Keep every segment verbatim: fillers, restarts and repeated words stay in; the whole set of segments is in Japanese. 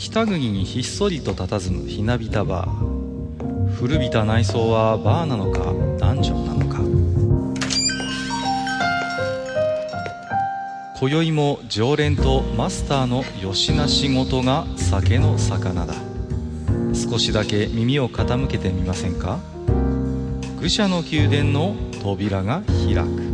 北国にひっそりと佇むひなびたバー。古びた内装はバーなのかダンジョンなのか。今宵も常連とマスターのよしな仕事が酒の魚だ。少しだけ耳を傾けてみませんか。愚者の宮殿の扉が開く。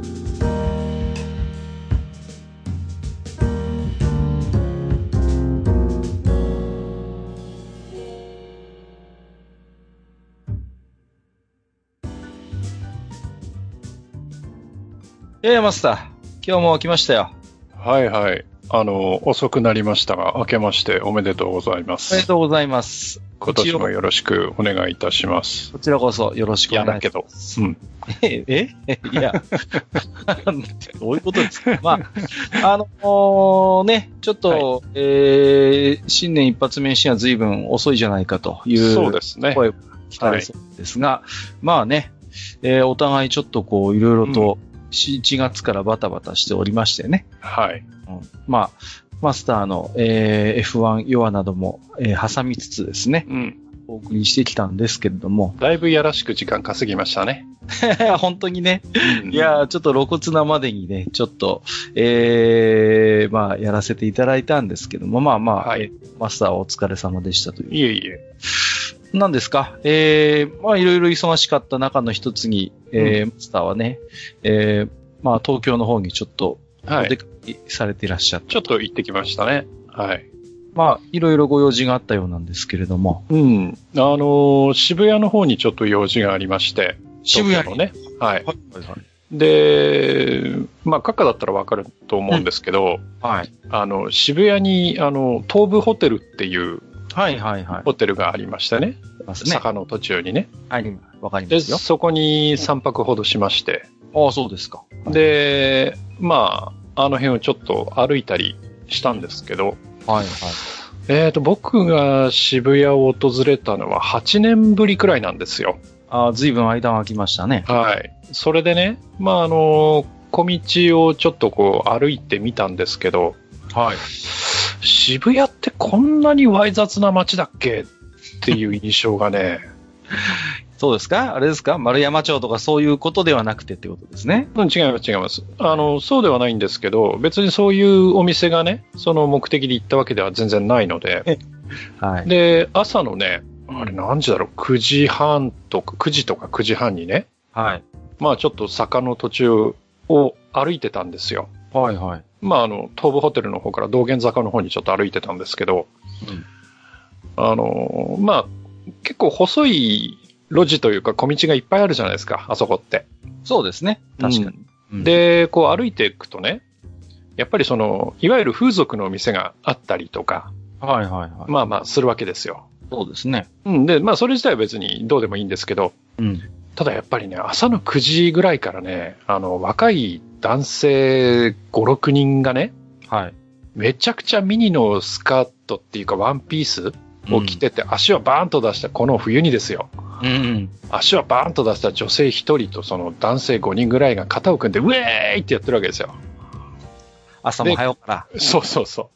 えー、マスター、今日も来ましたよ。 はいはい。あの、遅くなりましたが、明けましておめでとうございます。 おめでとうございます。 今年もよろしくお願いいたします。 こちらこそよろしくお願いします。 いやだけど。うん。 え、えいや、どういうことですか。まあ、あのー、ね、ちょっと、はい、えー、新年一発目にしては随分遅いじゃないかという。 そうですね。 声を聞かれそうですが、はい、まあね、えー、お互いちょっとこう、いろいろと、うんしちがつからバタバタしておりましてね。 はい。 うん、まあ、マスターの、えー、エフワン ヨアなども、えー、挟みつつですね、うん。お送りしてきたんですけれども。 だいぶやらしく時間稼ぎましたね。 本当にね。うん、いや、ちょっと露骨なまでにね、ちょっと、えー、まあ、やらせていただいたんですけども、まあまあ、はい、マスターお疲れ様でしたという。 いえいえ。 何ですかえー、まあいろいろ忙しかった中の一つに、えー、うん、マスターはね、えー、まあ東京の方にちょっと、お出かけされていらっしゃった。 ちょっと行ってきましたね。はい。 まあ、いろいろご用事があったようなんですけれども。 うん。あのー、渋谷の方にちょっと用事がありまして。 渋谷のね。はい。はいはいはい、で、まあ、カッカだったらわかると思うんですけど、うん、はい。あの、渋谷に、あの、東武ホテルっていう、 はいはいはい。 ホテルがありましてね。坂の途中にね。 はい、わかりますよ。 で、そこにさんぱくほどしまして。 ああ、そうですか。 で、まあ、あの辺をちょっと歩いたりしたんですけど。はいはい。えっと、僕が渋谷を訪れたのははちねんぶりくらいなんですよ。 ああ、ずいぶん間が空きましたね。 はい。それでね、まあ、あの、小道をちょっとこう歩いてみたんですけど。はい。渋谷ってこんなにわい雑な街だっけっていう印象がね。 そうですかあれですか丸山町とかそういうことではなくてってことですね。 うん、違います、違います。あの、そうではないんですけど、別にそういうお店がね、その目的で行ったわけでは全然ないので。はい。で、朝のね、あれ何時だろう、くじはんとか、くじとかくじはんにね。はい。まあちょっと坂の途中を歩いてたんですよ。はいはい。まああの、東武ホテルの方から道玄坂の方にちょっと歩いてたんですけど、うん、あの、まあ結構細い路地というか小道がいっぱいあるじゃないですか、あそこって。 そうですね。確かに。 うん、で、こう歩いていくとね、やっぱりその、いわゆる風俗のお店があったりとか、はいはいはい。まあまあするわけですよ。 そうですね。 うん。で、まあそれ自体は別にどうでもいいんですけど、うん。ただやっぱりね、朝のくじぐらいからね、あの、若い男性ご、ろくにんがね、はい。めちゃくちゃミニのスカートっていうかワンピースを着てて、うん、足をバーンと出したこの冬にですよ。うん、うん。足をバーンと出した女性ひとりとその男性ごにんぐらいが肩を組んでウェーイってやってるわけですよ。 朝も早うから。 そうそうそう。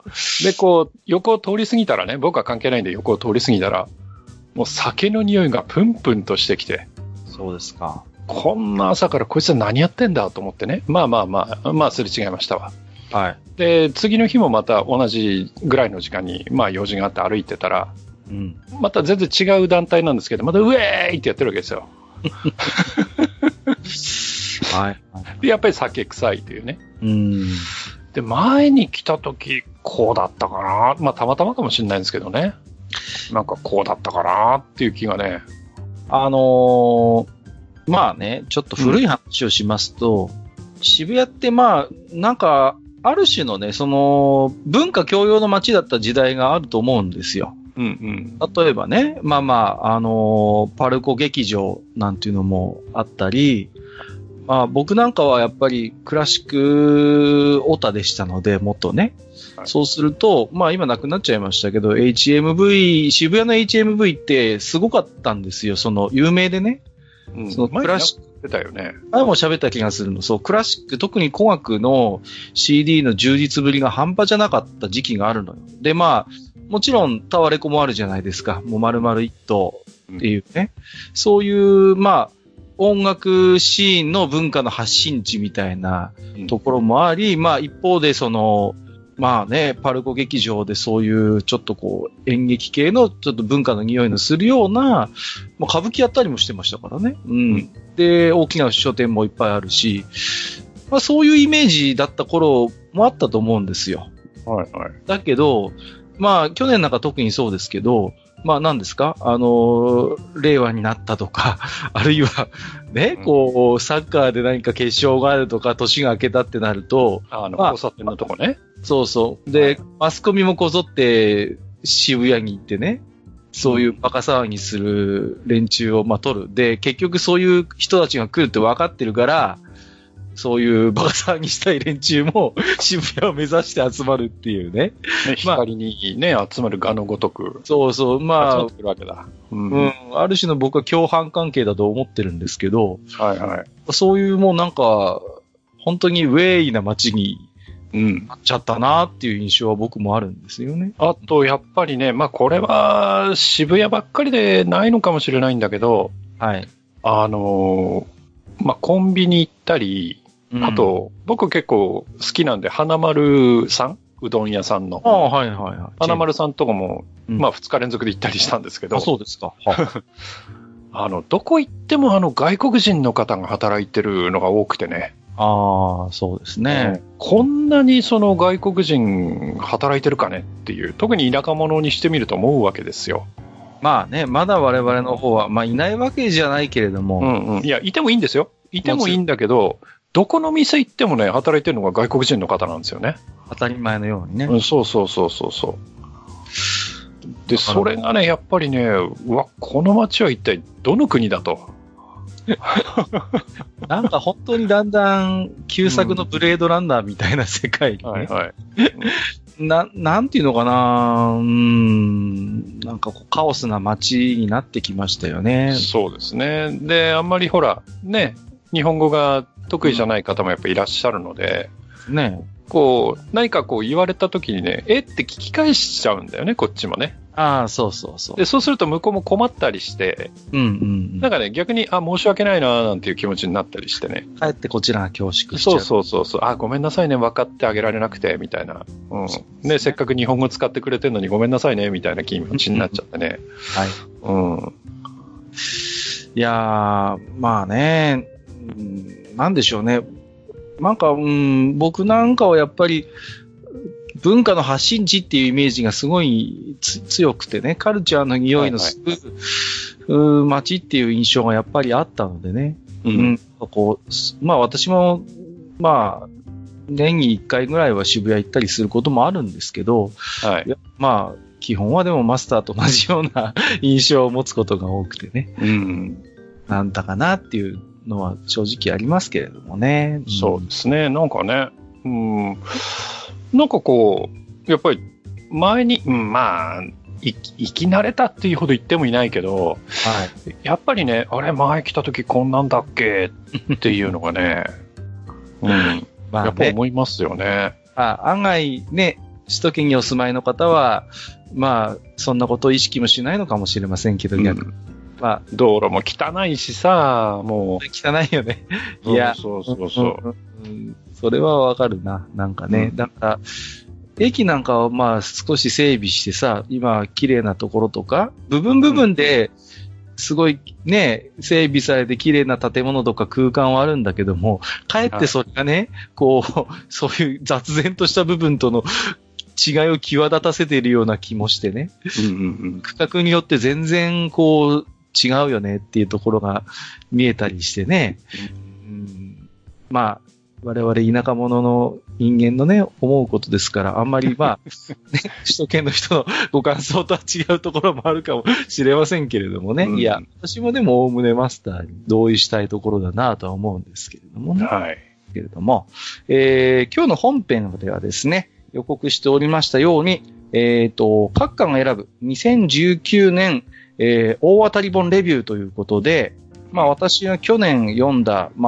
で、こう、横を通り過ぎたらね、僕は関係ないんで横を通り過ぎたら、もう酒の匂いがプンプンとしてきて。 そうですか。 こんな朝からこいつは何やってんだと思ってね。まあまあまあ、まあすれ違いましたわ。はい。で、次の日もまた同じぐらいの時間に、まあ用事があって歩いてたら、うん。また全然違う団体なんですけど、またウェーイってやってるわけですよ。はい。で、やっぱり酒臭いというね。うん。で、前に来た時、こうだったかな。まあたまたまかもしれないんですけどね。なんかこうだったかなっていう気がね。 あのー、まあね、ちょっと古い話をしますと、うん、渋谷ってまあ、なんか、ある種のね、その、文化教養の街だった時代があると思うんですよ。うんうん、例えばね、まあまあ、あのー、パルコ劇場なんていうのもあったり、まあ僕なんかはやっぱりクラシックオタでしたので、もっとね。はい、そうすると、まあ今なくなっちゃいましたけど、エイチエムブイ、渋谷の エイチエムブイ ってすごかったんですよ。その、有名でね。 うん、そのクラシック。出たよね。 前も喋った気がするの。そう、クラシック、特に古楽の シーディー の充実ぶりが半端じゃなかった時期があるのよ。で、まあ、 もちろんタワレコもあるじゃないですか。もう丸々一棟っていうね。うん、そういう、まあ、音楽シーンの文化の発信地みたいなところもあり、うん、まあ一方でその、まあね、パルコ劇場でそういうちょっとこう演劇系のちょっと文化の匂いのするような、まあ、歌舞伎やったりもしてましたからね。うん。うん、で、大きな書店もいっぱいあるし、まあそういうイメージだった頃もあったと思うんですよ。 はいはい。 だけど、まあ去年なんか特にそうですけど、まあ何ですかあの、令和になったとか、あるいは、ね、うん、こう、サッカーで何か決勝があるとか、年が明けたってなると、 あの、まあ、交差点のとこね。 そうそう。で、はい、マスコミもこぞって渋谷に行ってね、そういうバカ騒ぎする連中をまあ取る。で、結局そういう人たちが来るって分かってるから、そういうバカ騒ぎしたい連中も渋谷を目指して集まるっていうね。 ね、光にね、まあ、集まるがのごとく。 そうそう、まあ、 集まってるわけだ。 うん、うん。ある種の僕は共犯関係だと思ってるんですけど、 はいはい。 そういうもうなんか、本当にウェイな街になっちゃったなっていう印象は僕もあるんですよね。 あと、やっぱりね、まあこれは渋谷ばっかりでないのかもしれないんだけど、 はい。 あの、まあコンビニ行ったり、あと、うん、僕結構好きなんで、花丸さんうどん屋さんの。 ああ、はいはいはい。 花丸さんとかも、うん、まあふつか連続で行ったりしたんですけど。 あ、そうですか。 はあの、どこ行ってもあの外国人の方が働いてるのが多くてね。 ああ、そうですね、 うん。こんなにその外国人働いてるかねっていう、特に田舎者にしてみると思うわけですよ。 まあね、まだ我々の方は、まあいないわけじゃないけれども。 うんうん。いや、いてもいいんですよ。いてもいいんだけど、どこの店行ってもね、働いてるのが外国人の方なんですよね。 当たり前のようにね。 うん、そうそうそうそうそう。で、それがね、やっぱりね、うわ、この街は一体どの国だと。 なんか本当にだんだん旧作のブレードランナーみたいな世界に、ね、 はいはい。 な、なんていうのかな、うーん、なんかこうカオスな街になってきましたよね。 そうですね。で、あんまりほら、ね、日本語が得意じゃない方もやっぱいらっしゃるので、 ね、 こう、何かこう言われた時にね、えって聞き返しちゃうんだよね、こっちもね。 ああ、そうそうそう。 で、そうすると向こうも困ったりして、 うんうんうん。 なんかね、逆に、あ、申し訳ないな、なんていう気持ちになったりしてね。 かえってこちらが恐縮しちゃう。 そうそうそう。あ、ごめんなさいね、分かってあげられなくて、みたいな。うん。ね、ね、せっかく日本語使ってくれてるのにごめんなさいね、みたいな気持ちになっちゃってね。 はい。 うん。 いやー、まあね、うん、なんでしょうね。なんか、うん、僕なんかはやっぱり、文化の発信地っていうイメージがすごい強くてね、カルチャーの匂いのする、はいはい、街っていう印象がやっぱりあったのでね。うん。うん、こうまあ私も、まあ、年にいっかいぐらいは渋谷行ったりすることもあるんですけど、 はい、 まあ、基本はでもマスターと同じような印象を持つことが多くてね。 うん。 なんだかなっていうのは正直ありますけれどもね。 うん、そうですね。なんかね、うん。なんかこう、やっぱり前に、うん、まあ、生き慣れたっていうほど言ってもいないけど、 はい、 やっぱりね、あれ前来た時こんなんだっけっていうのがね、うん、まあね、やっぱ思いますよね。 あ、案外ね、首都圏にお住まいの方は、まあ、そんなことを意識もしないのかもしれませんけど、うん、 まあ、道路も汚いしさ、もう。 汚いよね。 いや、そうそうそう。 うん、それはわかるな。なんかね。うん、だから、駅なんかはまあ少し整備してさ、今綺麗なところとか、部分部分ですごいね、整備されて綺麗な建物とか空間はあるんだけども、かえってそれがね、こう、そういう雑然とした部分との違いを際立たせているような気もしてね。 うんうんうん、 区画によって全然こう違うよねっていうところが見えたりしてね。うん、まあ、我々田舎者の人間のね、思うことですから、あんまりまあ、ね、首都圏の人のご感想とは違うところもあるかもしれませんけれどもね。うん、いや、私もでも概ねマスターに同意したいところだなとは思うんですけれどもね。 はい。 けれども、えー、今日の本編ではですね、予告しておりましたように、えっと、各館が選ぶにせんじゅうきゅうねん、えー、大当たり本レビューということで、まあ私が去年読んだ、まあ、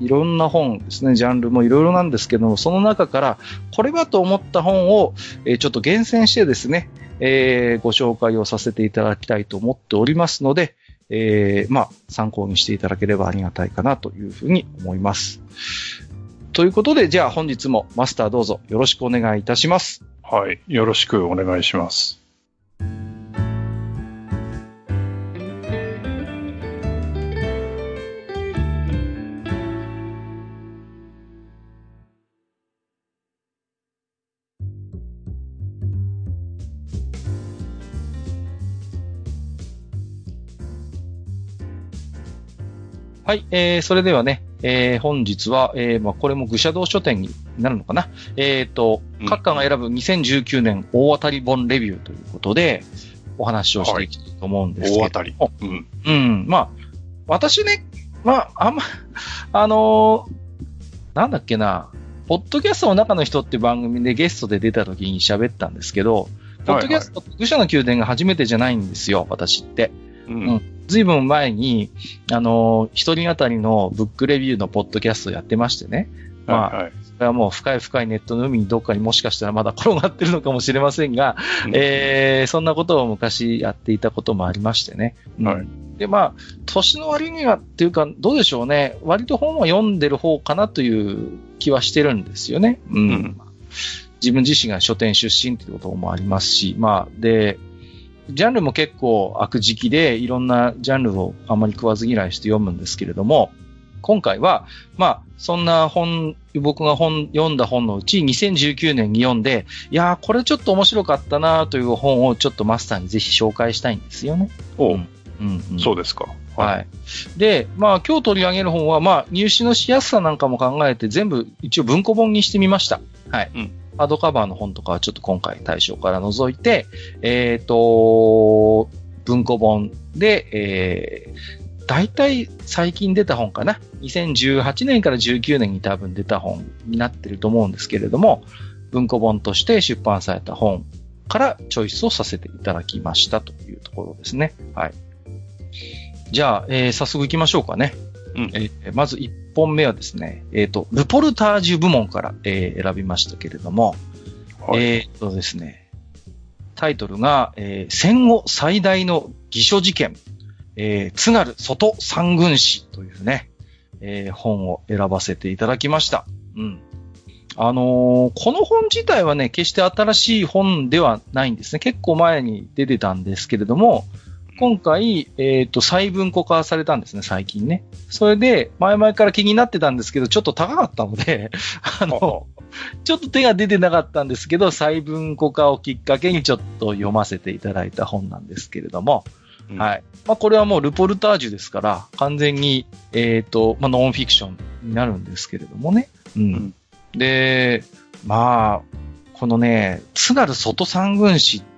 いろんな本ですね、ジャンルもいろいろなんですけども、その中からこれはと思った本を、えー、ちょっと厳選してですね、えー、ご紹介をさせていただきたいと思っておりますので、えー、まあ、参考にしていただければありがたいかなというふうに思います。ということで、じゃあ本日もマスターどうぞよろしくお願いいたします。 はい、よろしくお願いします。 はい、えー、それではね、えー、本日は、えー、まあ、これも愚者道書店になるのかな。えっ、ー、と、各館が選ぶにせんじゅうきゅうねん大当たり本レビューということで、お話をしていきたいと思うんですけど、 はい、大当たり。 うん。うん。まあ、私ね、まあ、あんま、あのー、なんだっけな、ポッドキャストの中の人って番組でゲストで出た時に喋ったんですけど、ポッドキャスト、はいはい、愚者の宮殿が初めてじゃないんですよ、私って。うん。うんずいぶん前に、あの、一人当たりのブックレビューのポッドキャストをやってましてね。まあ、はいはい、それはもう深い深いネットの海にどっかにもしかしたらまだ転がってるのかもしれませんが、うん、えー、そんなことを昔やっていたこともありましてね。はい、で、まあ、年の割にはっていうか、どうでしょうね。割と本を読んでる方かなという気はしてるんですよね。うん。うん、自分自身が書店出身ということもありますし、まあ、で、ジャンルも結構悪時期でいろんなジャンルをあまり食わず嫌いして読むんですけれども、今回は、まあ、そんな本、僕が本、読んだ本のうちにせんじゅうきゅうねんに読んで、いやーこれちょっと面白かったなという本をちょっとマスターにぜひ紹介したいんですよね。 おう、うんうんうん、そうですか。 はい。はい。で、まあ今日取り上げる本は、まあ入手のしやすさなんかも考えて全部一応文庫本にしてみました。はい。うんハードカバーの本とかはちょっと今回対象から除いて、えっと、文庫本で、えー、大体最近出た本かな。にせんじゅうはちねんからじゅうきゅうねんに多分出た本になってると思うんですけれども、文庫本として出版された本からチョイスをさせていただきましたというところですね。はい。じゃあ、えー、早速行きましょうかね。うんえー、まずいっぽんめはですね、えっ、ー、と、ルポルタージュ部門から、えー、選びましたけれども、はい、えっ、ー、とですね、タイトルが、えー、戦後最大の偽書事件、えー、津軽外三軍史というね、えー、本を選ばせていただきました。うん。あのー、この本自体はね、決して新しい本ではないんですね。結構前に出てたんですけれども、今回、えっと、再文庫化されたんですね、最近ね。それで、前々から気になってたんですけど、ちょっと高かったので、あの、ちょっと手が出てなかったんですけど、再文庫化をきっかけにちょっと読ませていただいた本なんですけれども、うん、はい。まあ、これはもうルポルタージュですから、完全に、えっと、まあ、ノンフィクションになるんですけれどもね。うん。うん、で、まあ、このね、津軽外三軍史って、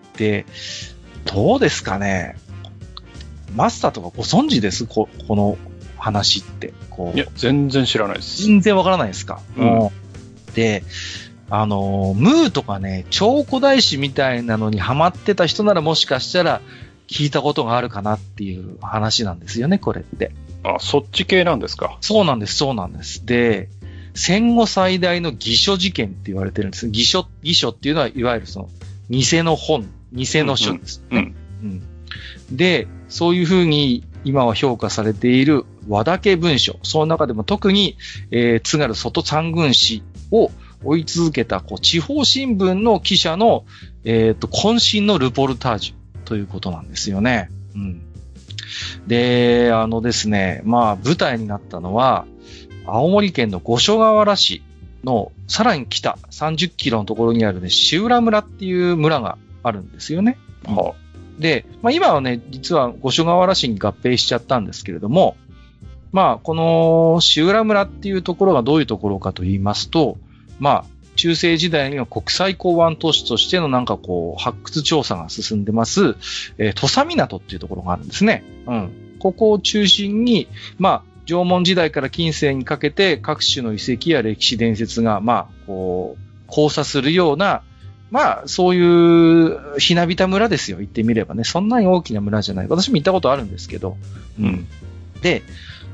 どうですかね。マスターとかご存知ですこ、この話って。こういや、全然知らないです。 全然わからないですか。うん、で、あの、ムーとかね、超古代史みたいなのにハマってた人ならもしかしたら聞いたことがあるかなっていう話なんですよね、これって。 あ、そっち系なんですか。 そうなんです、そうなんです。で、戦後最大の偽書事件って言われてるんです。偽書、偽書っていうのはいわゆるその、偽の本、偽の書ですね。うん、うんうんで、そういうふうに今は評価されている和田家文書。その中でも特に、えー、津軽外三軍史を追い続けた、こう、地方新聞の記者の、えっと、渾身のルポルタージュということなんですよね。うん。で、あのですね、まあ、舞台になったのは、青森県の五所川原市のさらに北さんじゅっキロのところにあるね、志浦村っていう村があるんですよね。はあで、まあ今はね、実は五所川原市に合併しちゃったんですけれども、まあこの志浦村っていうところがどういうところかと言いますと、まあ中世時代には国際港湾都市としてのなんかこう発掘調査が進んでます、えー、土佐港っていうところがあるんですね。うん。ここを中心に、まあ縄文時代から近世にかけて各種の遺跡や歴史伝説がまあこう交差するようなまあ、そういうひなびた村ですよ、言ってみればね。そんなに大きな村じゃない。私も行ったことあるんですけど。うん。で、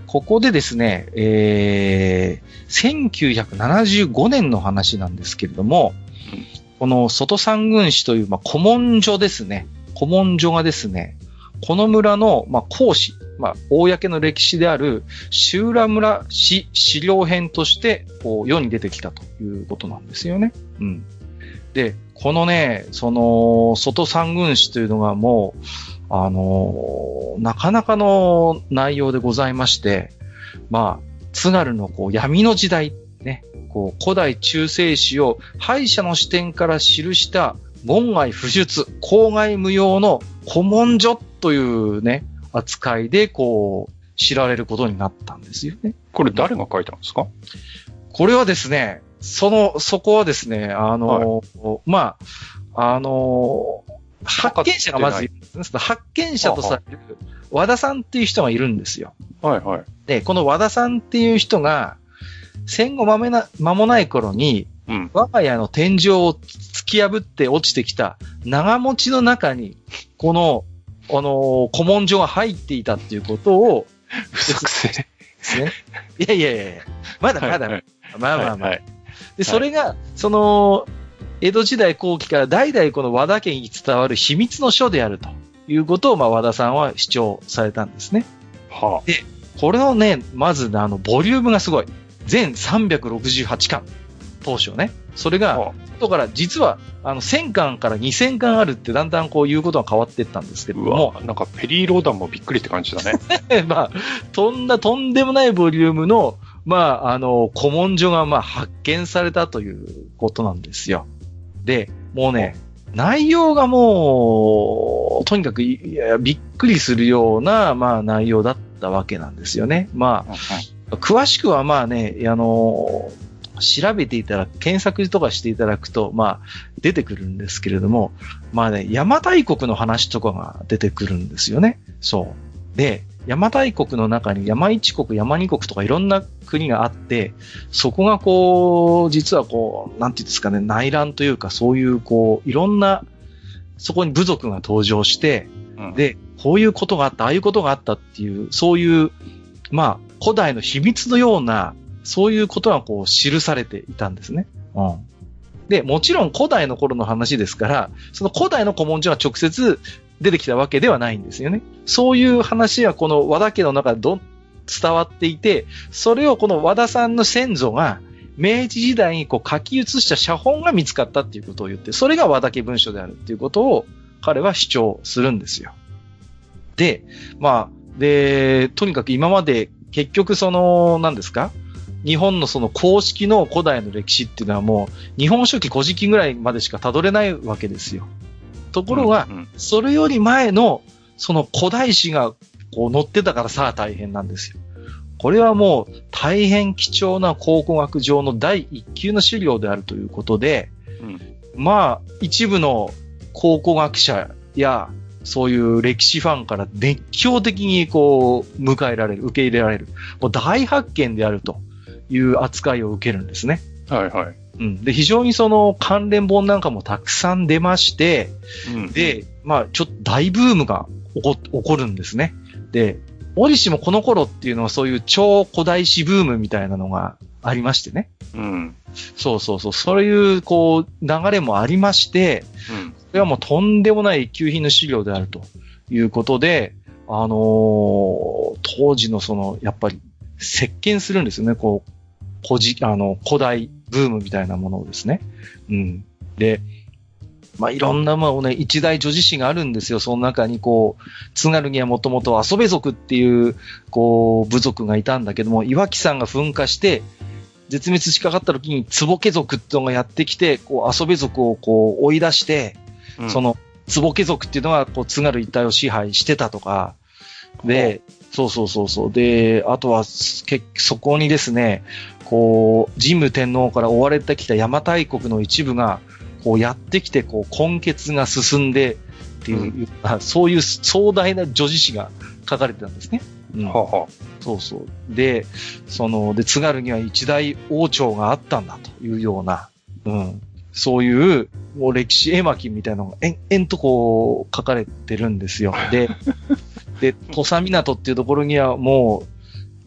ここでですね、えー、せんきゅうひゃくななじゅうごねんの話なんですけれども、うん、この外三郡市という、まあ、古文書ですね。古文書がですね、この村の、まあ、公史、まあ、公の歴史である、修羅村史資料編として、こう、世に出てきたということなんですよね。うん。で、このね、その、外三郡史というのがもう、あの、なかなかの内容でございまして、まあ、津軽のこう闇の時代、ね、こう古代中世史を敗者の視点から記した門外不出、口外無用の古文書というね、扱いでこう、知られることになったんですよね。 これ誰が書いたんですか？ これはですね、その、そこはですね、あの、はい、まあ、あの、発見者がまずいるんですね。発見者とされる和田さんっていう人がいるんですよ。 はいはい。 で、この和田さんっていう人が、戦後間もな、間もない頃に、うん、我が家の天井を突き破って落ちてきた長持ちの中に、この、あの、古文書が入っていたっていうことを、 不作成ですね。いやいやいやいや、まだまだ、はいはい、まあまあまあ。はいはい、で、それが、その、江戸時代後期から代々この和田家に伝わる秘密の書であるということを、まあ、和田さんは主張されたんですね。はあ、で、これのね、まずあの、ボリュームがすごい。全さんびゃくろくじゅうはちかん。当初ね。それが、はあ、後から実は、あの、せんかんからにせんかんあるってだんだんこういうことが変わっていったんですけれども。 うわ、なんかペリー・ローダンもびっくりって感じだね。 まあ、とんだ、とんでもないボリュームの、まあ、あの、古文書がまあ発見されたということなんですよ。で、もうね、内容がもう、とにかくいやびっくりするような、まあ内容だったわけなんですよね。まあ、うん、詳しくはまあね、あの、調べていただく、検索とかしていただくと、まあ、出てくるんですけれども、まあね、邪馬台国の話とかが出てくるんですよね。そう。で、邪馬台国の中に山一国、山二国とかいろんな国があって、そこがこう、実はこう、なんていうんですかね、内乱というかそういうこう、いろんな、そこに部族が登場して、うん、で、こういうことがあった、ああいうことがあったっていう、そういう、まあ、古代の秘密のような、そういうことがこう、記されていたんですね。うん。で、もちろん古代の頃の話ですから、その古代の古文書が直接出てきたわけではないんですよね。そういう話はこの和田家の中でど伝わっていて、それをこの和田さんの先祖が明治時代にこう書き写した写本が見つかったっていうことを言って、それが和田家文書であるっていうことを彼は主張するんですよ。で、まあ、で、とにかく今まで結局その、何ですか？日本のその公式の古代の歴史っていうのはもう日本書紀古事記ぐらいまでしか辿れないわけですよ。ところが、うんうん、それより前のその古代史がこう載ってたからさあ大変なんですよ。これはもう大変貴重な考古学上の第一級の資料であるということで、うん、まあ一部の考古学者やそういう歴史ファンから熱狂的にこう迎えられる、受け入れられる、もう大発見であるという扱いを受けるんですね。はいはい。うん。で、非常にその関連本なんかもたくさん出まして、うん、で、まあちょっと大ブームが起こ、起こるんですね。で、折しもこの頃っていうのはそういう超古代史ブームみたいなのがありましてね。うん。そうそうそう。そういうこう流れもありまして、うん。それはもうとんでもない一級品の資料であるということで、あのー、当時のその、やっぱり、席巻するんですよね。こう、古事、あの、古代ブームみたいなものをですね。うん。で、まあ、いろんな、まあね、一大女子誌があるんですよ。その中に、こう、津軽にはもともと遊べ族っていう、こう、部族がいたんだけども、岩木山が噴火して、絶滅しかかった時に、坪家族っていうのがやってきて、こう、遊べ族をこう、追い出して、うん、その、坪家族っていうのが、こう、津軽一帯を支配してたとか、で、そうそうそうそう。で、あとは、けそこにですね、こう、神武天皇から追われてきた邪馬台国の一部が、こうやってきて、こう、根血が進んで、っていう、うん、そういう壮大な叙事詩が書かれてたんですね。うん。ははそうそう。で、その、で、津軽には一大王朝があったんだというような、うん。そういう、もう歴史絵巻みたいなのが、えん、えんとこう、書かれてるんですよ。で、で、土佐港っていうところにはもう、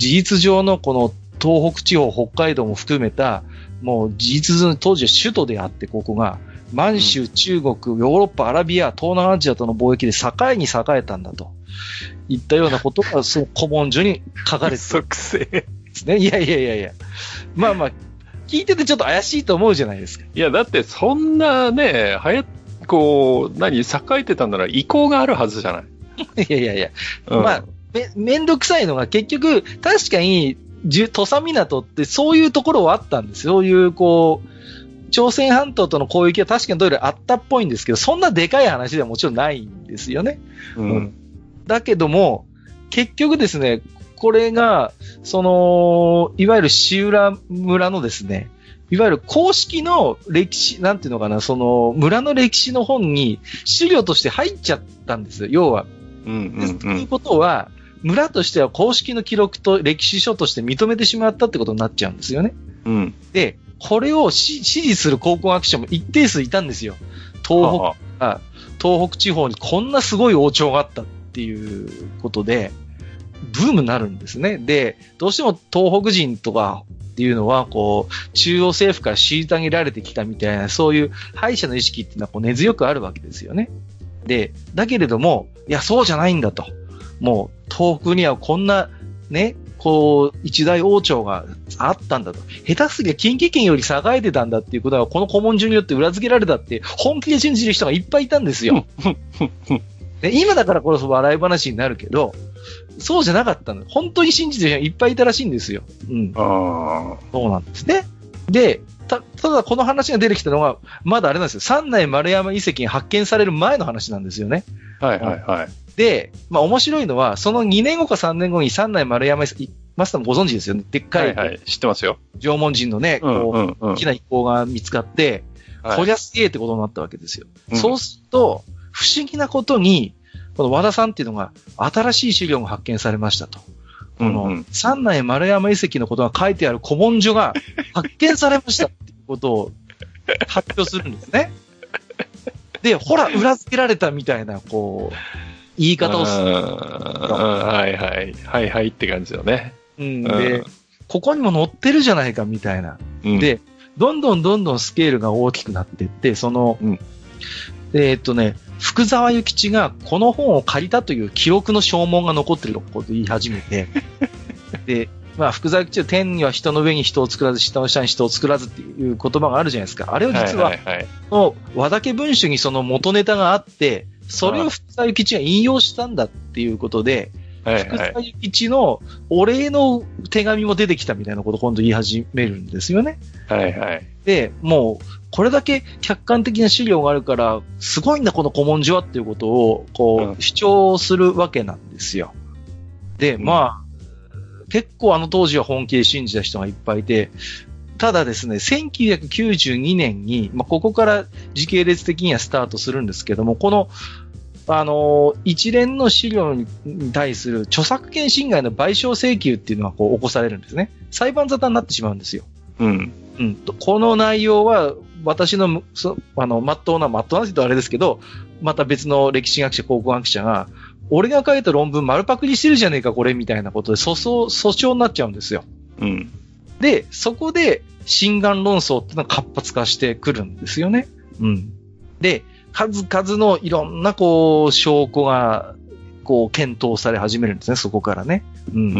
事実上のこの東北地方、北海道も含めた、もう事実上の当時は首都であって、ここが、満州、中国、ヨーロッパ、アラビア、東南アジアとの貿易で栄えに栄えたんだと。いったようなことが、その古文書に書かれてる。 嘘くせえ。 ですね。いやいやいやいや。まあまあ、聞いててちょっと怪しいと思うじゃないですか。 いや、だってそんなね、はや、こう、何、栄えてたんなら意向があるはずじゃない。 いやいやいや。うん、まあ、め、めんどくさいのが結局、確かに、土佐港ってそういうところはあったんですよ。そういう、こう、朝鮮半島との攻撃は確かにどうやらあったっぽいんですけど、そんなでかい話ではもちろんないんですよね。うん。うん、だけども、結局ですね、これが、その、いわゆる志浦村のですね、いわゆる公式の歴史、なんていうのかな、その、村の歴史の本に資料として入っちゃったんですよ、要は。 うんうんうん、 ということは、村としては公式の記録と歴史書として認めてしまったってことになっちゃうんですよね。 うん。 で、これを支持する考古学者も一定数いたんですよ。東北、あ東北地方にこんなすごい王朝があったっていうことで、ブームになるんですね。で、どうしても東北人とかっていうのは、こう、中央政府から虐げられてきたみたいな、そういう敗者の意識っていうのはこう根強くあるわけですよね。で、だけれども、いや、そうじゃないんだと。もう、東北にはこんな、ね、こう、一大王朝があったんだと。下手すりゃ近畿圏より栄えてたんだっていうことは、この古文書によって裏付けられたって、本気で信じる人がいっぱいいたんですよ。で今だからこそ笑い話になるけど、そうじゃなかったの。本当に信じてる人がいっぱいいたらしいんですよ。うん。 ああ。 そうなんですね。で、た、ただこの話が出てきたのは、まだあれなんですよ。三内丸山遺跡に発見される前の話なんですよね。 はいはいはい。 で、まあ面白いのは、そのにねんごかさんねんごに三内丸山遺跡、マスターもご存知ですよね。でっかい。 はいはい。知ってますよ。 縄文人のね、こう、うんうんうん、大きな遺構が見つかって、はい、こりゃすげえってことになったわけですよ。うん、そうすると、不思議なことに、この和田さんっていうのが新しい資料が発見されましたと。この三内丸山遺跡のことが書いてある古文書が発見されましたっていうことを発表するんですね。で、ほら、裏付けられたみたいな、こう、言い方をする。 はいはい。はいはいって感じだよね。 うん。で、ここにも載ってるじゃないかみたいな。うん、で、どんどんどんどんスケールが大きくなっていって、その、うん、えー、っとね、福沢諭吉がこの本を借りたという記録の証文が残ってることを言い始めて、で、まあ、福沢諭吉は天には人の上に人を作らず、下の下に人を作らずっていう言葉があるじゃないですか。あれを実は、はいはいはい、の和田家文集にその元ネタがあって、それを福沢諭吉が引用したんだっていうことで、はいはい、福沢諭吉のお礼の手紙も出てきたみたいなことを今度言い始めるんですよね。 はいはい。 で、もう、これだけ客観的な資料があるから、すごいんだこの古文書はっていうことを、こう、うん、主張するわけなんですよ。で、まあ、うん、結構あの当時は本気で信じた人がいっぱいいて、ただですね、せんきゅうひゃくきゅうじゅうにねんに、まあ、ここから時系列的にはスタートするんですけども、この、あの、一連の資料に対する著作権侵害の賠償請求っていうのがこう起こされるんですね。裁判沙汰になってしまうんですよ。 うん。 うん。この内容は、私の、そあの、まっとうな、まっとうなって言うとあれですけど、また別の歴史学者、考古学者が、俺が書いた論文丸パクリしてるじゃねえか、これ、みたいなことで、訴訟、訴訟になっちゃうんですよ。 うん。 で、そこで、真贋論争っていうのが活発化してくるんですよね。うん。で、数々のいろんな、こう、証拠が、こう、検討され始めるんですね、そこからね。うん。うん、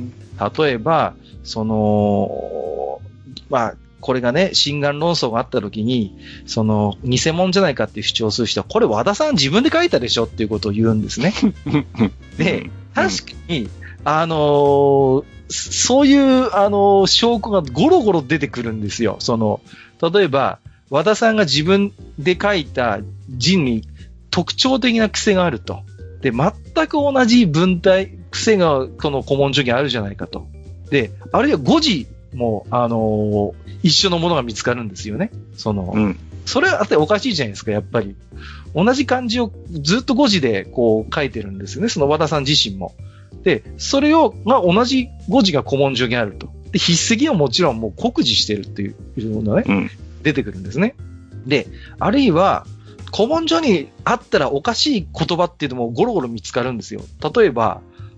例えば、その、まあ、これがね、真贋論争があった時に、その、偽物じゃないかっていう主張をする人は、これ和田さん自分で書いたでしょっていうことを言うんですね。で、確かに、あのー、そういう、あのー、証拠がゴロゴロ出てくるんですよ。その、例えば、和田さんが自分で書いた字に特徴的な癖があると。で、全く同じ文体、癖がこの古文書にあるじゃないかと。で、あるいは誤字も、あのー、一緒のものが見つかるんですよね。その、うん、それはあっておかしいじゃないですか、やっぱり。同じ漢字をずっと誤字でこう書いてるんですよね、その和田さん自身も。で、それを、が同じ誤字が古文書にあると。で、筆跡はもちろんもう酷似してるっていうのがね、うん、出てくるんですね。で、あるいは、古文書にあったらおかしい言葉っていうのもゴロゴロ見つかるんですよ。例えば、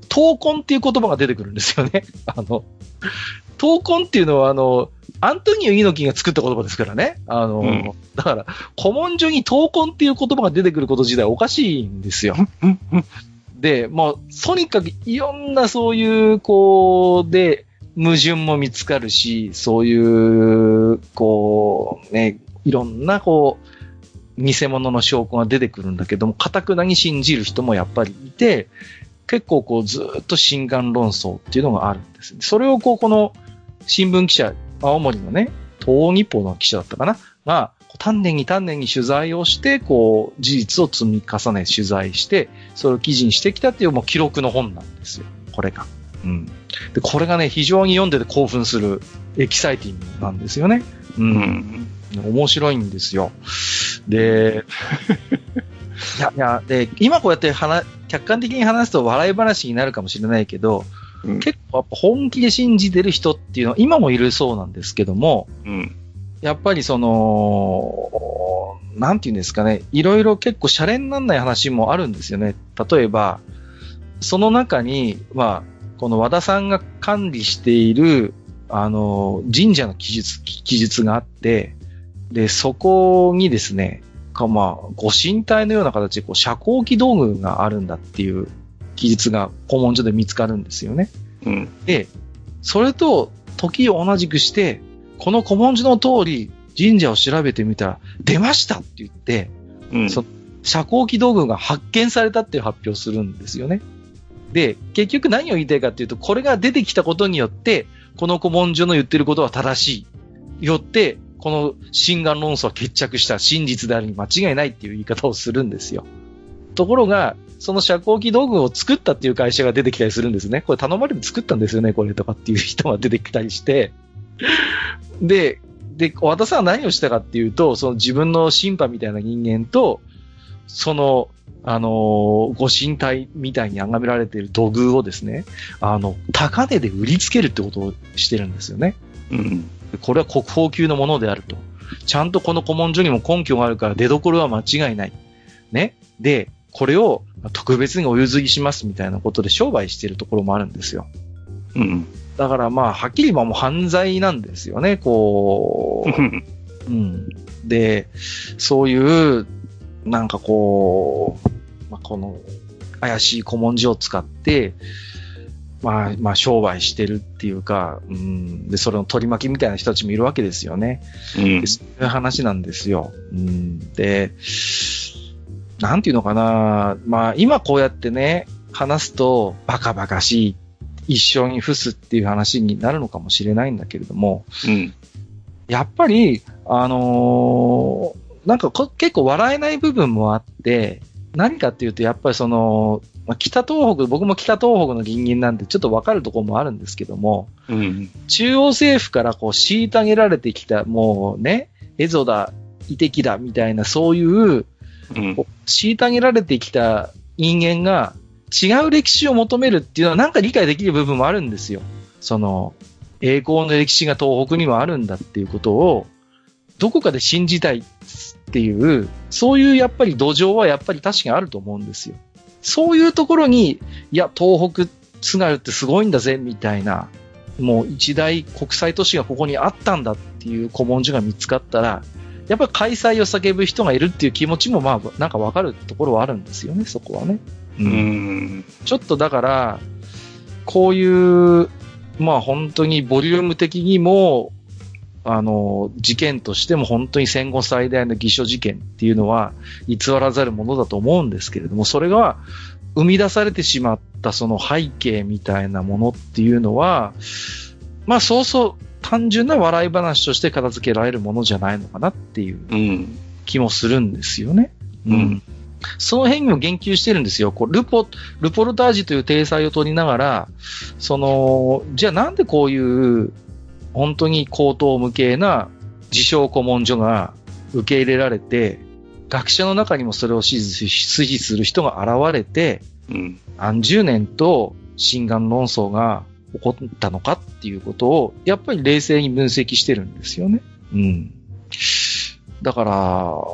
闘魂っていう言葉が出てくるんですよね。あの、闘魂っていうのは、あの、アントニオ猪木が作った言葉ですからね。あの、うん、だから、古文書に闘魂っていう言葉が出てくること自体おかしいんですよ。で、もう、とにかくいろんなそういう、こう、で、矛盾も見つかるし、そういう、こう、ね、いろんな、こう、偽物の証拠が出てくるんだけども、堅くなに信じる人もやっぱりいて、結構こう、ずっと心眼論争っていうのがあるんです。それをこう、この新聞記者、青森のね、東日報の記者だったかなが、丹念に丹念に取材をして、こう、事実を積み重ね、取材して、それを記事にしてきたっていうもう記録の本なんですよ。これが。うん。で、これがね、非常に読んでて興奮する、エキサイティングなんですよね。うん。うん、面白いんですよ。で、いや、いや、で、今こうやって話、客観的に話すと笑い話になるかもしれないけど、うん、結構やっぱ本気で信じてる人っていうのは今もいるそうなんですけども、うん、やっぱりその、なんていうんですかね、いろいろ結構シャレにならない話もあるんですよね。例えば、その中に、まあ、この和田さんが管理している、あの、神社の記述、記述があって、で、そこにですね、かまあ、ご神体のような形で、こう、遮光器道具があるんだっていう記述が古文書で見つかるんですよね。うん。で、それと、時を同じくして、この古文書の通り、神社を調べてみたら、出ましたって言って、うん、そ遮光器道具が発見されたっていう発表をするんですよね。で、結局何を言いたいかっていうと、これが出てきたことによって、この古文書の言ってることは正しい。よって、この心眼論争は決着した真実であるに間違いないっていう言い方をするんですよ。ところが、その遮光器道具を作ったっていう会社が出てきたりするんですね。これ頼まれて作ったんですよね、これとかっていう人が出てきたりして。で、で、和田さんは何をしたかっていうと、その自分の審判みたいな人間と、その、あのー、ご神体みたいに崇められている土偶をですね、あの、高値で売りつけるってことをしてるんですよね。うん。これは国宝級のものであると。ちゃんとこの古文書にも根拠があるから出所は間違いない。ね。で、これを特別にお譲りしますみたいなことで商売しているところもあるんですよ。うん。だからまあ、はっきり言えばもう犯罪なんですよね、こう。うん。で、そういう、なんかこう、まあ、この怪しい古文書を使って、まあ、まあ、商売してるっていうか、うん、で、それの取り巻きみたいな人たちもいるわけですよね。うん、そういう話なんですよ。うん、で、なんていうのかな、まあ、今こうやってね、話すと、バカバカしい、一生に付すっていう話になるのかもしれないんだけれども、うん、やっぱり、あのー、なんかこ結構笑えない部分もあって、何かっていうと、やっぱりその、まあ、北東北、僕も北東北の人間なんでちょっとわかるところもあるんですけども、うん、中央政府からこう虐げられてきた、もうね、エゾだ、イテキだ、みたいな、そういう、うん、虐げられてきた人間が違う歴史を求めるっていうのはなんか理解できる部分もあるんですよ。その、栄光の歴史が東北にはあるんだっていうことを、どこかで信じたいっていう、そういうやっぱり土壌はやっぱり確かにあると思うんですよ。そういうところに、いや、東北津軽ってすごいんだぜ、みたいな、もう一大国際都市がここにあったんだっていう古文書が見つかったら、やっぱり開催を叫ぶ人がいるっていう気持ちもまあ、なんかわかるところはあるんですよね、そこはね。うん。うんちょっとだから、こういう、まあ本当にボリューム的にも、あの、事件としても本当に戦後最大の偽書事件っていうのは偽らざるものだと思うんですけれども、それが生み出されてしまったその背景みたいなものっていうのは、まあそうそう単純な笑い話として片付けられるものじゃないのかなっていう気もするんですよね。うん。うん、その辺にも言及してるんですよ。こうルポ、ルポルタージュという体裁を取りながら、その、じゃあなんでこういう本当に高等無形な自称古文書が受け入れられて、学者の中にもそれを支持する人が現れて、うん、何十年と心眼論争が起こったのかっていうことを、やっぱり冷静に分析してるんですよね。うん。だから、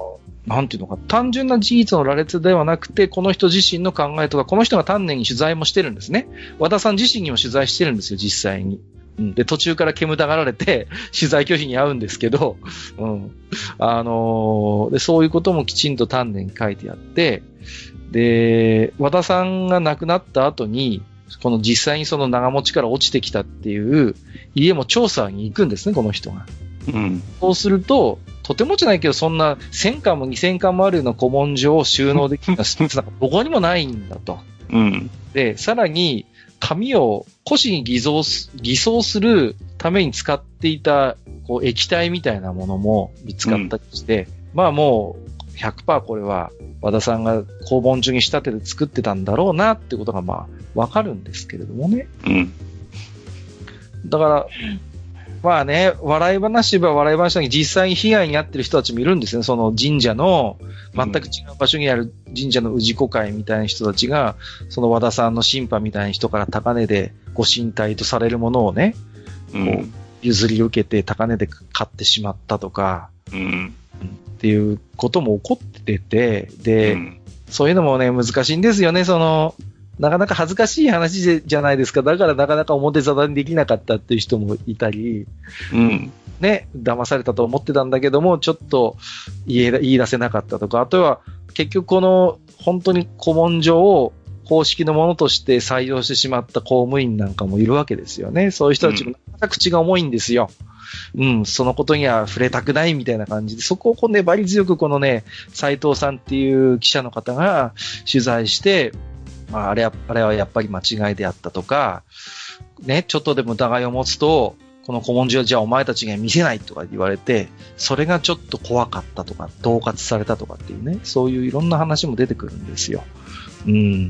なんていうのか、単純な事実の羅列ではなくて、この人自身の考えとか、この人が丹念に取材もしてるんですね。和田さん自身にも取材してるんですよ、実際に。うん、で、途中から煙たがられて、取材拒否に遭うんですけど、うん。あのー、で、そういうこともきちんと丹念に書いてあって、で、和田さんが亡くなった後に、この実際にその長持ちから落ちてきたっていう家も調査に行くんですね、この人が。うん。そうすると、とてもじゃないけど、そんなせんかんもにせんかんもあるような古文書を収納できるようなスペースなんかどこにもないんだと。うん。で、さらに、紙を古紙に偽造す、偽装するために使っていた、こう、液体みたいなものも見つかったりして、うん、まあもう、ひゃくパーセント これは、和田さんが古文書に仕立てて作ってたんだろうなってことが、まあ、わかるんですけれどもね。うん。だから、まあね、笑い話は笑い話に実際に被害に遭ってる人たちもいるんですね。その神社の、全く違う場所にある神社の氏子会みたいな人たちが、その和田さんの神父みたいな人から高値でご神体とされるものをね、こう譲り受けて高値で買ってしまったとか、うん、っていうことも起こってて、で、うん、そういうのもね、難しいんですよね、その、なかなか恥ずかしい話じゃないですか。だからなかなか表沙汰にできなかったっていう人もいたり、うん。ね、騙されたと思ってたんだけども、ちょっと言い、言い出せなかったとか、あとは結局この本当に古文書を公式のものとして採用してしまった公務員なんかもいるわけですよね。そういう人たちもなかなか口が重いんですよ。うん、うん、そのことには触れたくないみたいな感じで、そこをこう粘り強くこのね、斉藤さんっていう記者の方が取材して、まあ、あれは、あれはやっぱり間違いであったとか、ね、ちょっとでも疑いを持つと、この古文書はじゃあお前たちには見せないとか言われて、それがちょっと怖かったとか、恫喝されたとかっていうね、そういういろんな話も出てくるんですよ。うん。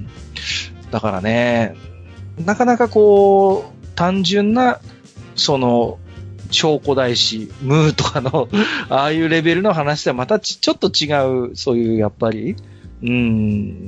だからね、なかなかこう、単純な、その、証拠大師、ムーとかの、ああいうレベルの話とはまたちちょっと違う、そういうやっぱり、うん、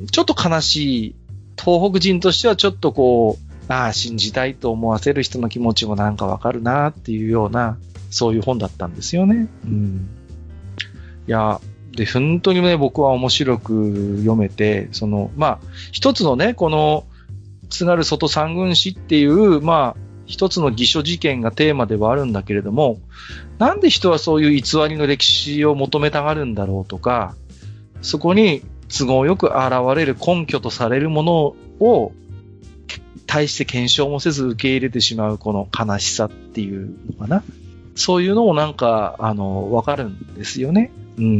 ちょっと悲しい、東北人としてはちょっとこう、ああ、信じたいと思わせる人の気持ちもなんかわかるなっていうような、そういう本だったんですよね。うん。いや、で、本当にね、僕は面白く読めて、その、まあ、一つのね、この、津軽外三軍史っていう、まあ、一つの偽書事件がテーマではあるんだけれども、なんで人はそういう偽りの歴史を求めたがるんだろうとか、そこに、都合よく現れる根拠とされるものを対して検証もせず受け入れてしまうこの悲しさっていうのかな。そういうのもなんか、あの、わかるんですよね。うん。うん、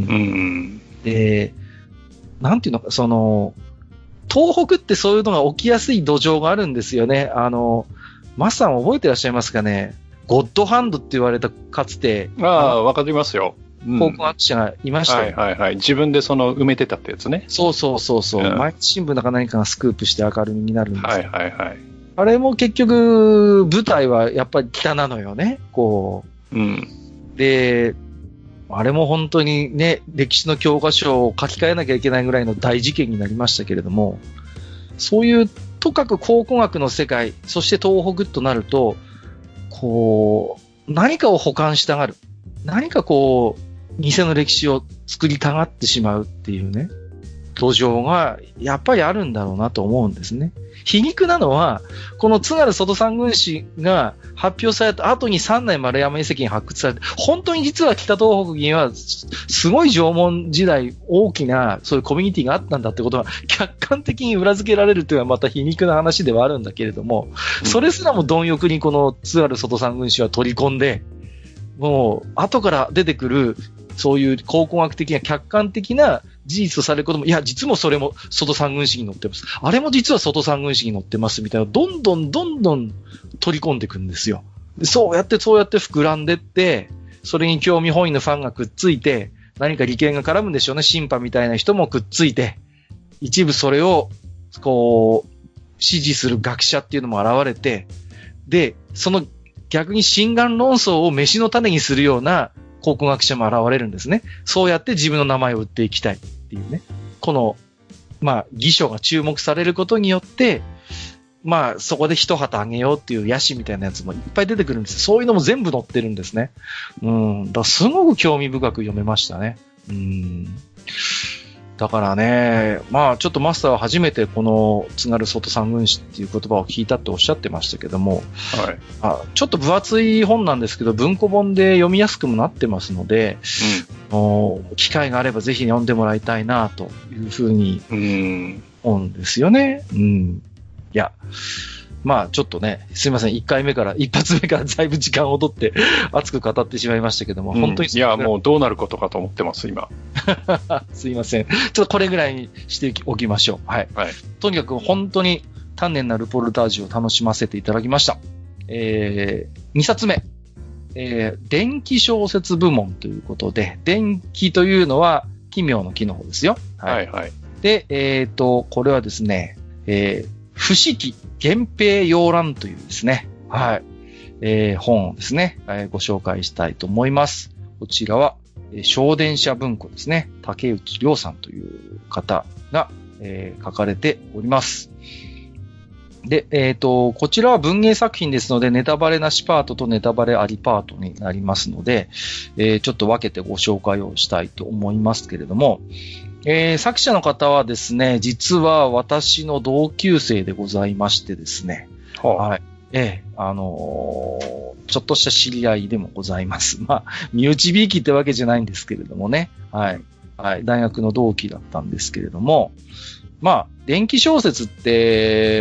で、なんていうのか、その、東北ってそういうのが起きやすい土壌があるんですよね。あの、マスさん覚えてらっしゃいますかね。ゴッドハンドって言われたかつて。 ああ、わかりますよ。 考古学者がいましたよ、 うん。はいはいはい。自分でその埋めてたってやつね。 そうそうそうそう。うん、毎日新聞だか何かがスクープして明るみになるんですよ。 はいはいはい。 あれも結局、舞台はやっぱり北なのよね。こう。うん。で、あれも本当にね、歴史の教科書を書き換えなきゃいけないぐらいの大事件になりましたけれども、そういうとかく考古学の世界、そして東北となると、こう、何かを保管したがる。何かこう、偽の歴史を作りたがってしまうっていうね、土壌がやっぱりあるんだろうなと思うんですね。皮肉なのは、この津軽外三軍史が発表された後に三内丸山遺跡に発掘されて、本当に実は北東北にはすごい縄文時代大きなそういうコミュニティがあったんだってことが客観的に裏付けられるというのはまた皮肉な話ではあるんだけれども、それすらも貪欲にこの津軽外三軍史は取り込んで、もう後から出てくるそういう考古学的な客観的な事実とされることも、いや、実もそれも外三軍史に載ってます。あれも実は外三軍史に載ってますみたいな、どんどんどんどん取り込んでいくんですよ。でそうやってそうやって膨らんでって、それに興味本位のファンがくっついて、何か利権が絡むんでしょうね。審判みたいな人もくっついて、一部それを、こう、支持する学者っていうのも現れて、で、その逆に真贋論争を飯の種にするような考古学者も現れるんですね。そうやって自分の名前を売っていきたいっていうね。この、まあ、偽書が注目されることによって、まあ、そこで一旗あげようっていう野心みたいなやつもいっぱい出てくるんです。そういうのも全部載ってるんですね。うん。だからすごく興味深く読めましたね。うん。 だからね、まあちょっとマスターは初めてこの津軽外三軍史っていう言葉を聞いたっておっしゃってましたけども、はい、あちょっと分厚い本なんですけど文庫本で読みやすくもなってますので、うん、機会があればぜひ読んでもらいたいなというふうに思うんですよね。うん、いや、まあちょっとね、すいません、一回目から、一発目からだいぶ時間を取って熱く語ってしまいましたけども、うん、本当に。 いや、もうどうなることかと思ってます、今。 すいません。ちょっとこれぐらいにしておきましょう。はい。はい、とにかく本当に丹念なルポルタージュを楽しませていただきました。えー、二冊目。えー、電気小説部門ということで、電気というのは奇妙の奇の方ですよ。はい、はい、はい。で、えっと、これはですね、えー、不思議源平洋覧というですね、はい、えー、本をですね、えー、ご紹介したいと思います。こちらは、えー、小電車文庫ですね、竹内涼さんという方が、えー、書かれております。で、えっと、こちらは文芸作品ですので、ネタバレなしパートとネタバレありパートになりますので、えー、ちょっと分けてご紹介をしたいと思いますけれども、えー、作者の方はですね、実は私の同級生でございましてですね。はあ、はい。ええー、あのー、ちょっとした知り合いでもございます。まあ、身内びいきってわけじゃないんですけれどもね。はい。はい。大学の同期だったんですけれども。まあ、電気小説って、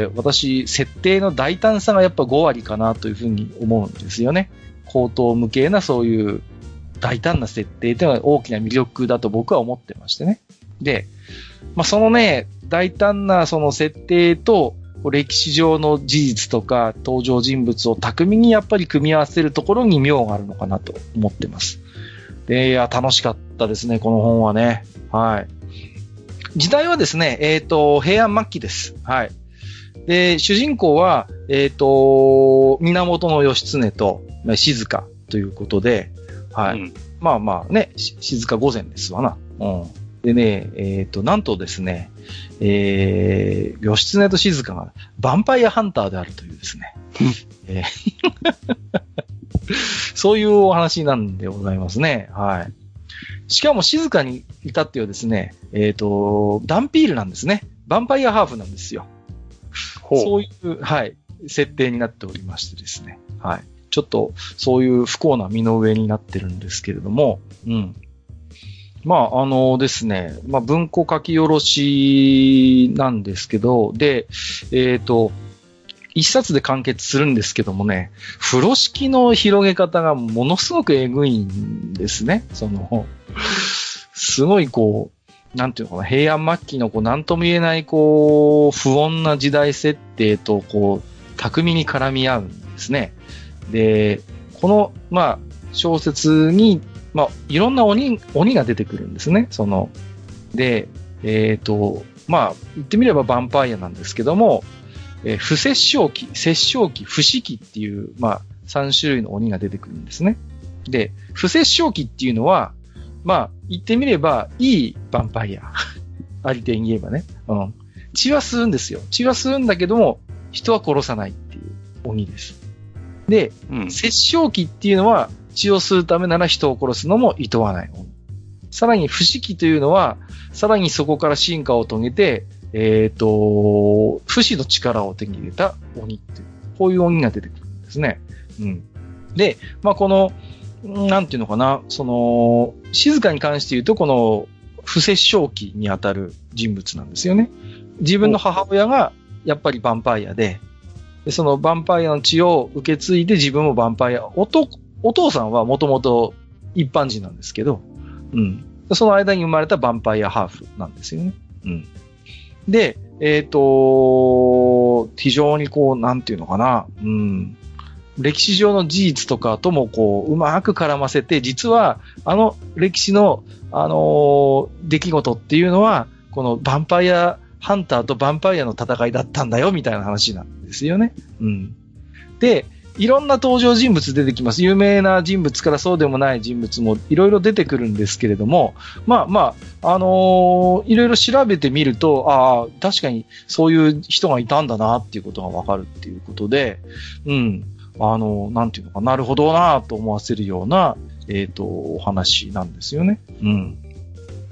私、設定の大胆さがやっぱご割かなというふうに思うんですよね。高等無形なそういう大胆な設定というのが大きな魅力だと僕は思ってましてね。で、まあ、そのね、大胆なその設定と、歴史上の事実とか登場人物を巧みにやっぱり組み合わせるところに妙があるのかなと思ってます。で、いや、楽しかったですね、この本はね。はい。時代はですね、えっと、平安末期です。はい。で、主人公は、えっと、源義経と静ということで、はい。うん、まあまあね、静御前ですわな。うん。でね、えっと、なんとですね、えー、義経と静がヴァンパイアハンターであるというですね。えー、そういうお話なんでございますね。はい。しかも静に至ってはですね、えっと、ダンピールなんですね。ヴァンパイアハーフなんですよ。そういう、はい、設定になっておりましてですね。はい。ちょっと、そういう不幸な身の上になってるんですけれども、うん。まあ、あのですね、まあ、文庫書き下ろしなんですけど、で、えっと、一冊で完結するんですけどもね、風呂敷の広げ方がものすごくえぐいんですね。その、すごいこう、なんていうのかな、平安末期のこう、なんとも言えないこう、不穏な時代設定とこう、巧みに絡み合うんですね。で、この、まあ、小説に、まあ、いろんな鬼、鬼が出てくるんですね。その、で、えっと、まあ、言ってみればヴァンパイアなんですけども、えー、不殺生鬼、殺生鬼、不死鬼っていう、まあ、三種類の鬼が出てくるんですね。で、不殺生鬼っていうのは、まあ、言ってみれば、いいヴァンパイア。ありていに言えばね。うん。血は吸うんですよ。血は吸うんだけども、人は殺さないっていう鬼です。で、うん、殺生鬼っていうのは、血を吸うためなら人を殺すのも厭わない鬼。さらに不死鬼というのは、さらにそこから進化を遂げて、えっと、不死の力を手に入れた鬼っていう、こういう鬼が出てくるんですね。うん。で、まあ、この、なんていうのかな、その、静に関して言うと、この、不殺生鬼にあたる人物なんですよね。自分の母親が、やっぱりヴァンパイアで、でそのヴァンパイアの血を受け継いで自分もヴァンパイア、おと、お父さんはもともと一般人なんですけど、うん。その間に生まれたヴァンパイアハーフなんですよね。うん。で、えっと、非常にこう、なんていうのかな、うん。歴史上の事実とかともこう、うまく絡ませて、実は、あの歴史の、あのー、出来事っていうのは、このヴァンパイアハンターとヴァンパイアの戦いだったんだよ、みたいな話なんですよね。うん。で、いろんな登場人物出てきます。有名な人物からそうでもない人物もいろいろ出てくるんですけれども、まあまあ、あのー、いろいろ調べてみると、ああ、確かにそういう人がいたんだなっていうことがわかるっていうことで、うん。あの、なんていうのかな、なるほどなと思わせるような、えっと、お話なんですよね。うん。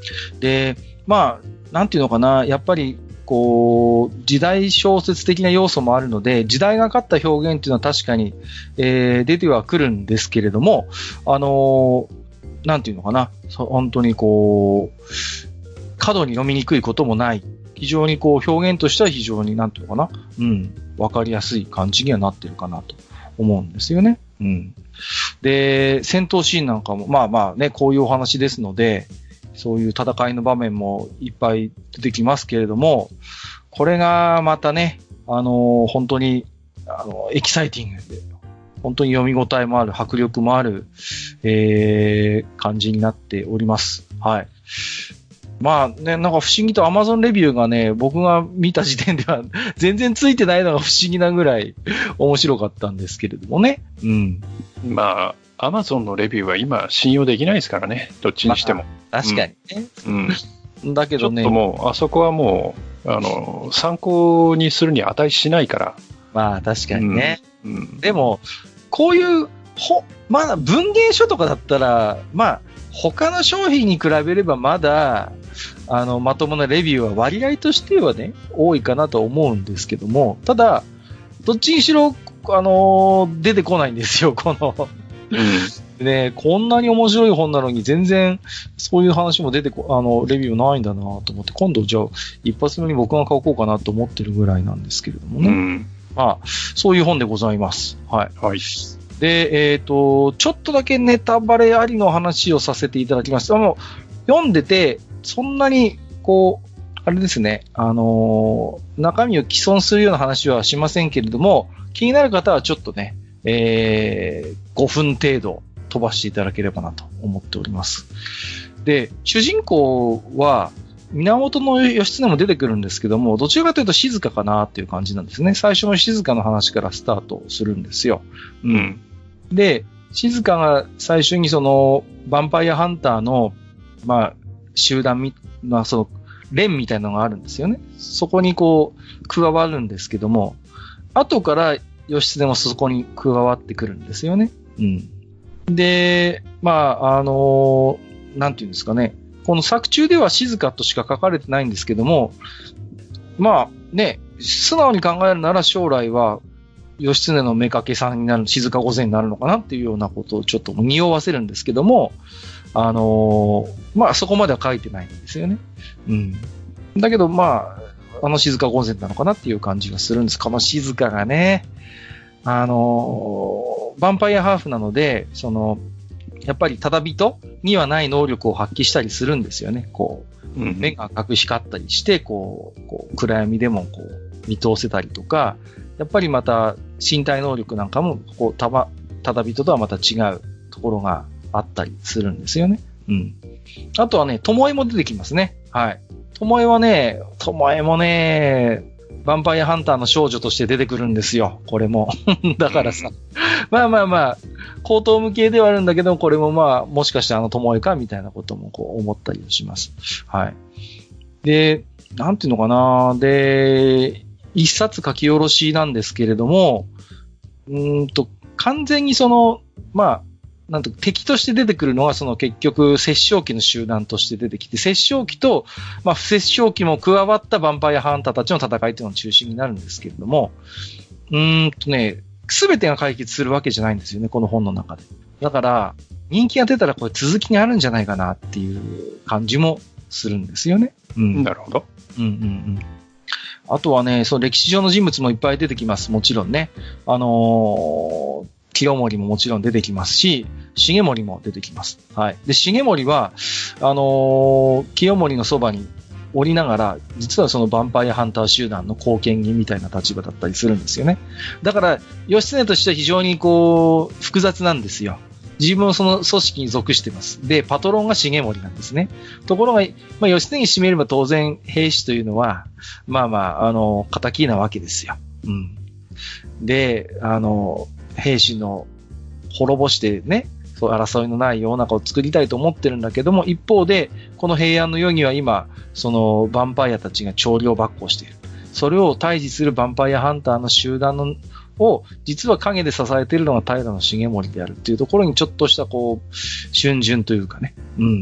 で、まあ、なんていうのかな、やっぱり、こう、時代小説的な要素もあるので、時代がかった表現っていうのは確かに、えー、出てはくるんですけれども、あのー、なんていうのかな、本当にこう、過度に読みにくいこともない。非常にこう、表現としては非常になんていうのかな、うん、わかりやすい感じにはなってるかなと思うんですよね。うん。で、戦闘シーンなんかも、まあまあね、こういうお話ですので、そういう戦いの場面もいっぱい出てきますけれども、これがまたね、あのー、本当に、あの、エキサイティングで、本当に読み応えもある、迫力もある、えー、感じになっております。はい。まあね、なんか不思議と Amazon レビューがね、僕が見た時点では全然ついてないのが不思議なぐらい面白かったんですけれどもね。うん。 まあ、Amazon のレビューは今信用できないですからね。どっちにしても。 まあ、確かにね。 うん。うん、 だけどね。 ちょっともう、あそこはもう、あの、参考にするに値しないから。 まあ、確かにね。 うん。うん、 でも、こういう、ほ、まだ文芸書とかだったら、まあ、他の商品に比べればまだ、あの、まともなレビューは割合としてはね、多いかなと思うんですけども、ただ、どっちにしろ、あのー、出てこないんですよ、この、うん。ね、こんなに面白い本なのに全然、そういう話も出てこ、あの、レビューないんだなと思って、今度じゃあ、一発目に僕が書こうかなと思ってるぐらいなんですけれどもね。うん、まあ、そういう本でございます。はい。はい。で、えっと、ちょっとだけネタバレありの話をさせていただきます。あの、読んでて、そんなに、こう、あれですね、あのー、中身を既存するような話はしませんけれども、気になる方はちょっとね、えー、ごふん程度飛ばしていただければなと思っております。で、主人公は、源義経も出てくるんですけども、どちらかというと静かかなっていう感じなんですね。最初の静かの話からスタートするんですよ。うん。で、静かが最初にその、ヴァンパイアハンターの、まあ、集団み、まあ、その、連みたいなのがあるんですよね。そこにこう、加わるんですけども、後から義経もそこに加わってくるんですよね。うん。で、まあ、あのー、なんていうんですかね。この作中では静かとしか書かれてないんですけども、まあ、ね、素直に考えるなら将来は、義経の妾さんになる、静か御前になるのかなっていうようなことをちょっと匂わせるんですけども、あのー、まあそこまでは書いてないんですよね。うん。だけどまあ、あの静か御前なのかなっていう感じがするんです。この静かがね、あのー、ヴァンパイアハーフなので、その、やっぱりただ人にはない能力を発揮したりするんですよね。こう、うん、目が赤く光ったりして、こう、こう暗闇でもこう見通せたりとか、やっぱりまた身体能力なんかも、こう、たば、ただ人とはまた違うところがあったりするんですよね。うん。あとはね、巴も出てきますね。はい。巴はね、巴もね、ヴァンパイアハンターの少女として出てくるんですよ。これも。だからさ。まあまあまあ、高等無形ではあるんだけど、これもまあ、もしかしてあの巴かみたいなこともこう思ったりします。はい。で、なんていうのかな。で、一冊書き下ろしなんですけれども、うーんと、完全にその、まあ、なんと敵として出てくるのはその結局、殺生鬼の集団として出てきて、殺生鬼と、まあ、不殺生鬼も加わったヴァンパイアハンターたちの戦いというのが中心になるんですけれども、うーんとね、すべてが解決するわけじゃないんですよね、この本の中で。だから、人気が出たらこれ続きがあるんじゃないかなっていう感じもするんですよね。 うん。なるほど。 うんうんうん。あとはね、その歴史上の人物もいっぱい出てきます。もちろんね。あのー、清盛ももちろん出てきますし、重盛も出てきます。はい。で、重盛は、あのー、清盛のそばにおりながら、実はそのヴァンパイアハンター集団の後見人みたいな立場だったりするんですよね。だから、義経としては非常にこう、複雑なんですよ。自分もその組織に属しています。で、パトロンが重盛なんですね。ところが、まあ、義経に占めれば当然、兵士というのは、まあまあ、あの、仇なわけですよ。うん。で、あの、兵士の滅ぼしてね、そう争いのない世の中を作りたいと思ってるんだけども、一方で、この平安の世には今、その、ヴァンパイアたちが調量跋扈している。それを対峙するヴァンパイアハンターの集団の、を、実は影で支えているのが平重盛であるっていうところにちょっとしたこう、春巡というかね、うん、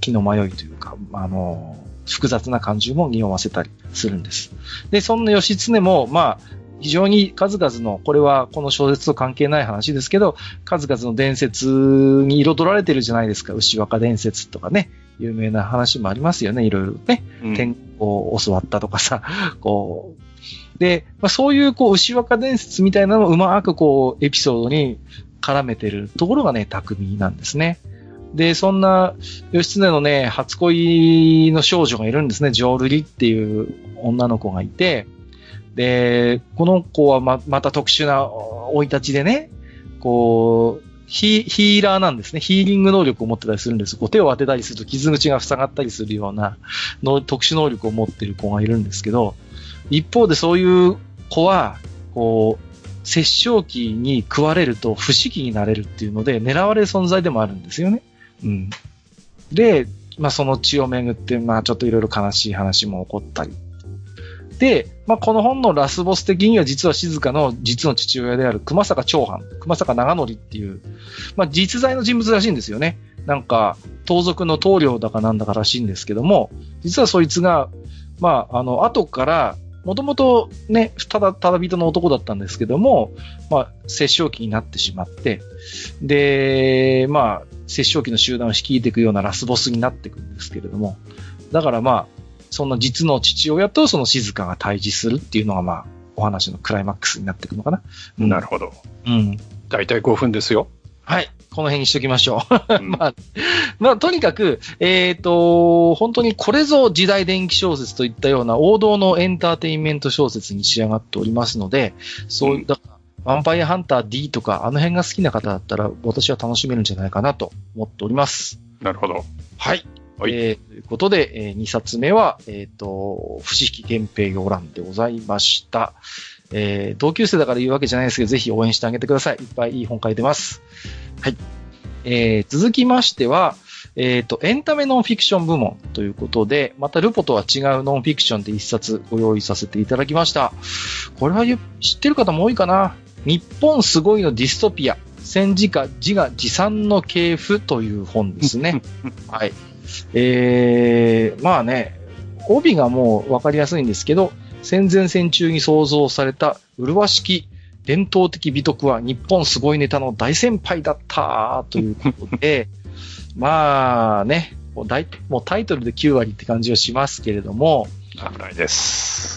気の迷いというか、あの、複雑な感情も匂わせたりするんです。で、そんな義経も、まあ、非常に数々の、これはこの小説と関係ない話ですけど、数々の伝説に彩られてるじゃないですか。牛若伝説とかね、有名な話もありますよね、いろいろね。うん、天候を教わったとかさ、こう。で、まあ、そういうこう、牛若伝説みたいなのをうまくこう、エピソードに絡めてるところがね、巧みなんですね。で、そんな、義経のね、初恋の少女がいるんですね。ジョールリっていう女の子がいて、で、この子はま、また特殊な生い立ちでね、こう、ヒ、ヒーラーなんですね。ヒーリング能力を持ってたりするんです。こう手を当てたりすると傷口が塞がったりするようなの特殊能力を持っている子がいるんですけど、一方でそういう子は、こう、殺生鬼に食われると不思議になれるっていうので狙われる存在でもあるんですよね。うん。で、まあその血をめぐって、まあちょっといろいろ悲しい話も起こったり。で、まあ、この本のラスボス的には実は静香の実の父親である熊坂長藩、熊坂長則っていう、まあ、実在の人物らしいんですよね。なんか、盗賊の棟梁だかなんだからしいんですけども、実はそいつが、まあ、あの、後から、もともとね、ただ、ただ人の男だったんですけども、まあ、殺生鬼になってしまって、で、まあ、殺生鬼の集団を率いていくようなラスボスになっていくんですけれども、だからまあ、そんな実の父親とその静香が対峙するっていうのがまあ、お話のクライマックスになっていくのかな。 うん、なるほど。 うん。 だいたいごふんですよ。 はい。この辺にしときましょう。うん、まあ、まあ、とにかく、えっと、本当にこれぞ時代伝記小説といったような王道のエンターテインメント小説に仕上がっておりますので、そう、だから、ヴァンパイアハンター ディー とか、あの辺が好きな方だったら、私は楽しめるんじゃないかなと思っております。 なるほど。 はい。はい、えー、ということで、えー、にさつめは、えっと、不思議源平洋覧でございました。えー、同級生だから言うわけじゃないですけど、ぜひ応援してあげてください。いっぱいいい本書いてます。はい。えー、続きましては、えっと、エンタメノンフィクション部門ということで、またルポとは違うノンフィクションで一冊ご用意させていただきました。これは知ってる方も多いかな。日本すごいのディストピア、戦時下自画自賛の系譜という本ですね。はい。えー、まあね、帯がもうわかりやすいんですけど、戦前戦中に創造された麗しき伝統的美徳は日本すごいネタの大先輩だったということで、まあね、もう大、もうタイトルできゅうわりって感じはしますけれども。 危ないです。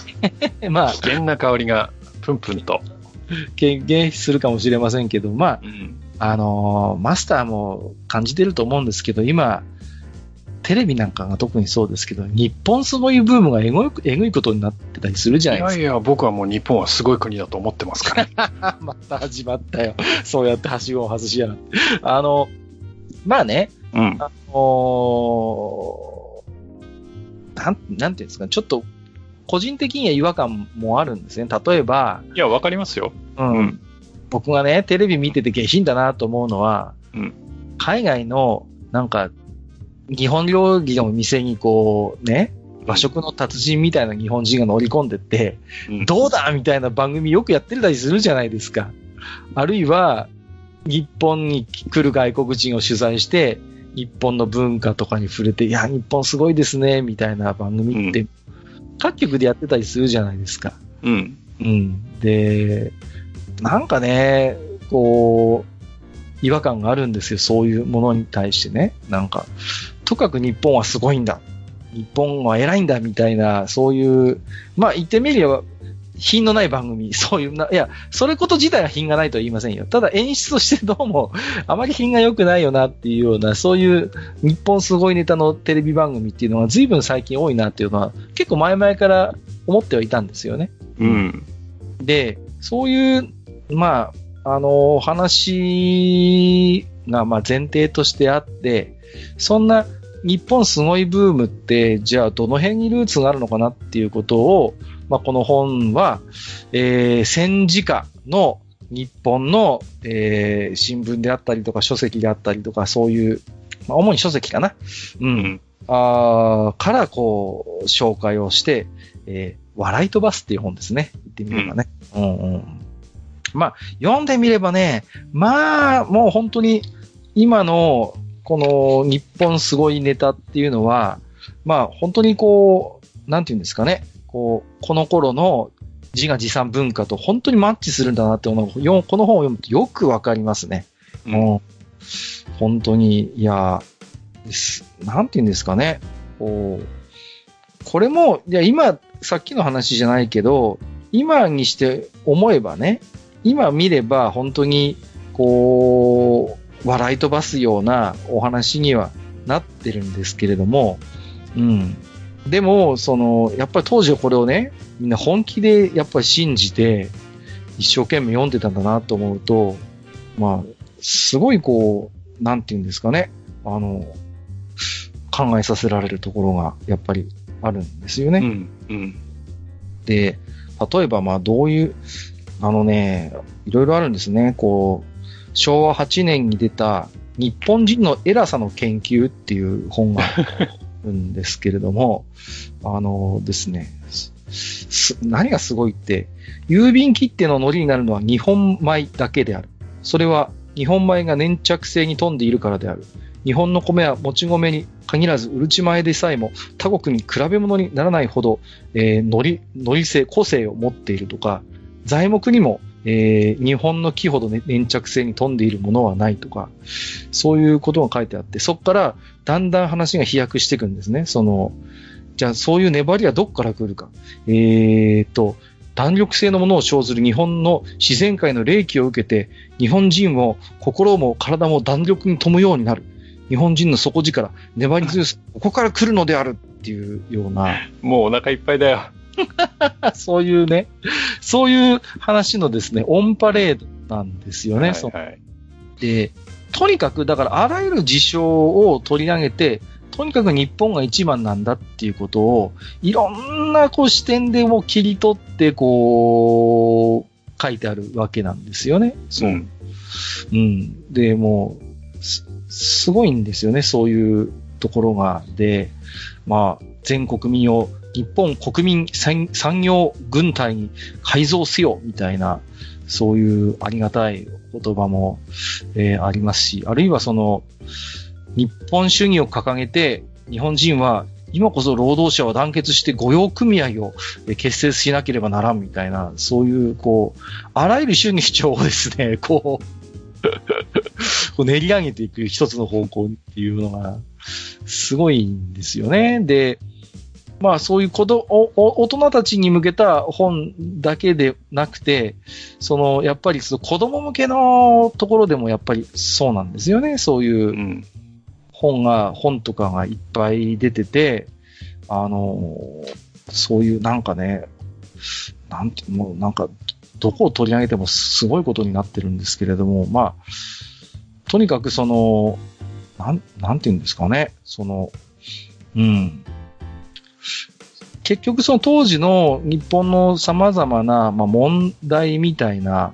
まあ。 危険な香りがプンプンと。 軽減するかもしれませんけど、まあ、うん、あのー、マスターも感じてると思うんですけど、今、テレビなんかが特にそうですけど、日本すごいブームがえぐい、えぐいことになってたりするじゃないですか。 いやいや、僕はもう日本はすごい国だと思ってますから。 また始まったよ。そうやってはしごを外しやがって。あの、まあね、うん、あのー、なん、なんていうんですか、ちょっと、個人的には違和感もあるんですね。例えば。 いや、わかりますよ。 うん。うん、僕がね、テレビ見てて下品だなと思うのは、うん、海外の、なんか、日本料理の店にこう、ね、和食の達人みたいな日本人が乗り込んでって、うん、どうだみたいな番組よくやってたりするじゃないですか。あるいは、日本に来る外国人を取材して、日本の文化とかに触れて、いや、日本すごいですね、みたいな番組って、うん、各局でやってたりするじゃないですか。 うん。 うん。で、なんかね、こう、違和感があるんですよ。そういうものに対してね。なんか、とかく日本はすごいんだ。日本は偉いんだ、みたいな、そういう、まあ言ってみれば、品のない番組、そういうな、いや、それこと自体は品がないとは言いませんよ。ただ演出としてどうも、あまり品が良くないよなっていうような、そういう日本すごいネタのテレビ番組っていうのは随分最近多いなっていうのは、結構前々から思ってはいたんですよね。 うん。 で、そういう、まあ、あの、話が、まあ前提としてあって、そんな日本すごいブームって、じゃあどの辺にルーツがあるのかなっていうことを、まあ、この本は、えー、戦時下の日本の、えー、新聞であったりとか書籍であったりとかそういう、まあ、主に書籍かな。うん。あからこう、紹介をして、えー、笑い飛ばすっていう本ですね。言ってみればね。うん、うんうん。まあ、読んでみればね、まあ、もう本当に今のこの日本すごいネタっていうのは、まあ本当にこう、なんていうんですかね、こう、この頃の自画自賛文化と本当にマッチするんだなっていうのを、この本を読むとよくわかりますね。うん、もう本当に、いや、なんていうんですかね、こう、これも、いや今、さっきの話じゃないけど、今にして思えばね、今見れば本当に、こう、笑い飛ばすようなお話にはなってるんですけれども、うん。でも、その、やっぱり当時はこれをね、みんな本気でやっぱり信じて、一生懸命読んでたんだなと思うと、まあ、すごいこう、なんていうんですかね、あの、考えさせられるところがやっぱりあるんですよね。 うんうん、 で、例えばまあどういう、あのね、いろいろあるんですね。こう、しょうわはちねんに出た日本人の偉さの研究っていう本があるんですけれども、あのですね、何がすごいって、郵便切手の海苔になるのは日本米だけである。それは日本米が粘着性に富んでいるからである。日本の米はもち米に限らず、うるち米でさえも他国に比べ物にならないほど、えー、海苔、海苔性、個性を持っているとか、材木にも、えー、日本の木ほど、ね、粘着性に富んでいるものはないとか、そういうことが書いてあって、そこからだんだん話が飛躍していくんですね。その、じゃあそういう粘りはどこから来るか。えーと、弾力性のものを生ずる日本の自然界の霊気を受けて、日本人も心も体も弾力に富むようになる。日本人の底力、粘り強さ、ここから来るのであるっていうような。 もうお腹いっぱいだよ。 そういうね、そういう話のですね、オンパレードなんですよね。 はいはい、 で、とにかく、だからあらゆる事象を取り上げて、とにかく日本が一番なんだっていうことを、いろんなこう視点でも切り取って、こう、書いてあるわけなんですよね。そう。うん。うん、で、もうす、すごいんですよね、そういうところが。で、まあ、全国民を日本国民産業軍隊に改造せよ、みたいな、そういうありがたい言葉も、えー、ありますし、あるいはその、日本主義を掲げて、日本人は今こそ労働者は団結して御用組合を結成しなければならんみたいな、そういう、こう、あらゆる主義主張をですね、こう、こう練り上げていく一つの方向っていうのが、すごいんですよね。で、まあそういう子どお大人たちに向けた本だけでなくて、その、やっぱりその子供向けのところでもやっぱりそうなんですよね。そういう本が、本とかがいっぱい出てて、あの、そういうなんかね、なんて、もうなんか、どこを取り上げてもすごいことになってるんですけれども、まあ、とにかくその、なん、なんていうんですかね、その、うん。結局その当時の日本の様々な、まあ、問題みたいな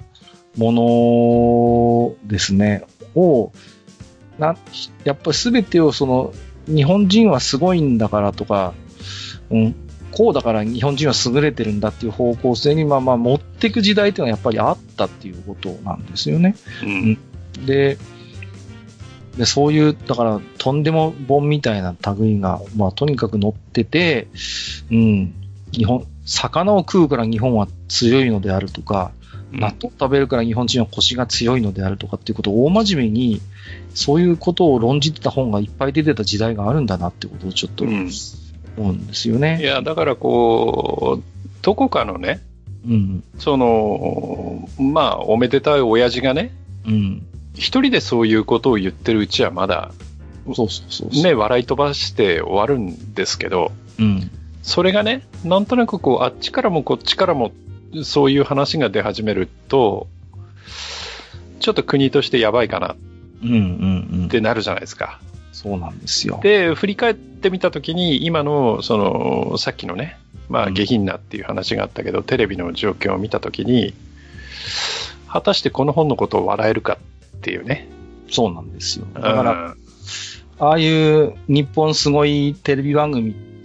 ものですね、を、な、やっぱり全てをその、日本人はすごいんだからとか、うん、こうだから日本人は優れてるんだっていう方向性にまあまあ持っていく時代っていうのはやっぱりあったっていうことなんですよね。うん、で、で、そういう、だから、とんでも本みたいな類が、まあ、とにかく載ってて、うん、日本、魚を食うから日本は強いのであるとか、うん、納豆食べるから日本人は腰が強いのであるとかっていうことを大真面目に、そういうことを論じてた本がいっぱい出てた時代があるんだなってことをちょっと思うんですよね。 うん、いや、だからこう、どこかのね、うん、その、まあ、おめでたい親父がね、うん一人でそういうことを言ってるうちはまだ、 そうそうそうね、笑い飛ばして終わるんですけど、うん、それがね、なんとなくこう、あっちからもこっちからも、そういう話が出始めると、ちょっと国としてやばいかな、ってなるじゃないですか。 うんうんうん、そうなんですよ。 で、振り返ってみたときに、今の、その、さっきのね、まあ、下品なっていう話があったけど、うん、テレビの状況を見たときに、果たしてこの本のことを笑えるか、っていうね。 そうなんですよ。だから、ああいう日本すごいテレビ番組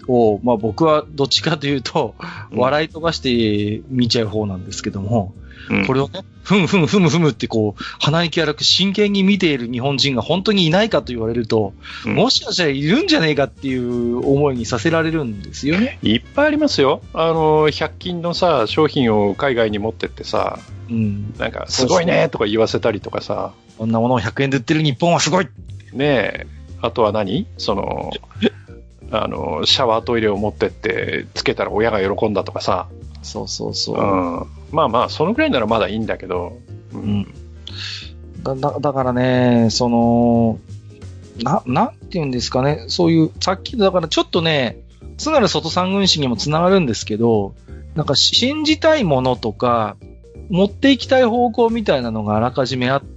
を、まあ僕はどっちかというと、笑い飛ばして見ちゃう方なんですけども、うん、これをね、ふむふむふむふむってこう、鼻息荒く真剣に見ている日本人が本当にいないかと言われると、うん、もしかしたらいるんじゃねえかっていう思いにさせられるんですよね。 いっぱいありますよ。あの、ひゃく均のさ、商品を海外に持ってってさ、うん、なんか、すごいねとか言わせたりとかさ。 こんなものをひゃくえんで売ってる日本はすごいねえ。あとは何その、あの、シャワートイレを持ってってつけたら親が喜んだとかさ。 そうそうそう。 うん、まあまあ、そのくらいならまだいいんだけど。うん。うん、 だ, だ, だからね、その、な、なんて言うんですかね、そういう、さっきの、だからちょっとね、津軽外三軍史にもつながるんですけど、なんか信じたいものとか、持っていきたい方向みたいなのがあらかじめあって、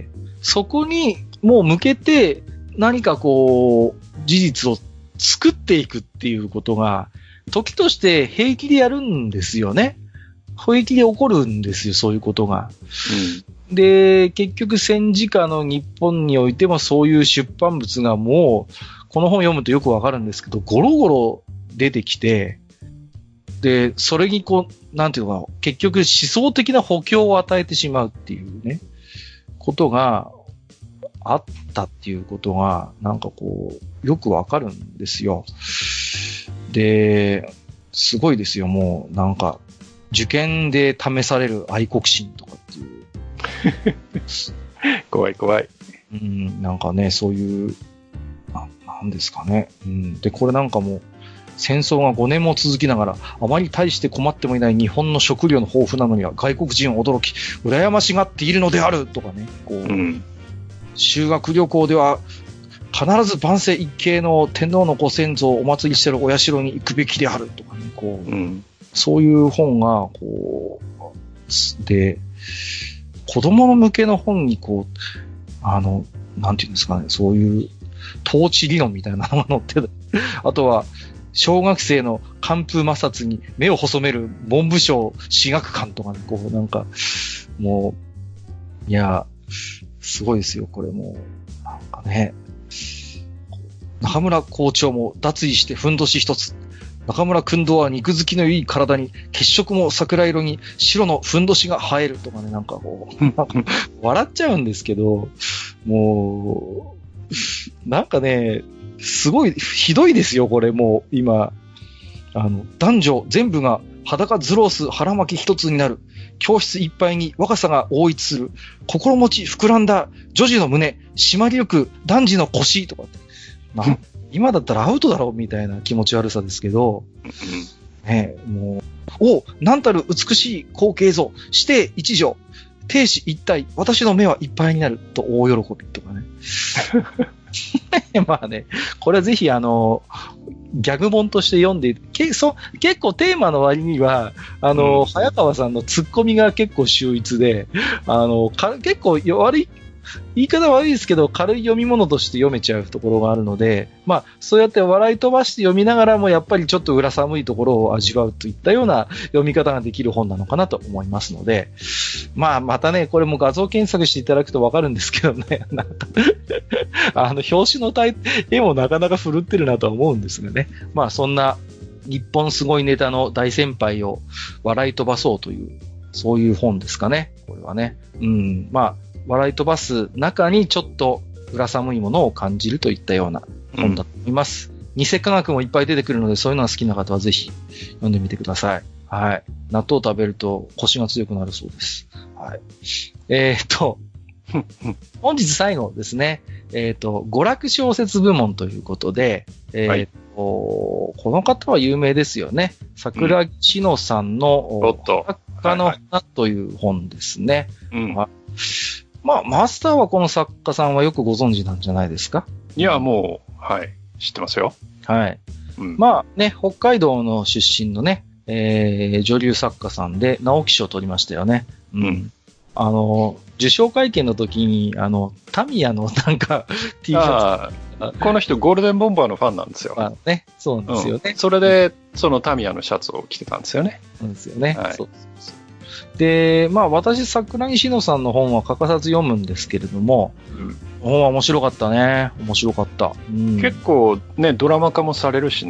そこにもう向けて何かこう、事実を作っていくっていうことが、時として平気でやるんですよね。平気で起こるんですよ、そういうことが。うん、で、結局戦時下の日本においてもそういう出版物がもう、この本読むとよくわかるんですけど、ゴロゴロ出てきて、で、それにこう、なんていうのかな、結局思想的な補強を与えてしまうっていうね、ことがあったっていうことが、なんかこう、よくわかるんですよ。で、すごいですよ、もう、なんか、受験で試される愛国心とかっていう。 怖い怖い。 うん、なんかね、そういう、な、なんですかね。うん。で、これなんかもう、戦争がごねんも続きながら、あまり大して困ってもいない日本の食料の豊富なのには外国人は驚き、羨ましがっているのであるとかね、こう、うん、修学旅行では、必ず万世一系の天皇のご先祖をお祭りしてるお社に行くべきであるとかね、こう、うん、そういう本が、こう、で、子供向けの本にこう、あの、なんていうんですかね、そういう統治理論みたいなのが載ってる。あとは、小学生の寒風摩擦に目を細める文部省史学館とかね、こう、なんか、もう、いや、すごいですよ、これもう、なんかね。中村校長も脱衣してふんどし一つ。中村君堂は肉付きのいい体に血色も桜色に白のふんどしが映えるとかね、なんかこう、なんか笑っちゃうんですけど、もう、なんかね、すごいひどいですよ、これもう今。あの、男女全部が裸ズロース腹巻き一つになる。教室いっぱいに若さが応一する。心持ち膨らんだ女児の胸、締まりよく男児の腰とかって。な今だったらアウトだろうみたいな気持ち悪さですけど、ね、もう、お、なんたる美しい光景ぞ、指定一条、定子一体、私の目はいっぱいになると大喜びとかね。まあね、これはぜひあの、ギャグ本として読んで、けそ結構テーマの割には、あの、うん、早川さんのツッコミが結構秀逸で、あの、か結構悪い、言い方悪いですけど、軽い読み物として読めちゃうところがあるので、まあ、そうやって笑い飛ばして読みながらも、やっぱりちょっと裏寒いところを味わうといったような読み方ができる本なのかなと思いますので、まあ、またね、これも画像検索していただくとわかるんですけどね、なんかあの、表紙の絵もなかなか振るってるなとは思うんですがね、まあ、そんな日本すごいネタの大先輩を笑い飛ばそうという、そういう本ですかね、これはね。うん、まあ、笑い飛ばす中にちょっと裏寒いものを感じるといったような本だと思います。うん、偽科学もいっぱい出てくるので、そういうのが好きな方はぜひ読んでみてください。はい。納豆を食べると腰が強くなるそうです。はい。えっと、本日最後ですね。えっと、娯楽小説部門ということで、えっと、はい、この方は有名ですよね。桜木志乃さんの、作家の花という本ですね。うん。はい、まあ、マスターはこの作家さんはよくご存知なんじゃないですか？ いや、もう、はい、知ってますよ。 はい。うん、まあね、北海道の出身のね、えー、女流作家さんで直木賞を取りましたよね。うん。うん、あの、受賞会見の時に、あの、タミヤのなんか T シャツ。この人ゴールデンボンバーのファンなんですよ。 あね、そうなんですよね。うん、 それで、そのタミヤのシャツを着てたんですよね。 そうですよね。はい、そうそうで、まあ私、桜木志乃さんの本は欠かさず読むんですけれども、うん、本は面白かったね。面白かった。うん、 結構ね、ドラマ化もされるしね。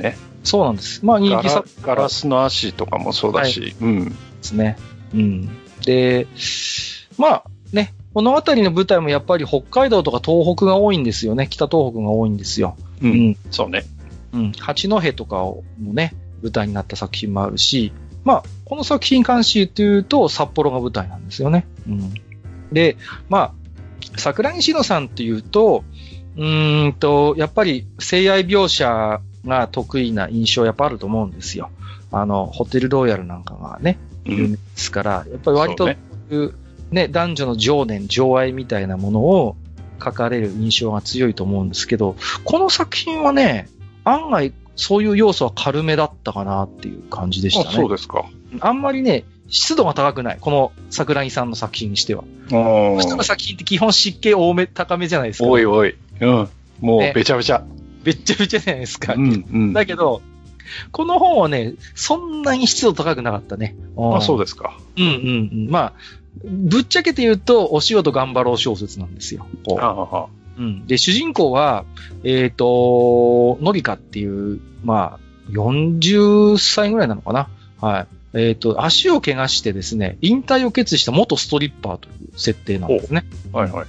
そうなんです。まあ人気作ガラスの足とかもそうだし、はい、うん。 ですね。うん。で、まあね、この辺りの舞台もやっぱり北海道とか東北が多いんですよね。北東北が多いんですよ。 うん。うん、そうね。 うん。八戸とかもね、舞台になった作品もあるし、まあ、この作品に関して言うと札幌が舞台なんですよね。うん。で、まあ、桜西野さんっていうと、うーんと、やっぱり性愛描写が得意な印象やっぱあると思うんですよ。あの、ホテルロイヤルなんかがね、有名ですから、うん、やっぱり割と、ね、ね、男女の情念、情愛みたいなものを書かれる印象が強いと思うんですけど、この作品はね、案外そういう要素は軽めだったかなっていう感じでしたね。 あ、そうですか。 あんまりね、湿度が高くない。この桜井さんの作品にしては。普通の作品って基本湿気多め、高めじゃないですか。 おいおい。うん。もうべちゃべちゃ。ね、 べっちゃべちゃじゃないですか。 うんうん、 だけど、この本はね、そんなに湿度高くなかったね。 あ、そうですか。 うんうんうん。まあ、ぶっちゃけて言うと、お仕事頑張ろう小説なんですよ。 ああ、 うん。で、主人公は、えっと、のりかっていう、まあ、よんじゅっさいぐらいなのかな。はい。えっと、足を怪我してですね、引退を決意した元ストリッパーという設定なんですね。 はいはい。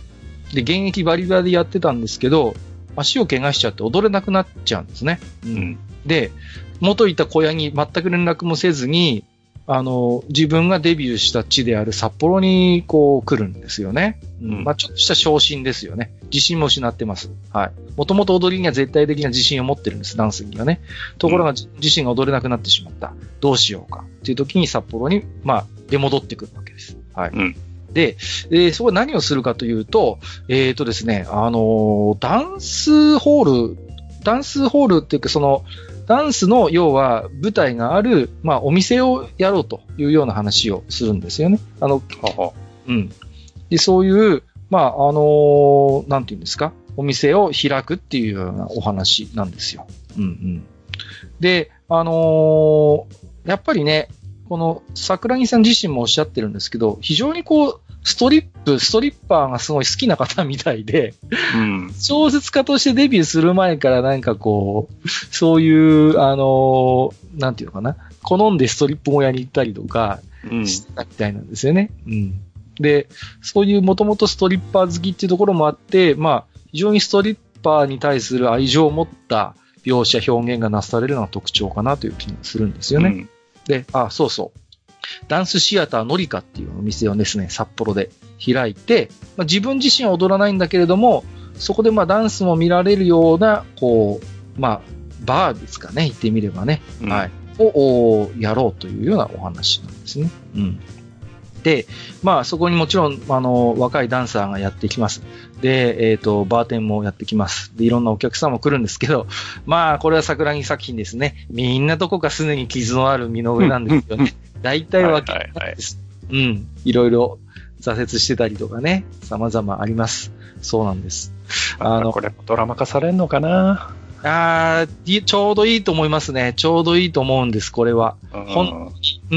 で、現役バリバリでやってたんですけど、足を怪我しちゃって踊れなくなっちゃうんですね。うん。で、元いた小屋に全く連絡もせずに、あの、自分がデビューした地である札幌にこう来るんですよね。うん。まあちょっとした昇進ですよね。自信も失ってます。はい。もともと踊りには絶対的な自信を持ってるんです、ダンスにはね。ところが、うん、自身が踊れなくなってしまった。どうしようか。っていう時に札幌に、まあ、出戻ってくるわけです。はい。うん。で、えー、そこで何をするかというと、えっとですね、あのー、ダンスホール、ダンスホールっていうか、その、ダンスの、要は、舞台がある、まあ、お店をやろうというような話をするんですよね。あの、ははうん。で、そういう、まあ、あのー、なんていうんですか、お店を開くっていうようなお話なんですよ。うんうん。で、あのー、やっぱりね、この桜木さん自身もおっしゃってるんですけど、非常にこう、ストリップ、ストリッパーがすごい好きな方みたいで、うん、小説家としてデビューする前からなんかこう、そういう、あの、なんていうのかな、好んでストリップ小屋に行ったりとかしてたみたいなんですよね。うん、で、そういうもともとストリッパー好きっていうところもあって、まあ、非常にストリッパーに対する愛情を持った描写、表現がなされるのが特徴かなという気がするんですよね。うん、で、あ、そうそう。ダンスシアターのりかっていうお店をですね、札幌で開いて、まあ、自分自身は踊らないんだけれども、そこでまあダンスも見られるような、こう、まあ、バーですかね、言ってみればね、うん、はい、をやろうというようなお話なんですね。うん。で、まあそこにもちろん、あの、若いダンサーがやってきます。で、えっと、バーテンもやってきます。で、いろんなお客さんも来るんですけど、まあこれは桜木作品ですね。みんなどこかすでに傷のある身の上なんですよね。大体わけないです。はいはいはい、うん。いろいろ挫折してたりとかね、様々あります。そうなんです。 あの、これドラマ化されんのかな？ あー、ちょうどいいと思いますね。ちょうどいいと思うんです、これは。うん。ほんうん。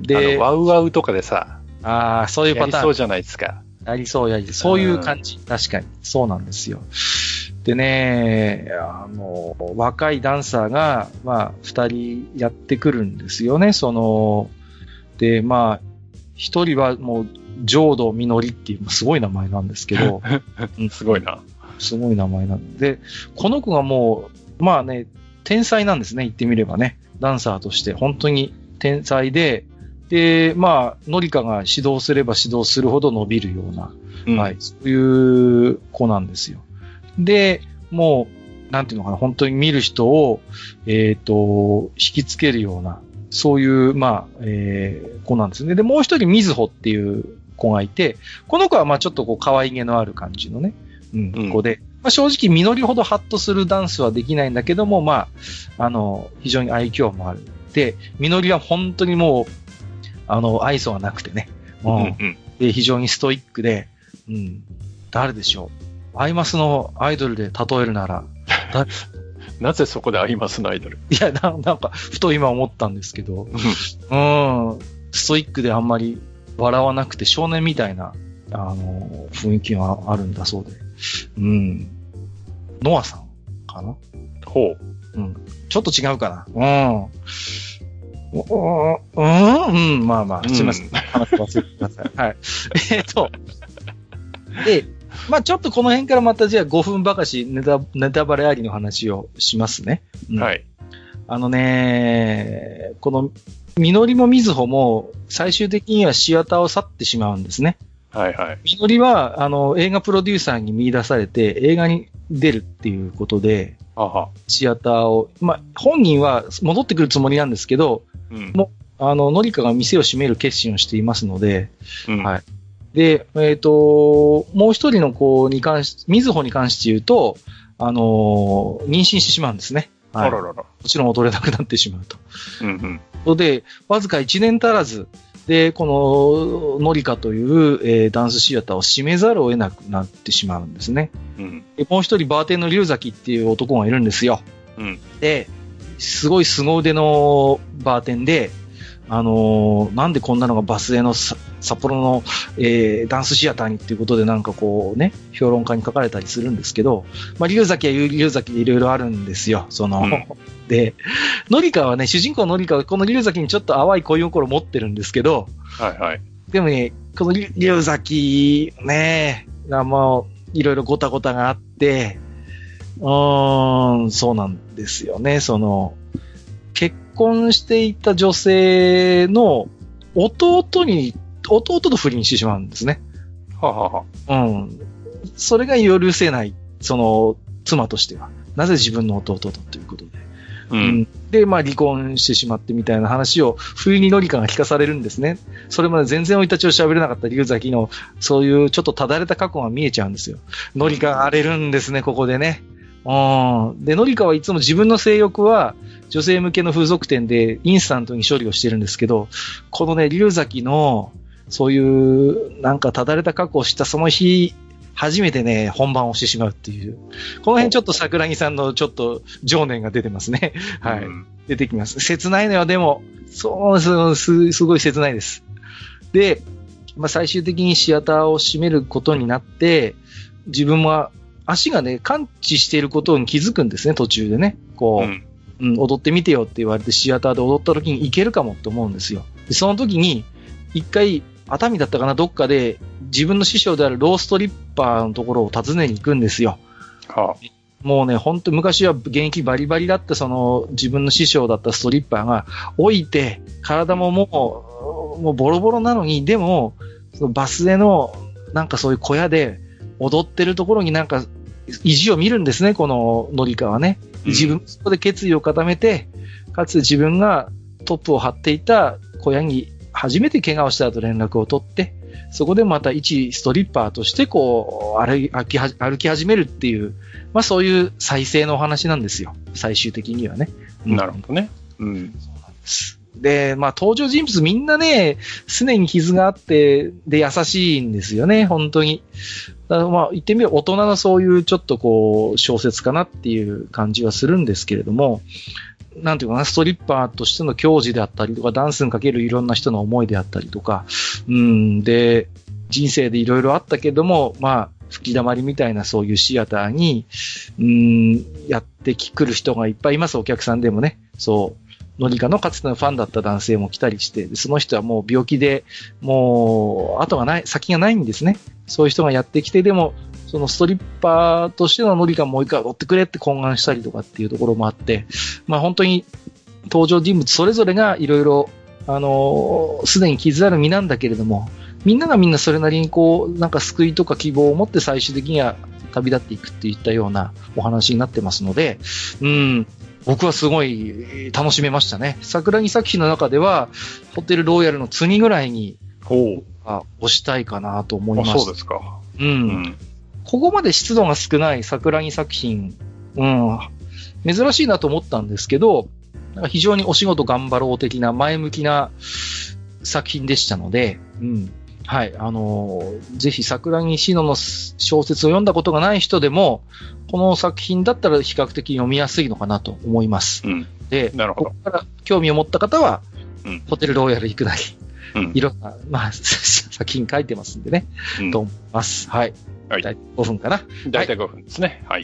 で、あの、ワウワウとかでさ、 ああ、そういうパターン。 やりそうじゃないですか。 やりそう、やりそう。そういう感じ。確かに。そうなんですよ。でね、あの、若いダンサーが、まあ、二人やってくるんですよね。その、で、まあ、一人はもう、浄土みのりっていう、すごい名前なんですけど。 すごいな。 すごい名前なんで、この子がもう、まあね、天才なんですね、言ってみればね。ダンサーとして、本当に天才で、で、まあ、のりかが指導すれば指導するほど伸びるような、うん、はい、そういう子なんですよ。で、もう、なんていうのかな、本当に見る人を、えっと、引きつけるような、そういう、まあ、えー、子なんですね。で、もう一人、みずほっていう子がいて、この子は、まあ、ちょっとこう、可愛げのある感じのね、うん、子で、まあ、正直、みのりほどハッとするダンスはできないんだけども、まあ、あの、非常に愛嬌もある。で、みのりは本当にもう、あの、愛想がなくてね。うん。うん、で、非常にストイックで、うん。誰でしょう。アイマスのアイドルで例えるなら、 なぜそこでアイマスのアイドル？ いやな、なんか、ふと今思ったんですけど、うん。ストイックであんまり笑わなくて少年みたいな、あの、雰囲気があるんだそうで。うん。ノアさんかな？ ほう。 うん。ちょっと違うかな。うん。うん、うん、まあまあ、すみません。話忘れてください。はい。えっと、で、まあちょっとこの辺からまたじゃあごふんばかしネタ、ネタバレありの話をしますね。 うん、はい。 あのね、この、みのりもみずほも最終的にはシアターを去ってしまうんですね。 はいはい。 みのりは、あの、映画プロデューサーに見出されて映画に出るっていうことで、 ははシアターを、まあ本人は戻ってくるつもりなんですけど、うん、もう、あの、のりかが店を閉める決心をしていますので、うん、はい。で、えっと、もう一人の子に関し、みずほに関して言うと、あのー、妊娠してしまうんですね。はい。あららら。もちろん踊れなくなってしまうと。うんうん。ので、わずかいちねん足らずで、この、のりかという、えー、ダンスシアターを閉めざるを得なくなってしまうんですね。うん。で、もう一人バーテンの龍崎っていう男がいるんですよ。うん。で、すごい凄腕のバーテンで、あのー、なんでこんなのがバスへの札幌の、えー、ダンスシアターにっていうことでなんかこうね、評論家に書かれたりするんですけど、まあ、龍崎は龍崎でいろいろあるんですよ。その、うん、で、のりかはね、主人公ののりかはこの龍崎にちょっと淡い恋心を持ってるんですけど、 はいはい。 でもね、この龍崎ね、がもう、いろいろごたごたがあって、うーん、そうなんですよね、その、結婚していた女性の弟に、弟と不倫してしまうんですね。 ははは。 うん。それが許せない、その、妻としては。なぜ自分の弟とということで。うん。うん、で、まあ離婚してしまってみたいな話を、冬にのりかが聞かされるんですね。それまで全然生い立ちを喋れなかった龍崎の、そういうちょっとただれた過去が見えちゃうんですよ。のりかが荒れるんですね、ここでね。うん。で、のりかはいつも自分の性欲は、女性向けの風俗店でインスタントに処理をしてるんですけど、このね、龍崎の、そういう、なんかただれた過去をしたその日、初めてね、本番をしてしまうっていう。この辺ちょっと桜木さんのちょっと情念が出てますね。はい。うん、出てきます。切ないのよ、でも。そう、す、すごい切ないです。で、まあ、最終的にシアターを閉めることになって、自分は足がね、感知していることに気づくんですね、途中でね。こう。うんうん、踊ってみてよって言われてシアターで踊った時にいけるかもって思うんですよ。でその時に、一回、熱海だったかな、どっかで、自分の師匠であるローストリッパーのところを訪ねに行くんですよ。はあ、もうね、ほんと昔は現役バリバリだったその、自分の師匠だったストリッパーが、老いて、体ももう、もうボロボロなのに、でも、そのバスでの、なんかそういう小屋で踊ってるところになんか、意地を見るんですね、こののりかはね。自分、そこで決意を固めて、かつ自分がトップを張っていた小屋に初めて怪我をした後連絡を取って、そこでまた一ストリッパーとしてこう、歩き、歩き始めるっていう、まあそういう再生のお話なんですよ。最終的にはね。 うん、なるほどね。うん。そうなんです。で、まあ登場人物みんなね、常に傷があって、で優しいんですよね、本当に。だからまあ言ってみれば大人のそういうちょっとこう小説かなっていう感じはするんですけれども、なんていうかな、ストリッパーとしての矜持であったりとか、ダンスにかけるいろんな人の思いであったりとか、うん、で、人生でいろいろあったけども、まあ、吹き溜まりみたいなそういうシアターに、うん、やってくる人がいっぱいいます、お客さんでもね。そう。のりかのかつてのファンだった男性も来たりして、その人はもう病気で、もう、後がない、先がないんですね。そういう人がやってきて、でも、そのストリッパーとしてののりかもう一回踊ってくれって懇願したりとかっていうところもあって、まあ本当に登場人物それぞれがいろいろ、あの、すでに傷ある身なんだけれども、みんながみんなそれなりにこう、なんか救いとか希望を持って最終的には旅立っていくっていったようなお話になってますので、うん、僕はすごい楽しめましたね。桜木作品の中では、ホテルロイヤルの次ぐらいに、押したいかなと思います。 あ、そうですか。 うん。うんここまで湿度が少ない桜木作品、うん、珍しいなと思ったんですけど、なんか非常にお仕事頑張ろう的な前向きな作品でしたので、うん、はい、あのー、ぜひ桜木志乃の小説を読んだことがない人でも、この作品だったら比較的読みやすいのかなと思います。うん、で、なるほど。ここから興味を持った方は、うん、ホテルロイヤル行くなり、うん、いろんな、まあ、作品書いてますんでね、うん、と思います。はい。 はい。 ごふんかな。 だいたいごふんですね。はい。 はい。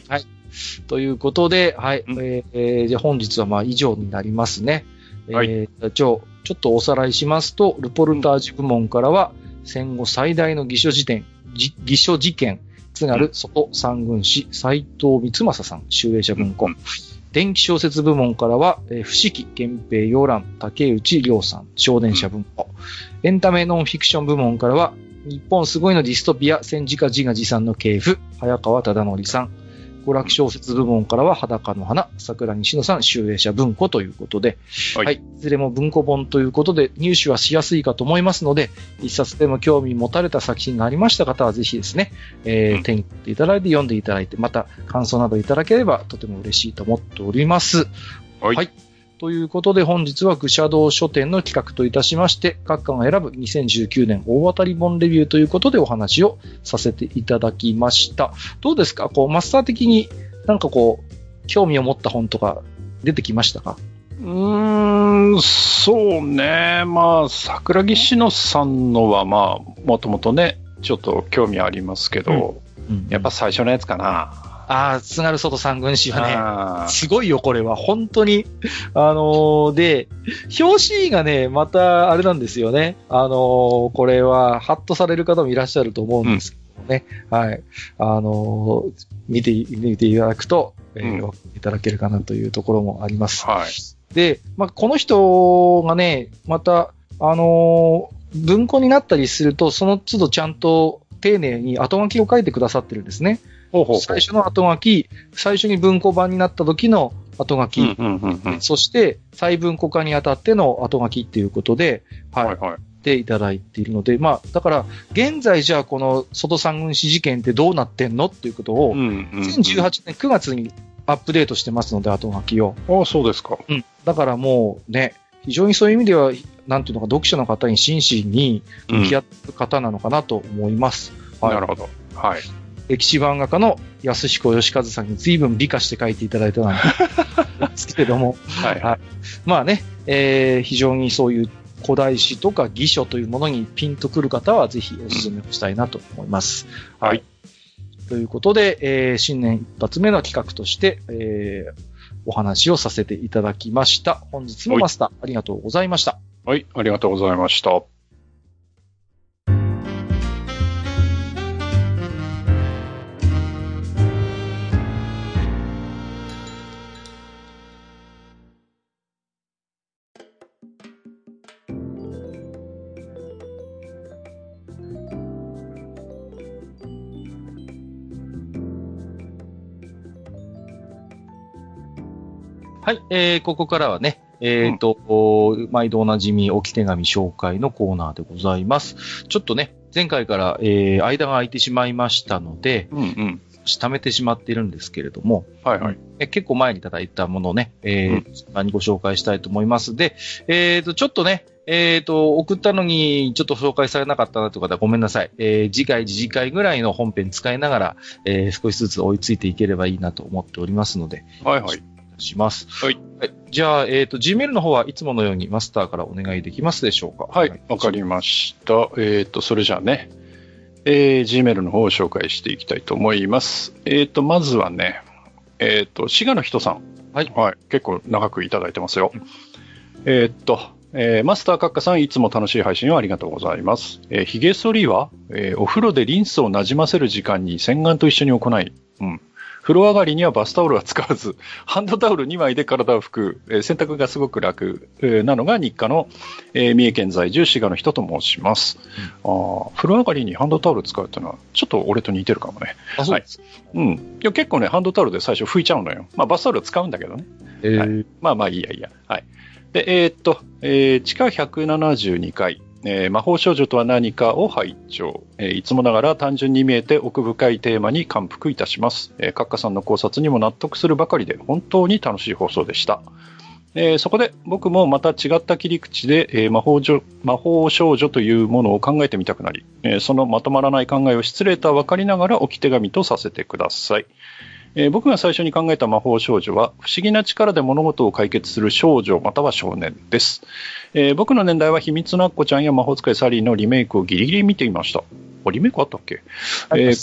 ということで、はい。えー、じゃあ本日はまあ以上になりますね。はい。えー、ちょ、ちょっとおさらいしますと、ルポルタージュ部門からは、戦後最大の偽書事典、偽書事件、津軽外三軍師、斎藤光正さん、集英社文庫。うん、電気小説部門からは、えー、不思議、源平洋蘭、竹内涼さん、少年社文庫。うん、エンタメノンフィクション部門からは、日本すごいのディストピア、戦時下自画自賛の系譜、早川忠則さん。娯楽小説部門からは、裸の花、桜西野さん、集英社文庫ということで、はい、はい。いずれも文庫本ということで、入手はしやすいかと思いますので、一冊でも興味持たれた作品がありました方は、ぜひですね、えーうん、手に取っていただいて読んでいただいて、また感想などいただければとても嬉しいと思っております。はい。はい、ということで、本日は愚者道書店の企画といたしまして、各館が選ぶにせんじゅうきゅうねん大当たり本レビューということでお話をさせていただきました。どうですか？こう、マスター的になんかこう、興味を持った本とか出てきましたか？ うーん、そうね。まあ、桜木志乃さんのはまあ、もともとね、ちょっと興味ありますけど、うんうん、やっぱ最初のやつかな。 ああ、津軽外三軍師はね、すごいよ、これは。本当に。あのー、で、表紙がね、また、あれなんですよね。あのー、これは、ハッとされる方もいらっしゃると思うんですけどね。うん、はい。あのー、見て、見ていただくと、えー、うん、いただけるかなというところもあります。はい。で、まあ、この人がね、また、あのー、文庫になったりすると、その都度ちゃんと丁寧に後書きを書いてくださってるんですね。ほうほうほう、最初の後書き、最初に文庫版になった時の後書き、うんうんうんうん、そして再文庫化にあたっての後書きっていうことで、はい、はいはい、でいただいているので、まあ、だから、現在じゃあこの外三軍師事件ってどうなってんのっていうことを、うんうんうん、にせんじゅうはちねんくがつにアップデートしてますので、後書きを。 ああ、そうですか。 うん。だからもうね、非常にそういう意味では、なんていうのか、読者の方に真摯に向き合う方なのかなと思います。 うん、はい、なるほど。はい。 歴史版画家の安彦義和さんに随分美化して書いていただいたなんですけれども、はい、はい。まあね、えー、非常にそういう古代史とか義書というものにピンとくる方はぜひお勧めをしたいなと思います。うん、はい。ということで、えー、新年一発目の企画として、えー、お話をさせていただきました。本日もマスター、ありがとうございました。 はい、ありがとうございました。 はい、えー、ここからはね、えっ、ー、と、うん、毎度おなじみ置き手紙紹介のコーナーでございます。ちょっとね、前回から、えー、間が空いてしまいましたので、うんうん、少し溜めてしまっているんですけれども、はいはい、え結構前にいただいたものをね、えー、うん、ご紹介したいと思います。で、えっ、ー、と、ちょっとね、えっ、ー、と、送ったのにちょっと紹介されなかったなという方はごめんなさい。えー、次回、次次回ぐらいの本編使いながら、えー、少しずつ追いついていければいいなと思っておりますので、はいはい。します。はい。はい、じゃあ、えっ、ー、と、Gmail の方はいつものようにマスターからお願いできますでしょうか？ はい、わかりました。えっ、ー、と、それじゃあね、えー、Gmail の方を紹介していきたいと思います。えっ、ー、と、まずはね、えっ、ー、と、滋賀の人さん。はい。はい。結構長くいただいてますよ。うん、えっと、えー、マスター閣下さん、いつも楽しい配信をありがとうございます。えー、髭剃りは、えー、お風呂でリンスをなじませる時間に洗顔と一緒に行い、うん。風呂上がりにはバスタオルは使わず、ハンドタオルにまいで体を拭く、えー、洗濯がすごく楽、えー、なのが日課の、えー、三重県在住滋賀の人と申します、うん、あ。風呂上がりにハンドタオル使うっていうのは、ちょっと俺と似てるかもね。あ、そうです。はい、うん。いや結構ね、ハンドタオルで最初拭いちゃうのよ。まあ、バスタオルは使うんだけどね。えーはい、まあまあいいやいいや。はい。で、えー、っと、えー、地下ひゃくななじゅうにかい。えー、魔法少女とは何かを拝聴、えー、いつもながら単純に見えて奥深いテーマに感服いたします。えー、閣下さんの考察にも納得するばかりで本当に楽しい放送でした。えー、そこで僕もまた違った切り口で、えー、魔法女、魔法少女というものを考えてみたくなり、えー、そのまとまらない考えを失礼とは分かりながら置き手紙とさせてください。えー、僕が最初に考えた魔法少女は不思議な力で物事を解決する少女または少年です。えー、僕の年代は秘密のアッコちゃんや魔法使いサリーのリメイクをギリギリ見ていました。リメイクあったっけ？えー、この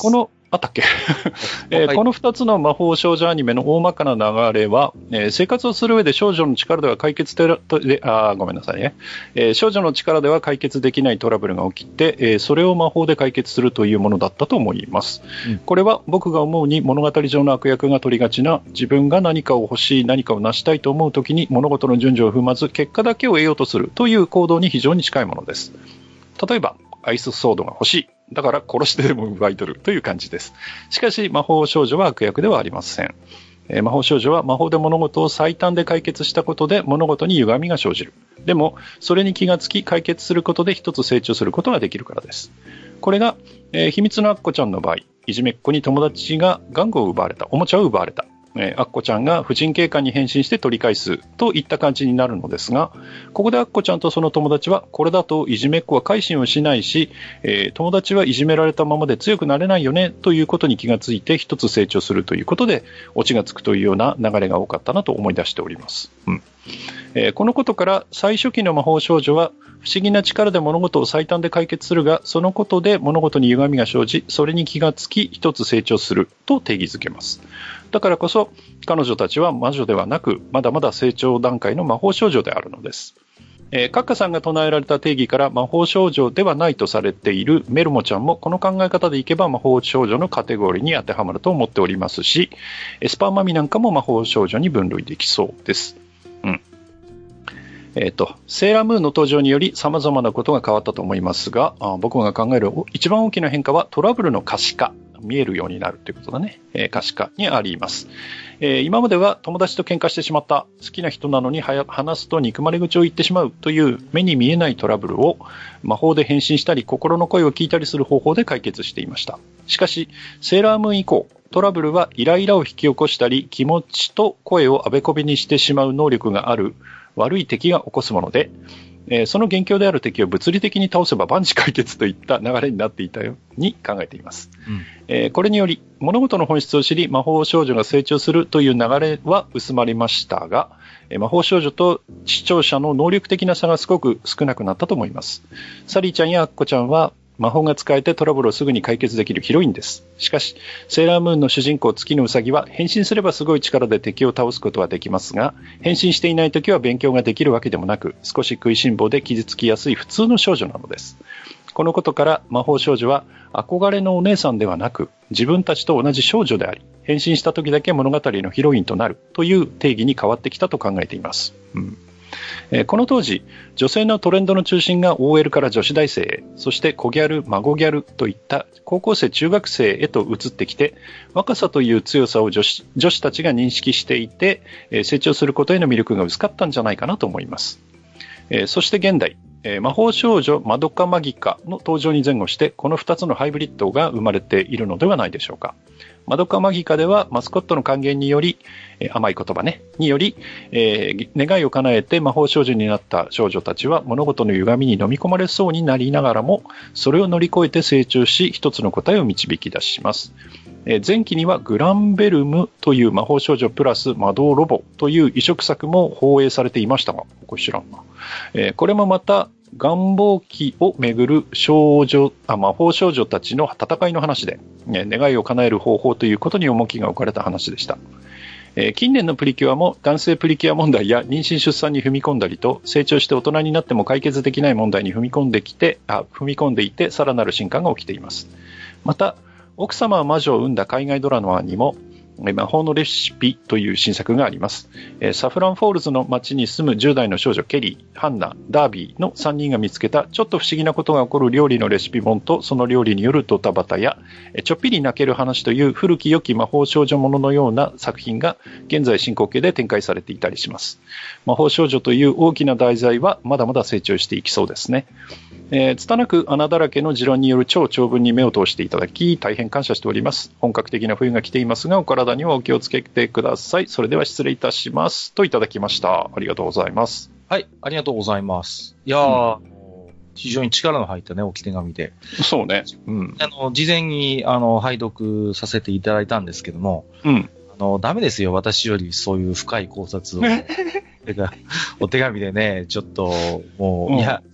あったっけ、えー、このふたつの魔法少女アニメの大まかな流れは、えー、生活をする上で少女の力では解決で、であごめんなさいね、えー、少女の力では解決できないトラブルが起きて、えー、それを魔法で解決するというものだったと思います、うん、これは僕が思うに物語上の悪役が取りがちな自分が何かを欲しい何かを成したいと思うときに物事の順序を踏まず結果だけを得ようとするという行動に非常に近いものです。例えばアイスソードが欲しいだから殺してでも奪い取るという感じです。しかし魔法少女は悪役ではありません。えー、魔法少女は魔法で物事を最短で解決したことで物事に歪みが生じる。でもそれに気がつき解決することで一つ成長することができるからです。これが、えー、秘密のアッコちゃんの場合、いじめっ子に友達が玩具を奪われた、おもちゃを奪われた。えー、アッコちゃんが婦人警官に変身して取り返すといった感じになるのですが、ここでアッコちゃんとその友達はこれだといじめっ子は改心をしないし、えー、友達はいじめられたままで強くなれないよねということに気がついて一つ成長するということでオチがつくというような流れが多かったなと思い出しております、うんえー、このことから最初期の魔法少女は不思議な力で物事を最短で解決するが、そのことで物事に歪みが生じ、それに気がつき一つ成長すると定義づけます。だからこそ彼女たちは魔女ではなくまだまだ成長段階の魔法少女であるのです。えー、カッカさんが唱えられた定義から魔法少女ではないとされているメルモちゃんもこの考え方でいけば魔法少女のカテゴリーに当てはまると思っておりますし、エスパーマミなんかも魔法少女に分類できそうです。うんえーと、セーラームーンの登場により様々なことが変わったと思いますが、あ僕が考える一番大きな変化はトラブルの可視化、見えるようになるということだね、えー、可視化にあります、えー、今までは友達と喧嘩してしまった、好きな人なのに話すと憎まれ口を言ってしまうという目に見えないトラブルを魔法で変身したり心の声を聞いたりする方法で解決していました。しかしセーラームーン以降、トラブルはイライラを引き起こしたり気持ちと声をあべこべにしてしまう能力がある悪い敵が起こすもので、えー、その元凶である敵を物理的に倒せば万事解決といった流れになっていたように考えています、うんえー、これにより物事の本質を知り魔法少女が成長するという流れは薄まりましたが、えー、魔法少女と視聴者の能力的な差がすごく少なくなったと思います。サリーちゃんやアッコちゃんは魔法が使えてトラブルをすぐに解決できるヒロインです。しかしセーラームーンの主人公月のうさぎは変身すればすごい力で敵を倒すことはできますが、変身していない時は勉強ができるわけでもなく、少し食いしん坊で傷つきやすい普通の少女なのです。このことから魔法少女は憧れのお姉さんではなく自分たちと同じ少女であり、変身した時だけ物語のヒロインとなるという定義に変わってきたと考えています、うんえー、この当時女性のトレンドの中心が オーエル から女子大生へ、そして小ギャル、孫ギャルといった高校生中学生へと移ってきて、若さという強さを女子、女子たちが認識していて、えー、成長することへの魅力が薄かったんじゃないかなと思います、えー、そして現代、えー、魔法少女マドカマギカの登場に前後してこのふたつのハイブリッドが生まれているのではないでしょうか。マドカマギカではマスコットの還元により、えー、甘い言葉ねにより、えー、願いを叶えて魔法少女になった少女たちは物事の歪みに飲み込まれそうになりながらもそれを乗り越えて成長し一つの答えを導き出します、えー、前期にはグランベルムという魔法少女プラス魔導ロボという異色作も放映されていましたが、これ知らんな、えー、これもまた願望期をめぐる少女あ魔法少女たちの戦いの話で、ね、願いを叶える方法ということに重きが置かれた話でした、えー、近年のプリキュアも男性プリキュア問題や妊娠出産に踏み込んだりと成長して大人になっても解決できない問題に踏み込んできてあ踏み込んでいてさらなる進化が起きています。また奥様は魔女を生んだ海外ドラマにも魔法のレシピという新作があります。サフランフォールズの町に住むじゅう代の少女ケリー、ハンナ、ダービーのさんにんが見つけたちょっと不思議なことが起こる料理のレシピ本とその料理によるドタバタやちょっぴり泣ける話という古き良き魔法少女もののような作品が現在進行形で展開されていたりします。魔法少女という大きな題材はまだまだ成長していきそうですね。えー、拙く穴だらけの持論による超長文に目を通していただき大変感謝しております。本格的な冬が来ていますがお体にはお気をつけてください。それでは失礼いたしますといただきました。ありがとうございます。 はい、ありがとうございます。いやー、うん、非常に力の入ったね置き手紙で、 そうね、うん、 あの事前にあの拝読させていただいたんですけども、 うん、 あのダメですよ、私よりそういう深い考察をお手紙でねちょっともう、うん、いや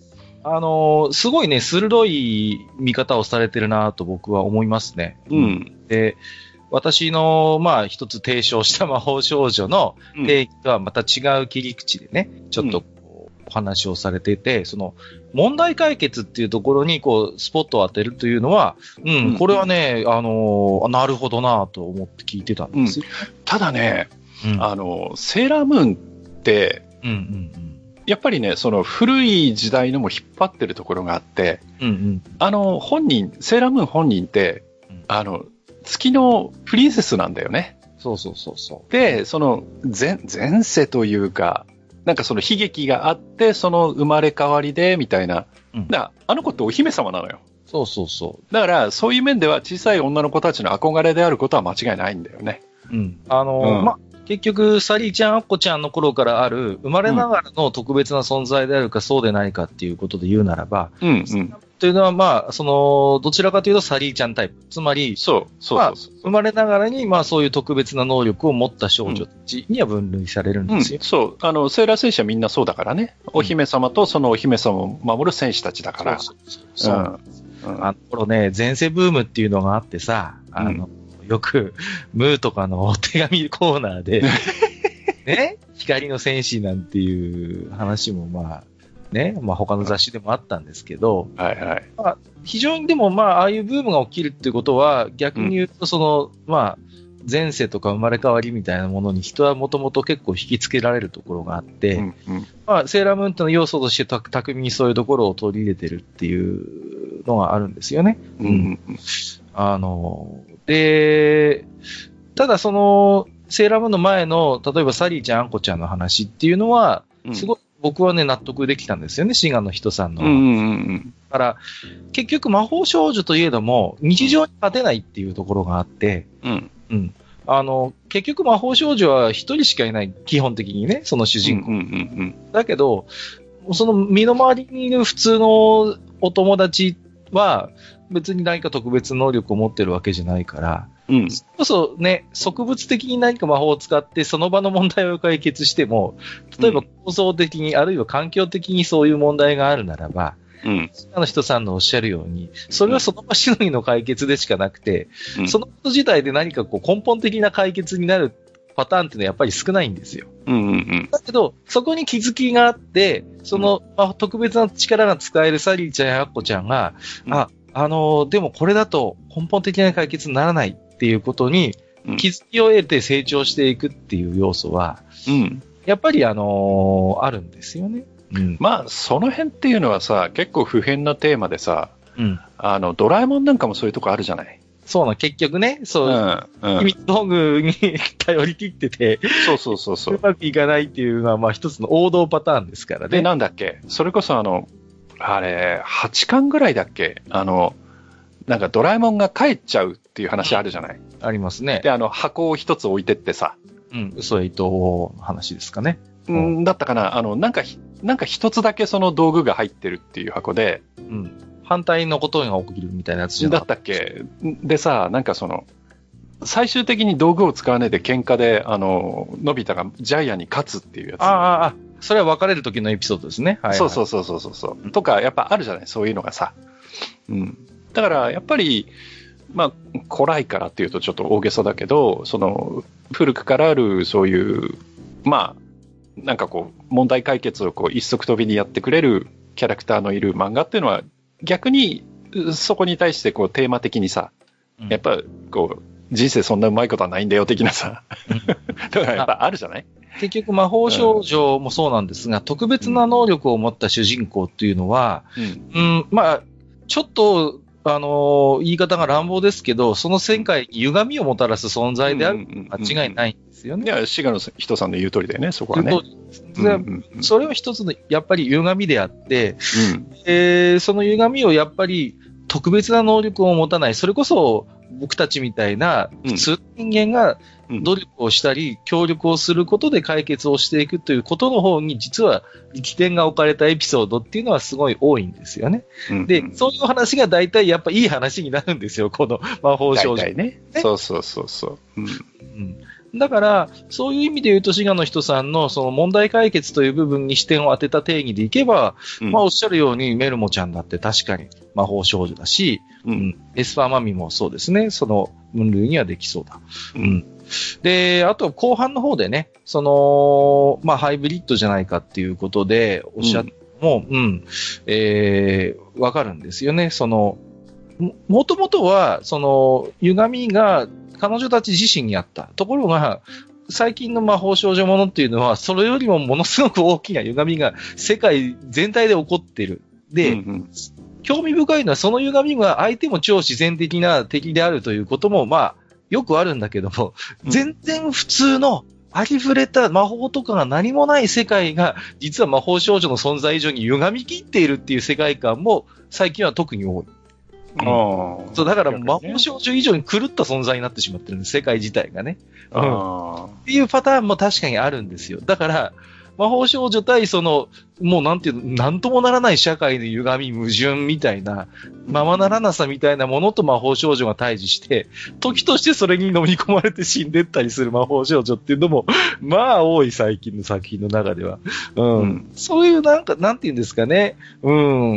あのー、すごいね、鋭い見方をされてるなと僕は思いますね。 うん。 で、私の、まあ、一つ提唱した魔法少女の定義とはまた違う切り口でね、うん、ちょっとこうお話をされていて、その、問題解決っていうところに、こう、スポットを当てるというのは、うん、うん、これはね、あのー、なるほどなと思って聞いてたんですよ。 うん、ただね、うん、あの、セーラームーンって、うんうんうん、やっぱりね、その古い時代のも引っ張ってるところがあって、うんうん、あの、本人、セーラームーン本人って、うん、あの、月のプリンセスなんだよね。 そうそうそうそう。 で、その前、前世というか、なんかその悲劇があって、その生まれ変わりで、みたいな。うん、だからあの子ってお姫様なのよ。 そうそうそう。 だから、そういう面では小さい女の子たちの憧れであることは間違いないんだよね。 うん。あのー、うん、ま、結局、サリーちゃん、アッコちゃんの頃からある、生まれながらの特別な存在であるか、そうでないかっていうことで言うならば、 うんうん。 というのは、まあ、その、どちらかというとサリーちゃんタイプ。つまり、 そう、そうそうそう、 まあ、生まれながらに、まあ、そういう特別な能力を持った少女たちには分類されるんですよ。 うん、そう。あの、セーラー戦士はみんなそうだからね。お姫様とそのお姫様を守る戦士たちだから。 そうそうそう。そううん、あの頃ね、前世ブームっていうのがあってさ、あの、うん、よく、ムーとかの手紙コーナーで、ね、光の戦士なんていう話もまあ、ね、まあ他の雑誌でもあったんですけど、 はいはい。 まあ、非常にでもまあ、ああいうブームが起きるっていうことは、逆に言うとその、うん、まあ、前世とか生まれ変わりみたいなものに人はもともと結構引きつけられるところがあって、うんうん、まあ、セーラームーンとの要素として巧みにそういうところを取り入れてるっていうのがあるんですよね。 うんうん、 あの、で、ただその、セーラームーンの前の、例えばサリーちゃん、アンコちゃんの話っていうのは、すごい僕はね、納得できたんですよね、シガの人さんの。 うんうんうん、 だから、結局魔法少女といえども、日常に勝てないっていうところがあって、 うんうん。あの、結局魔法少女は一人しかいない、基本的にね、その主人公。 うんうんうんうん、 だけど、その身の回りにいる普通のお友達は、別に何か特別能力を持ってるわけじゃないから、 うん、 それこそね、植物的に何か魔法を使ってその場の問題を解決しても、例えば構造的に、うん、あるいは環境的にそういう問題があるならば、 うん、 あの人さんのおっしゃるように、それはその場しのぎの解決でしかなくて、うん、そのこと自体で何かこう根本的な解決になるパターンっていうのはやっぱり少ないんですよ。 うんうんうん、 だけど、そこに気づきがあって、その、まあ、特別な力が使えるサリーちゃんやアッコちゃんが、うん、あ、あのー、でもこれだと根本的な解決にならないっていうことに気づきを得て成長していくっていう要素は、 うん、 やっぱりあのー、あるんですよね。 うん、まあ、その辺っていうのはさ、結構普遍なテーマでさ、 うん、 あの、ドラえもんなんかもそういうとこあるじゃない。 そうな、結局ね、そう、うんうん、秘密道具に頼り切ってて、 そうそうそうそう。 うまくいかないっていうのは、まあ一つの王道パターンですからね。 で、なんだっけ、それこそあの、あれ、はちかんぐらいだっけ、あの、なんかドラえもんが帰っちゃうっていう話あるじゃない。 ありますね。 で、あの、箱を一つ置いてってさ。 うん、嘘へ糸の話ですかね。 うん、だったかな。あの、なんか、なんか一つだけその道具が入ってるっていう箱で。 うん。反対のことが起きるみたいなやつじゃなだったっけ。でさ、なんかその、最終的に道具を使わないで喧嘩で、あの、のび太がジャイアンに勝つっていうやつ。 ああ、あそれは別れる時のエピソードですね。はい、はい。 そうそうそうそうそう。とか、やっぱあるじゃない、そういうのがさ。うん。だから、やっぱり、まあ、古来からっていうとちょっと大げさだけど、その、古くからあるそういう、まあ、なんかこう、問題解決をこう一足飛びにやってくれるキャラクターのいる漫画っていうのは、逆に、そこに対してこうテーマ的にさ、うん、やっぱこう、人生そんなうまいことはないんだよ的なさ、うん、だからやっぱあるじゃない？ 結局魔法少女もそうなんですが、うん、特別な能力を持った主人公っていうのは、うん、うん、まあ、ちょっと、あのー、言い方が乱暴ですけど、その世界に歪みをもたらす存在である間違いないんですよね。 いや、滋賀の人さんの言う通りだよね、そこはね。 うんうんうん、それは一つの、やっぱり歪みであって、うんえー、その歪みをやっぱり特別な能力を持たない、それこそ僕たちみたいな普通の人間が努力をしたり、協力をすることで解決をしていくということの方に、実は力点が置かれたエピソードっていうのはすごい多いんですよね。うんうん、で、そういう話が大体やっぱいい話になるんですよ、この魔法少女。 大体ね。そうそうそうそう。うんうんだから、そういう意味で言うと、滋賀の人さんのその問題解決という部分に視点を当てた定義でいけば、うん、まあおっしゃるようにメルモちゃんだって確かに魔法少女だし、うん、エスパーマミもそうですね、その分類にはできそうだ。うん。うん、で、あと後半の方でね、その、まあハイブリッドじゃないかっていうことでおっしゃっても、うん、うん、えー、わかるんですよね。その、も、もともとは、その、歪みが彼女たち自身にあった。ところが、最近の魔法少女ものっていうのは、それよりもものすごく大きな歪みが世界全体で起こってる。で、うんうん、興味深いのはその歪みが相手も超自然的な敵であるということも、まあ、よくあるんだけども、全然普通のありふれた魔法とかが何もない世界が、実は魔法少女の存在以上に歪み切っているっていう世界観も最近は特に多い。うん、そう、だから魔法少女以上に狂った存在になってしまってるんです、世界自体がね。うん、っていうパターンも確かにあるんですよ。だから、魔法少女対その、もうなんていうの、なんともならない社会の歪み、矛盾みたいな、ままならなさみたいなものと魔法少女が対峙して、時としてそれに飲み込まれて死んでったりする魔法少女っていうのも、まあ多い最近の作品の中では。うん。うん、そういうなんか、なんていうんですかね、うん、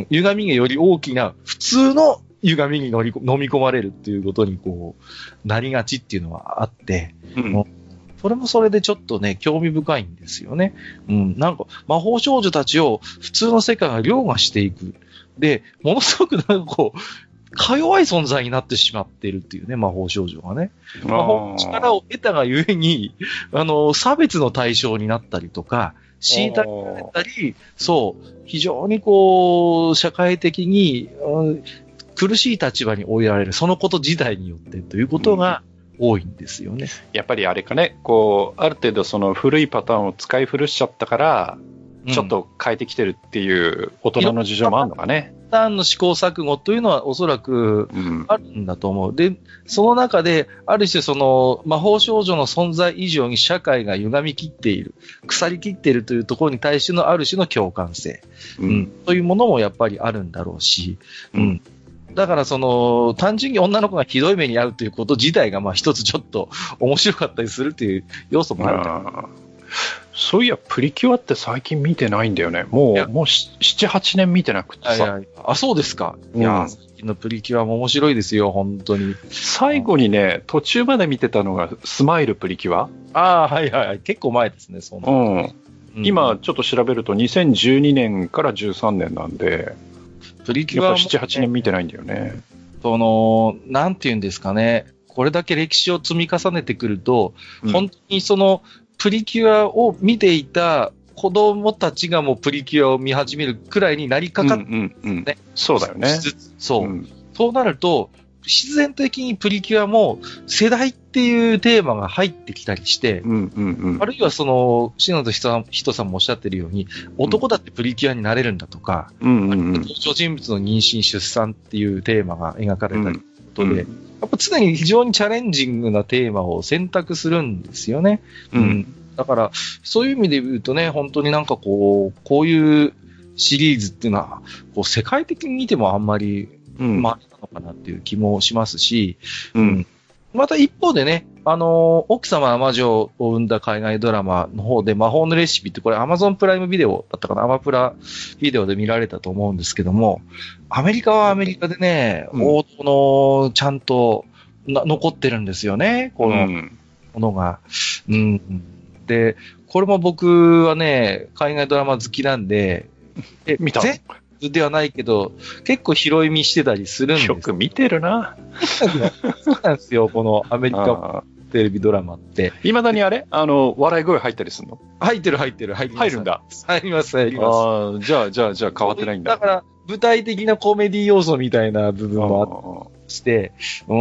歪みがより大きな、普通の歪みに乗り飲み込まれるっていうことにこう、なりがちっていうのはあって、うんそれもそれでちょっとね、興味深いんですよね。うん、なんか、魔法少女たちを普通の世界が凌駕していく。で、ものすごくなんかこう、か弱い存在になってしまっているっていうね、魔法少女がね。魔法の力を得たがゆえに、あの、差別の対象になったりとか、虐げられたり、そう、非常にこう、社会的に、うん、苦しい立場に追いやられる、そのこと自体によってということが、うん多いんですよね。 やっぱりあれかね、こう、ある程度その古いパターンを使い古しちゃったから、うん、ちょっと変えてきてるっていう大人の事情もあるのかね。 パターンの試行錯誤というのはおそらくあるんだと思う。うん、で、その中で、ある種その魔法少女の存在以上に社会が歪み切っている、腐り切っているというところに対してのある種の共感性、うんうん、というものもやっぱりあるんだろうし、うんうんだからその、単純に女の子がひどい目に遭うということ自体がまあ一つちょっと面白かったりするという要素もある。あそういや、プリキュアって最近見てないんだよね。もう、もうなな、はちねん見てなくてさ。いやいやあ、そうですか。いや、うん、最近のプリキュアも面白いですよ、本当に。 最後にね、途中まで見てたのがスマイルプリキュア。 ああ、はいはい。結構前ですね、そんな。 うん。今ちょっと調べるとにせんじゅうにねんからじゅうさんねんなんで、プリキュアも、ね、なな、はちねん見てないんだよね。 その、なんていうんですかね。これだけ歴史を積み重ねてくると、うん、本当にその、プリキュアを見ていた子供たちがもうプリキュアを見始めるくらいになりかかってるんですね。うんうんうん、 そうだよね。 そう、うん。そうなると、必然的にプリキュアも世代っていうテーマが入ってきたりして、うんうんうん、あるいはその、篠田人さんもおっしゃってるように、男だってプリキュアになれるんだとか、うんうんうん、登場人物の妊娠出産っていうテーマが描かれたりということで、うんうん、やっぱ常に非常にチャレンジングなテーマを選択するんですよね。うんうん、だから、そういう意味で言うとね、本当になんかこう、こういうシリーズっていうのは、こう世界的に見てもあんまり、うん、まあ、なのかなっていう気もしますし、うん。また一方でね、あのー、奥様アマジョを生んだ海外ドラマの方で魔法のレシピってこれ Amazon プライムビデオだったかな、アマプラビデオで見られたと思うんですけども、アメリカはアメリカでね、うん、王道のちゃんとな残ってるんですよね、このものが。うん、うん。で、これも僕はね、海外ドラマ好きなんで、 え、見たではないけど、結構拾い見してたりするんです。 よく見てるな。 そうなんですよ、このアメリカテレビドラマって。 いまだにあれあの、笑い声入ったりするの？ 入ってる入ってる入ってる。入るんだ。 入ります入ります。 ああ、じゃあじゃあじゃあ変わってないんだ。 だから、舞台的なコメディ要素みたいな部分もあって、うん。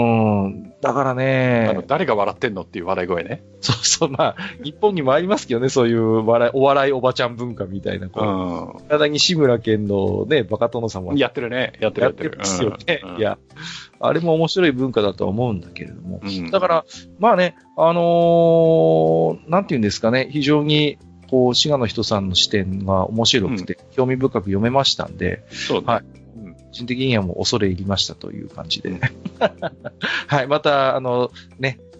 だからね。 あの、誰が笑ってんのっていう笑い声ね。 そうそう、まあ、日本にもありますけどね、そういう笑い、お笑いおばちゃん文化みたいな。こう。うん。ただに志村けんのね、バカ殿さんも。 やってるね。やってるやってる。 やってますよね。うん、いや、あれも面白い文化だとは思うんだけれども。うん、だから、まあね、あのー、なんていうんですかね、非常に、こう、滋賀の人さんの視点が面白くて、興味深く読めましたんで、 そうね。 はい。個人的にはもう恐れ入りましたという感じで。はい。また、あの、ね、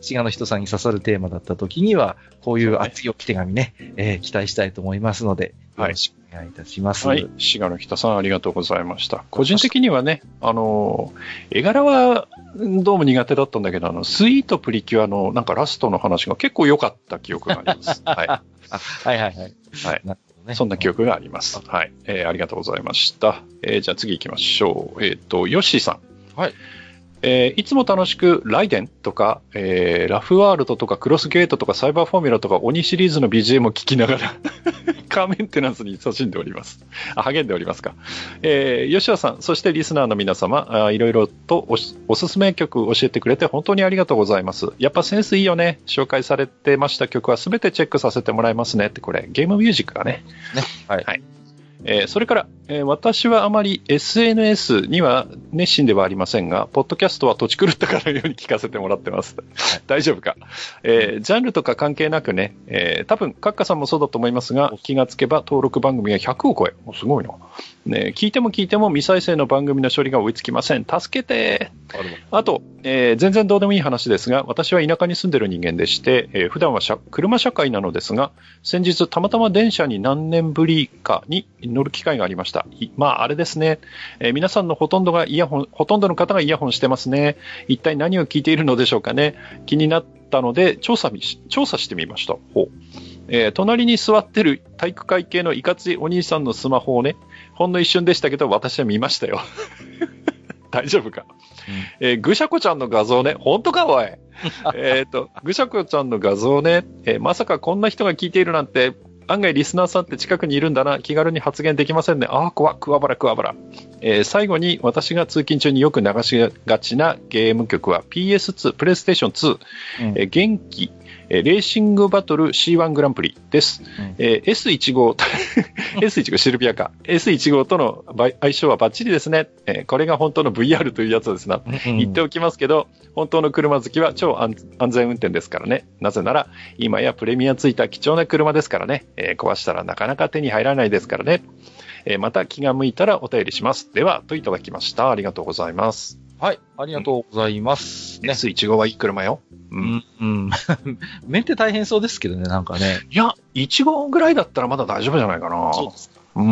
滋賀の人さんに刺さるテーマだった時には、こういう熱い置き手紙ね、えー、期待したいと思いますので、よろしくお願いいたします。 はい。滋賀の人さんありがとうございました。個人的にはね、あの、絵柄はどうも苦手だったんだけど、あの、スイートプリキュアのなんかラストの話が結構良かった記憶があります。はい。あはいはいはい。はい。なるほどね。 そんな記憶があります。はい。えー、ありがとうございました。えー、じゃあ次行きましょう。えっ、ー、と、ヨッシーさん。はい。えー、いつも楽しくライデンとか、えー、ラフワールドとかクロスゲートとかサイバーフォーミュラとか鬼シリーズの ビージーエム を聞きながらカーメンテナンスに勤しんでおります。あ、励んでおりますか。えー、吉田さん、そしてリスナーの皆様、あいろいろと お, おすすめ曲を教えてくれて本当にありがとうございます。やっぱセンスいいよね。紹介されてました曲はすべてチェックさせてもらいますねって、これゲームミュージックがね。ね。はい。はい。えー、それから、えー、私はあまり エスエヌエス には熱心ではありませんが、ポッドキャストは土地狂ったかのように聞かせてもらってます。大丈夫か、えー、ジャンルとか関係なくね、えー、多分、カッカさんもそうだと思いますが、気がつけば登録番組がひゃくを超え、すごいな。ね、聞いても聞いても未再生の番組の処理が追いつきません。助けて。あと、えー、全然どうでもいい話ですが、私は田舎に住んでる人間でして、えー、普段は車社会なのですが、先日たまたま電車に何年ぶりかに乗る機会がありました。まあ、あれですね、えー。皆さんのほとんどがイヤホン、ほとんどの方がイヤホンしてますね。一体何を聞いているのでしょうかね。気になったので、調査、調査してみました。ほう。えー、隣に座ってる体育会系のいかついお兄さんのスマホをね、ほんの一瞬でしたけど、私は見ましたよ。大丈夫か、うんえー、ぐしゃこちゃんの画像ね、ほんとかおい。えっと、ぐしゃこちゃんの画像ね、えー、まさかこんな人が聞いているなんて、案外リスナーさんって近くにいるんだな、気軽に発言できませんね。ああ、怖っ、くわばらくわばら。えー、最後に私が通勤中によく流しがちなゲーム曲は ピーエスツー、プレイステーションツー、うんえー、元気、レーシングバトル シーワン グランプリです。うんえー、エスじゅうご、エスじゅうご シルビアか。エスじゅうご との相性はバッチリですね。えー、これが本当の ブイアール というやつですな。うん、言っておきますけど、本当の車好きは超安全運転ですからね。なぜなら、今やプレミアついた貴重な車ですからね。えー、壊したらなかなか手に入らないですからね。えー、また気が向いたらお便りします。では、といただきました。ありがとうございます。 はい、ありがとうございます。 ね、エスじゅうご はいい車よ。 うん。うん。メンテ大変そうですけどね、なんかね。 いや、じゅうごぐらいだったらまだ大丈夫じゃないかな。 そうですか。 うん。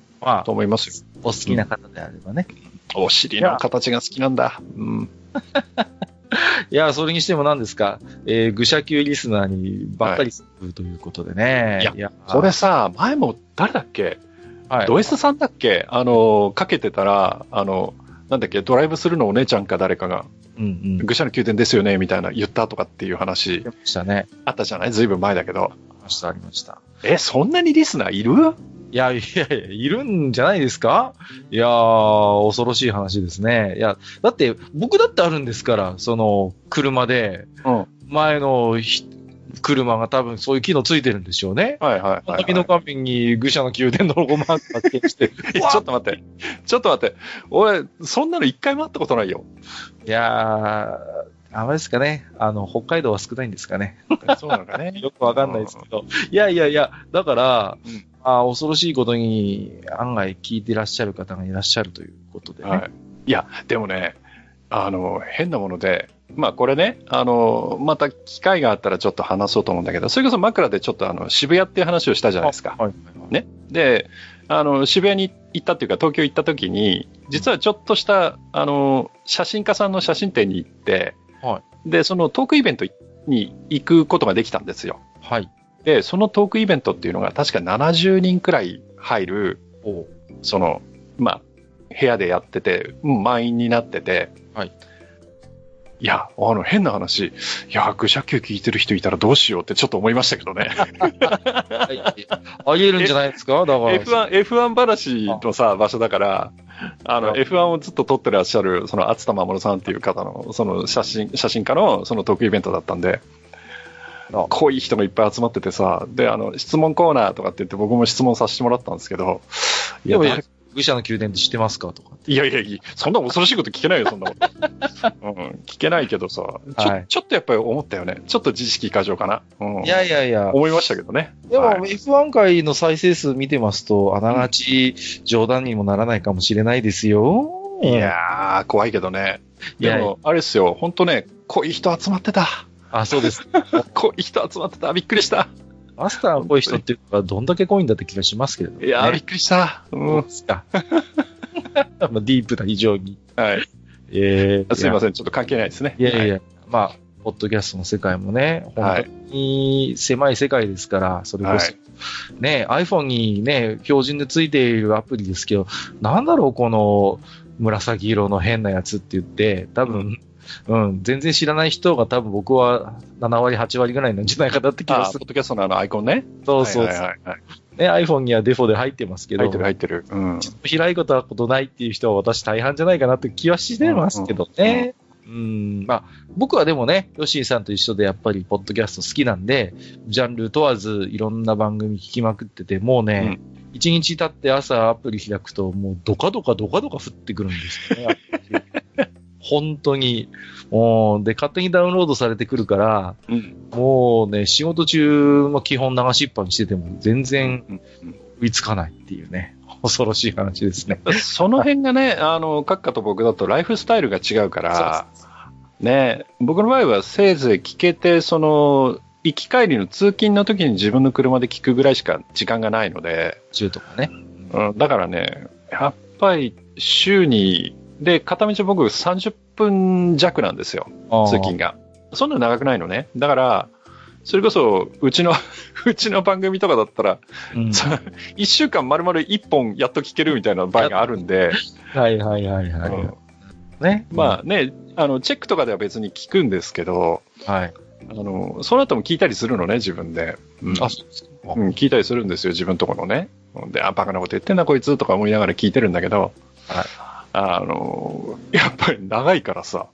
まあ、と思いますよ。 お好きな方であればね。 うん、お尻の形が好きなんだ。うん。 いや、それにしても何ですか、えー、愚者級リスナーにばっかりするということでね。 はい、いや、これさ、前も誰だっけ、はい、ド S さんだっけあの、かけてたら、あの、なんだっけ、ドライブするのお姉ちゃんか誰かが、うんうん、愚者の宮殿ですよね、みたいな言ったとかっていう話。 あしたね。 あったじゃない？ずいぶん前だけど。 ありました、ありました。 え、そんなにリスナーいる？ いや、いやいや、いるんじゃないですか？いやー、恐ろしい話ですね。いや、だって、僕だってあるんですから、その、車で、うん、前の車が多分そういう機能ついてるんでしょうね。 はいはいはい、はい。 旅の画面に愚者の宮殿のロゴマーク発見して。 ちょっと待って。ちょっと待って。俺、そんなの一回も会ったことないよ。 いやー、あれですかね。あの、北海道は少ないんですかね。 そうなのかね。 よくわかんないですけど。いやいやいや、だから、うんあ恐ろしいことに案外聞いていらっしゃる方がいらっしゃるということでね。はい。 いや、でもね、あの、変なもので、まあこれね、あの、また機会があったらちょっと話そうと思うんだけど、それこそ枕でちょっとあの、渋谷っていう話をしたじゃないですか。はい。ね。で、あの、渋谷に行ったっていうか東京行った時に、実はちょっとした、あの、写真家さんの写真展に行って、はい。で、そのトークイベントに行くことができたんですよ。はい。で、そのトークイベントっていうのが確かななじゅうにんくらい入る、その、まあ、部屋でやってて、満員になってて、はい。いや、あの、変な話、いや、愚者級聞いてる人いたらどうしようってちょっと思いましたけどね。 はい、ありえるんじゃないですかだから。 エフワン、エフワン 話のさ、場所だから、あの、エフワン をずっと撮ってらっしゃる、その、厚田守さんっていう方の、その写真、写真家の、そのトークイベントだったんで、濃い人がいっぱい集まっててさ、で、あの、質問コーナーとかって言って僕も質問させてもらったんですけど、 いや、愚者の宮殿って知ってますかとか。 いやいやいや、そんな恐ろしいこと聞けないよ、そんなこと。うん、聞けないけどさ、ちょ、はい、ちょっとやっぱり思ったよね。ちょっと自意識過剰かな。うん、 いやいやいや。 思いましたけどね。 でも、はい、エフワン 回の再生数見てますと、あながち冗談にもならないかもしれないですよ。 いやー、怖いけどね。でも、あれですよ、ほんとね、濃い人集まってた。 あ、そうです。 濃い人集まってた。びっくりした。 マスターの濃い人っていうのはどんだけ濃いんだって気がしますけれども、ね。 いやー、びっくりした。 うん。ですか。まあディープな非常に。 はい。 えー、すいません。ちょっと関係ないですね。 いやいやいや、はい、まあ、ポッドキャストの世界もね、本当に狭い世界ですから、それこそ、はい、ね、iPhone にね、標準でついているアプリですけど、なんだろう、この紫色の変なやつって言って、多分、うん、うん、全然知らない人が多分僕はななわり、はちわりぐらいなんじゃないかなって気がする。 ポッドキャストのあのアイコンね。 そうそうそう。はいはいはい、ね、iPhone にはデフォで入ってますけど。 入ってる入ってる。うん。 開いたことないっていう人は私大半じゃないかなって気はしてますけどね。うんうんうんうん、まあ、僕はでもね、ヨッシーさんと一緒でやっぱりポッドキャスト好きなんで、ジャンル問わずいろんな番組聞きまくってて、もうね、一、うん、日経って朝アプリ開くと、もうドカドカドカドカ降ってくるんですよね。本当に。もう、で、勝手にダウンロードされてくるから、うん、もうね、仕事中も基本流しっぱにしてても全然追いつかないっていうね。恐ろしい話ですね。 その辺がね、あの、閣下と僕だとライフスタイルが違うから、ね、僕の場合はせいぜい聞けて、その、行き帰りの通勤の時に自分の車で聞くぐらいしか時間がないので、 中とかね。 うん、だからね、やっぱり週に、で、片道僕さんじゅっぷん弱なんですよ、通勤が。そんな長くないのね。だから、それこそ、うちの、うちの番組とかだったら、うん、いっしゅうかん丸々いっぽんやっと聞けるみたいな場合があるんで。 はいはいはいはい。うん、 ね。まあね、あの、チェックとかでは別に聞くんですけど、 はい。 あの、その後も聞いたりするのね、自分で。 うん、あ、そうですか。 うん、聞いたりするんですよ、自分とこのね。で、あ、バカなこと言ってんな、こいつとか思いながら聞いてるんだけど、 はい。 あの、やっぱり長いからさ、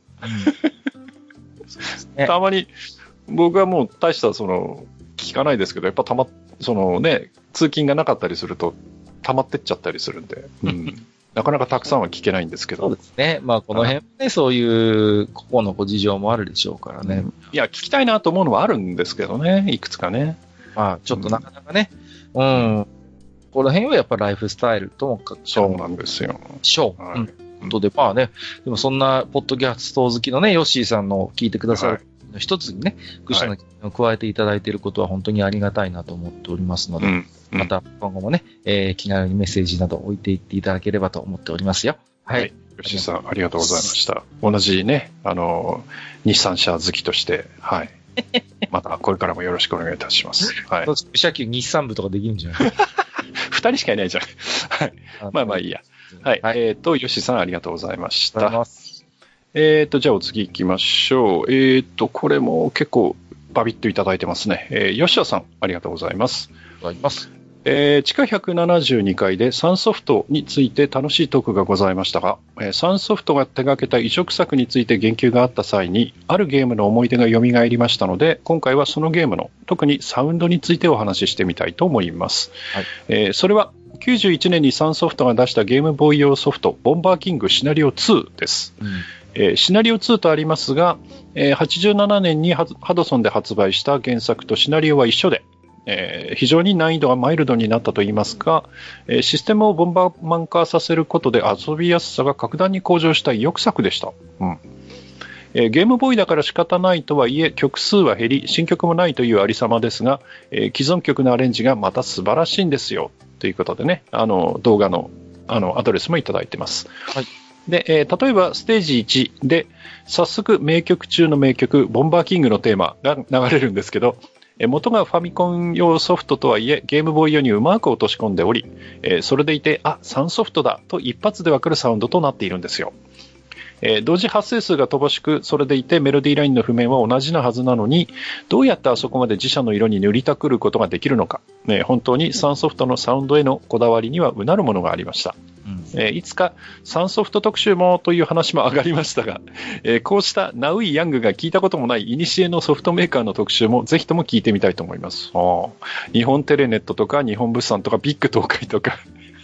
うん、 たまに、僕はもう大したその聞かないですけど、やっぱたまそのね通勤がなかったりすると溜まってっちゃったりするんで、うん、なかなかたくさんは聞けないんですけど。 そうですね。まあこの辺ね、そういう個々のご事情もあるでしょうからね。うん、 いや聞きたいなと思うのはあるんですけどね、いくつかね。 まあちょっとなかなかね、うん、うん、この辺はやっぱライフスタイルともかそうなんですよ。 しょう。はい、うん。ことでまあね、でもそんなポッドキャスト好きのねヨッシーさんの聞いてくださる。はい一つにね、クッションの機能を加えていただいていることは本当にありがたいなと思っておりますので、うんうん、また今後もね、えー、気軽にメッセージなど置いていっていただければと思っておりますよ。はい。はい、 吉井さん、ありがとうございました。同じね、あの、日産車好きとして、はい。またこれからもよろしくお願いいたします。はい。 車級日産部とかできるんじゃない二人しかいないじゃん。はい。まあまあいいや。はい。はい、えっ、ー、と、吉井さん、ありがとうございました。ありがとうございます。えっと、じゃあお次行きましょう。えっと、これも結構バビッといただいてますね。えー、吉田さん、ありがとうございます。 ありがとうございます。 えー、地下ひゃくななじゅうにかいでサンソフトについて楽しいトークがございましたが、えー、サンソフトが手掛けた移植作について言及があった際に、あるゲームの思い出が蘇りましたので、今回はそのゲームの、特にサウンドについてお話ししてみたいと思います。はい、えー、それは、きゅうじゅういちねんにサンソフトが出したゲームボーイ用ソフト、ボンバーキングシナリオツーです。うんえー、シナリオツーとありますが、えー、はちじゅうななねんにハドソンで発売した原作とシナリオは一緒で、えー、非常に難易度がマイルドになったといいますか、えー、システムをボンバーマン化させることで遊びやすさが格段に向上した意欲作でした。うんえー、ゲームボーイだから仕方ないとはいえ曲数は減り新曲もないというありさまですが、えー、既存曲のアレンジがまた素晴らしいんですよということでね、あの動画の、あのアドレスもいただいてます。はいで、えー、例えばステージいちで早速名曲中の名曲ボンバーキングのテーマが流れるんですけど、えー、元がファミコン用ソフトとはいえゲームボーイ用にうまく落とし込んでおり、えー、それでいてあ、サンソフトだと一発でわかるサウンドとなっているんですよ。えー、同時発生数が乏しくそれでいてメロディーラインの譜面は同じなはずなのにどうやってあそこまで自社の色に塗りたくることができるのか、ね、本当にサンソフトのサウンドへのこだわりにはうなるものがありました。えー、いつかサンソフト特集もという話も上がりましたが、えー、こうしたナウイヤングが聞いたこともない古のソフトメーカーの特集もぜひとも聞いてみたいと思います。あ日本テレネットとか日本物産とかビッグ東海とか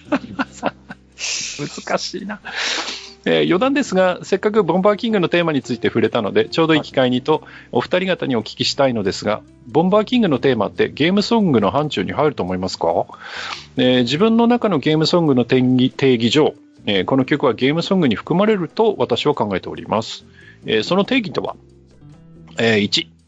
難しいな。えー、余談ですがせっかくボンバーキングのテーマについて触れたのでちょうどいい機会にとお二人方にお聞きしたいのですが、ボンバーキングのテーマってゲームソングの範疇に入ると思いますか？えー、自分の中のゲームソングの定義、定義上、えー、この曲はゲームソングに含まれると私は考えております。えー、その定義とは、えー、いち、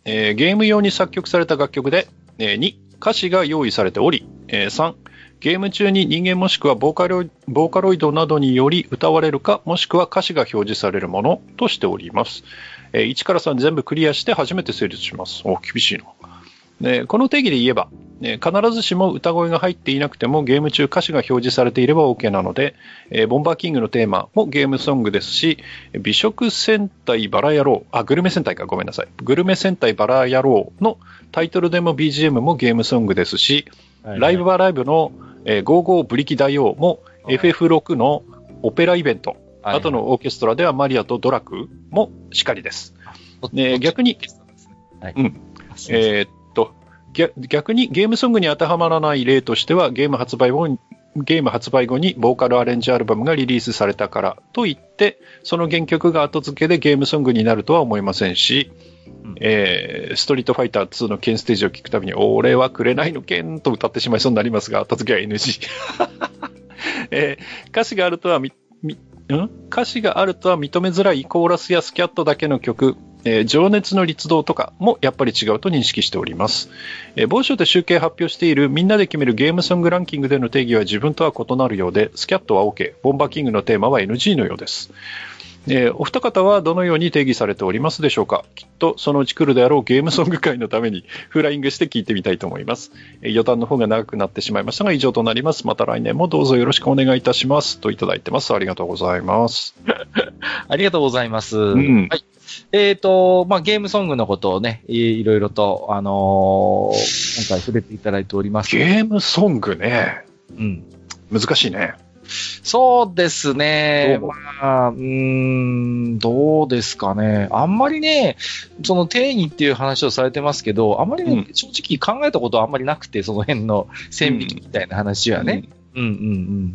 えー、ゲーム用に作曲された楽曲で、えー、に、歌詞が用意されており、えー、さん、ゲーム中に人間もしくはボーカロイ、ボーカロイドなどにより歌われるか、もしくは歌詞が表示されるものとしております。えー、いちからさん全部クリアして初めて成立します。お、厳しいな。でこの定義で言えば、えー、必ずしも歌声が入っていなくてもゲーム中歌詞が表示されていれば OK なので、えー、ボンバーキングのテーマもゲームソングですし、美食戦隊バラ野郎、あ、グルメ戦隊か、ごめんなさい。グルメ戦隊バラ野郎のタイトルでも ビージーエム もゲームソングですし、はいはい、ライブバライブの、えー、ゴーゴーブリキ大王も エフエフろく のオペライベント、はいはい、後のオーケストラではマリアとドラクもしかりです。ね、逆に、はい、うん。えー逆にゲームソングに当てはまらない例としてはゲーム発売後に、ゲーム発売後にボーカルアレンジアルバムがリリースされたからといってその原曲が後付けでゲームソングになるとは思いませんし、うんえー、ストリートファイターツーの剣ステージを聞くたびに俺は紅の剣と歌ってしまいそうになりますが後付けは エヌジー、えー、歌詞があるとはみみん歌詞があるとは認めづらいコーラスやスキャットだけの曲、えー、情熱の律動とかもやっぱり違うと認識しております。えー、某所で集計発表しているみんなで決めるゲームソングランキングでの定義は自分とは異なるようで、スキャットは OK、ボンバーキングのテーマは エヌジー のようです。えー、お二方はどのように定義されておりますでしょうか。きっとそのうち来るであろうゲームソング会のためにフライングして聞いてみたいと思います。えー、余談の方が長くなってしまいましたが以上となります。また来年もどうぞよろしくお願いいたしますといただいてます。ありがとうございます。 ありがとうございます。 うん、 はい。えっ、ー、と、まあ、ゲームソングのことをね、いろいろと、あのー、今回触れていただいております。 ゲームソングね。 うん。 難しいね。 そうですね。まあ、うーん、どうですかね。あんまりね、その定義っていう話をされてますけど、あんまりね、うん、正直考えたことはあんまりなくて、その辺の線引きみたいな話はね。うん、うん、うん、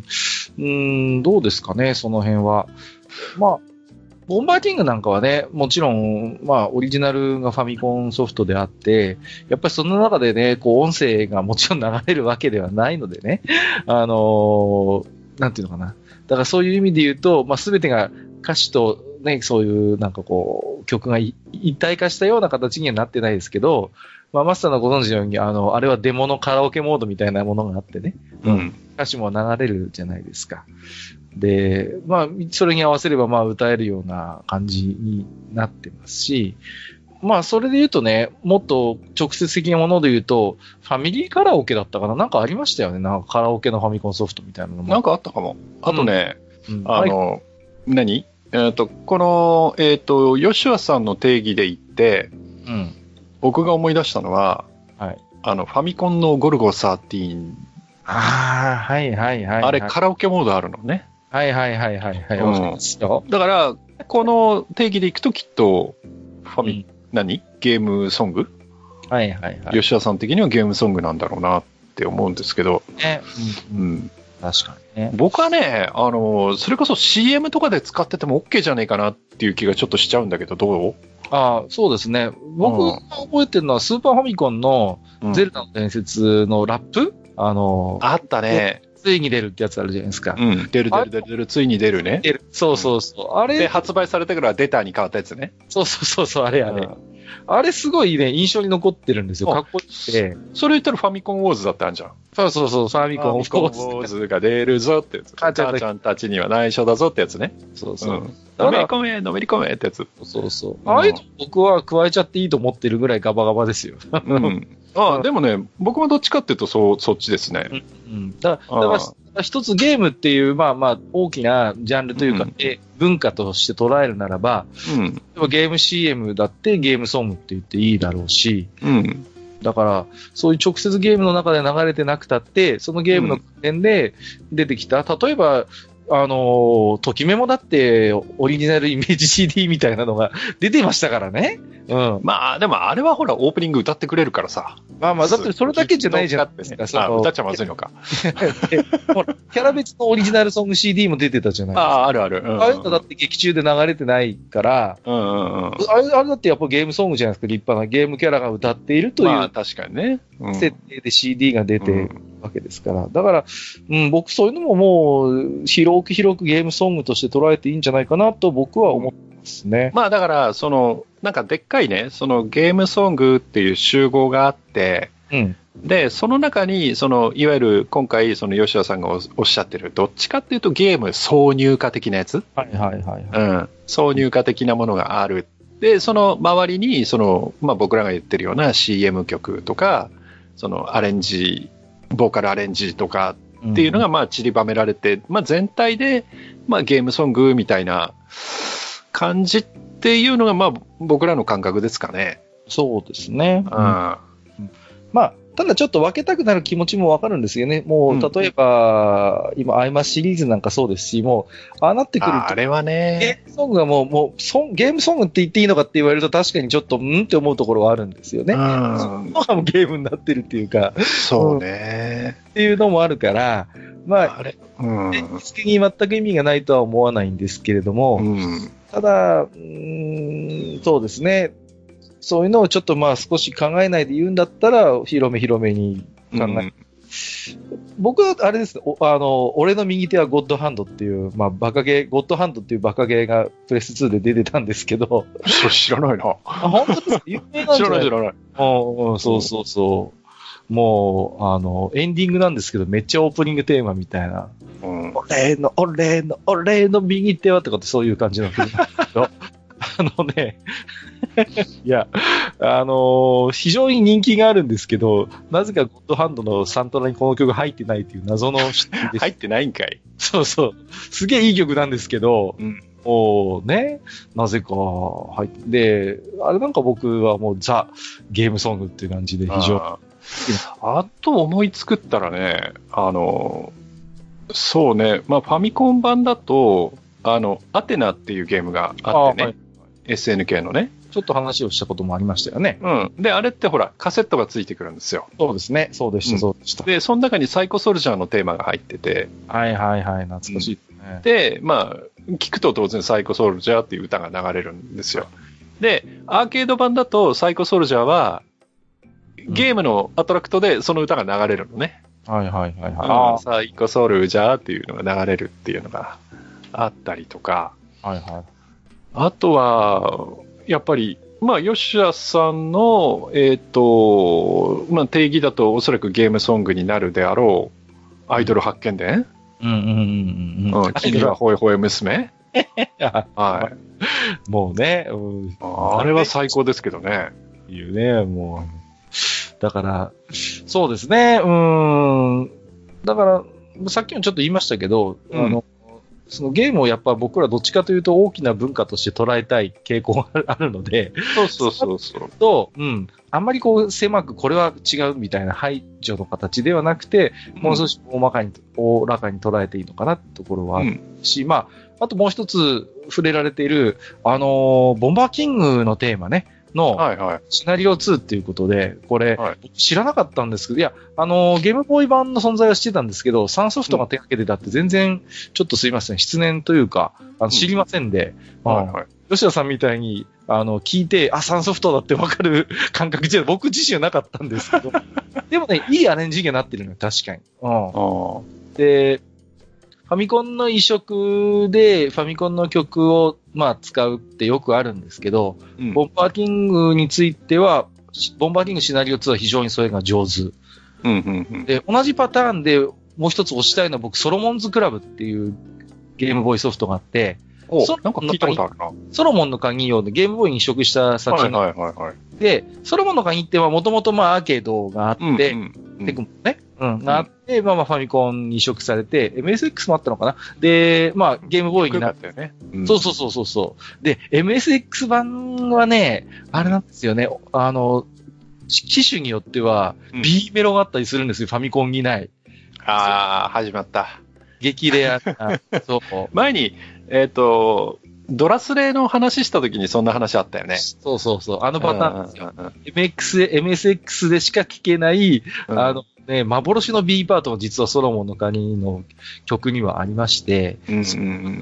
うん。うーん、どうですかね、その辺は。まあ、ボンバーキングなんかはね、もちろん、まあ、オリジナルがファミコンソフトであって、やっぱりその中でね、こう、音声がもちろん流れるわけではないのでね、あのー、なんていうのかな。だからそういう意味で言うと、まあ、すべてが歌詞とね、そういうなんかこう、曲が一体化したような形にはなってないですけど、まあ、マスターのご存知のように、あの、あれはデモのカラオケモードみたいなものがあってね、 うん、 歌詞も流れるじゃないですか。で、まあ、それに合わせれば、まあ、歌えるような感じになってますし、まあ、それで言うとね、もっと直接的なもので言うと、ファミリーカラオケだったかななんかありましたよね。なんかカラオケのファミコンソフトみたいなのも。 なんかあったかも。あとね、うんうん、あの、何えっ、ー、と、この、えっ、ー、と、吉和さんの定義で言って、 うん、 僕が思い出したのは、 はい、 あの、ファミコンのゴルゴじゅうさん。 ああ、はいはいはい、はい。 あれカラオケモードあるのね。 はいはいはいはいはい。 うん、だから、この定義でいくときっと、ファミ、うん何ゲームソングはいはいはい。 吉田さん的にはゲームソングなんだろうなって思うんですけど。 ね。うん。うん、確かにね。 僕はね、あの、それこそ シーエム とかで使ってても OK じゃねえかなっていう気がちょっとしちゃうんだけど、どうああ、そうですね。僕が覚えてるのはスーパーファミコンのゼルダの伝説のラップ、うん、あの、 あったね。 ついに出るってやつあるじゃないですか。 うん。出る出る出る出る、ついに出るね。 出る。そうそうそう。あれ。 で、発売されてからデータに変わったやつね。 そうそうそうそう、あれあれ。うん、あれすごいね、印象に残ってるんですよ。かっこいいって。 それ言ったらファミコンウォーズだったんじゃん。 そうそうそう、ファミコンウォーズ。 ファミコンウォーズが出るぞってやつ。母ちゃんたちには内緒だぞってやつね。 そうそう。うん、 のめり込め、のめり込めってやつ。 そうそう。ああいうの僕は加えちゃっていいと思ってるぐらいガバガバですよ。 うん。ああ、でもね、僕もどっちかっていうとそう、そっちですね。 うん。うん、だから、だから一つゲームっていう、まあまあ、大きなジャンルというか、うん、文化として捉えるならば、 うん、 ゲーム シーエム だってゲームソングって言っていいだろうし、 うん、 だから、そういう直接ゲームの中で流れてなくたって、そのゲームの関連で出てきた、例えば、あの、ときメモだって、オリジナルイメージ シーディー みたいなのが出てましたからね。うん。 まあ、でもあれはほら、オープニング歌ってくれるからさ。 まあまあ、だってそれだけじゃないじゃないですか。 あ、歌っちゃまずいのか。 キャラ別のオリジナルソング シーディー も出てたじゃないですか。 ああ、あるある。うんうん、 ああいうのだって劇中で流れてないから、 うんうんうん、 あれ、あれだってやっぱゲームソングじゃないですか。立派なゲームキャラが歌っているという。まあ、確かにね。 設定で シーディー が出てるわけですから。だから、うん、僕そういうのももう、広く広くゲームソングとして捉えていいんじゃないかなと僕は思ってますね。 まあだから、その、なんかでっかいね、そのゲームソングっていう集合があって、うん、で、その中に、その、いわゆる今回、その吉田さんが お, おっしゃってる、どっちかっていうとゲーム挿入歌的なやつ、 はいはいはい、はい。 うん。挿入歌的なものがある。で、その周りに、その、まあ僕らが言ってるような シーエム 曲とか、そのアレンジ、ボーカルアレンジとかっていうのがまあ散りばめられて、うん、まあ全体で、まあゲームソングみたいな感じっていうのがまあ僕らの感覚ですかね。 そうですね。 うん。うん、 まあ、ただちょっと分けたくなる気持ちもわかるんですよね。もう、例えば、うん、今、アイマスシリーズなんかそうですし、もう、ああなってくると。 あれはね。 ゲームソングがもう、もうソン、ゲームソングって言っていいのかって言われると確かにちょっと、んって思うところはあるんですよね。うん。そのがもうゲームになってるっていうか。 そうね、 うん。っていうのもあるから、まあ、 あれ、うん。 現実的に全く意味がないとは思わないんですけれども、うん、ただ、うーん、そうですね。そういうのをちょっとまあ少し考えないで言うんだったら、広め広めに考え、うん、僕はあれですね、あの、俺の右手はゴッドハンドっていう、まあバカゲー、ゴッドハンドっていうバカゲーがプレスツーで出てたんですけど。 それ知らないな。 あ、本当ですか？有名なんじゃない？ 知らない知らない。 うん、そうそうそう。もう、あの、エンディングなんですけど、めっちゃオープニングテーマみたいな。うん、俺の、俺の、俺の右手はとかってそういう感じの曲なんですけど。あのね、いや、あのー、非常に人気があるんですけど、なぜかゴッドハンドのサントラにこの曲入ってないっていう謎の入ってないんかい。 そうそう。すげえいい曲なんですけど、うん、もうね、なぜか入って、で、あれなんか僕はもうザ・ゲームソングっていう感じで非常に。 あ, あと思いつくったらね、あの、そうね、まあファミコン版だと、あの、アテナっていうゲームがあってね。はい、エスエヌケー のね。 ちょっと話をしたこともありましたよね。 うん。で、あれってほら、カセットがついてくるんですよ。 そうですね。そうでした、そうでした。 で、その中にサイコソルジャーのテーマが入ってて。 はいはいはい、懐かしいですね。 で、まあ、聞くと当然サイコソルジャーっていう歌が流れるんですよ。で、アーケード版だとサイコソルジャーは、ゲームのアトラクトでその歌が流れるのね。 うん、はいはいはいはい。 あサイコソルジャーっていうのが流れるっていうのがあったりとか。 はいはい。 あとは、やっぱり、まあ、吉田さんの、えっと、まあ、定義だとおそらくゲームソングになるであろう、アイドル発見伝、 うんうんうんうん。 うん、君はほえほえ娘はい。 もうね、 うん、あれは最高ですけどね。 いうね、もう。だから、そうですね、うーん。だから、さっきもちょっと言いましたけど、うん、あの、そのゲームをやっぱ僕らどっちかというと大きな文化として捉えたい傾向があるので、 そうそうそうそう。 と、うん。あんまりこう狭くこれは違うみたいな排除の形ではなくて、うん、もう少し大まかに、大らかに捉えていいのかなってところはあるし、うん、まあ、あともう一つ触れられている、あのー、ボンバーキングのテーマね。の、シナリオツーっていうことで、これ、はい、知らなかったんですけど、いや、あのー、ゲームボーイ版の存在は知ってたんですけど、サンソフトが手掛けてたって全然、ちょっとすいません、失念というか、あの知りませんで、うんはいはい、吉田さんみたいに、あの、聞いて、あ、サンソフトだってわかる感覚じゃ、僕自身はなかったんですけど、でもね、いいアレンジになってるのよ、確かに。うん、で、ファミコンの移植で、ファミコンの曲を、まあ、使うってよくあるんですけど、うん、ボンバーキングについては、ボンバーキングシナリオツーは非常にそれが上手。 うんうんうん、 で、同じパターンでもう一つ推したいのは僕、ソロモンズクラブっていうゲームボーイソフトがあって、 ソロなんか聞いたことあるな。 ソロモンの鍵をゲームボーイに移植した作品。 はいはいはいはい。 で、ソロモンの鍵ってはもともとまあアーケードがあって、うんうんうん、テクモね、うん、があって、まあまあファミコンに移植されて、エムエスエックス もあったのかなで、まあゲームボーイになって。よねうん、そうそうそうそうそう。で、エムエスエックス 版はね、あれなんですよね、あの、機種によっては B メロがあったりするんですよ、ファミコンにない。 ああ、始まった。 激レアな。そう。 前に、えっ、ー、と、ドラスレの話した時にそんな話あったよね。 そうそうそう。あのパターンですよ。エムエックス、エムエスエックス でしか聞けない、うん、あの、 ね、幻の B パートも実はソロモンの谷の曲にはありまして、うんうんうん、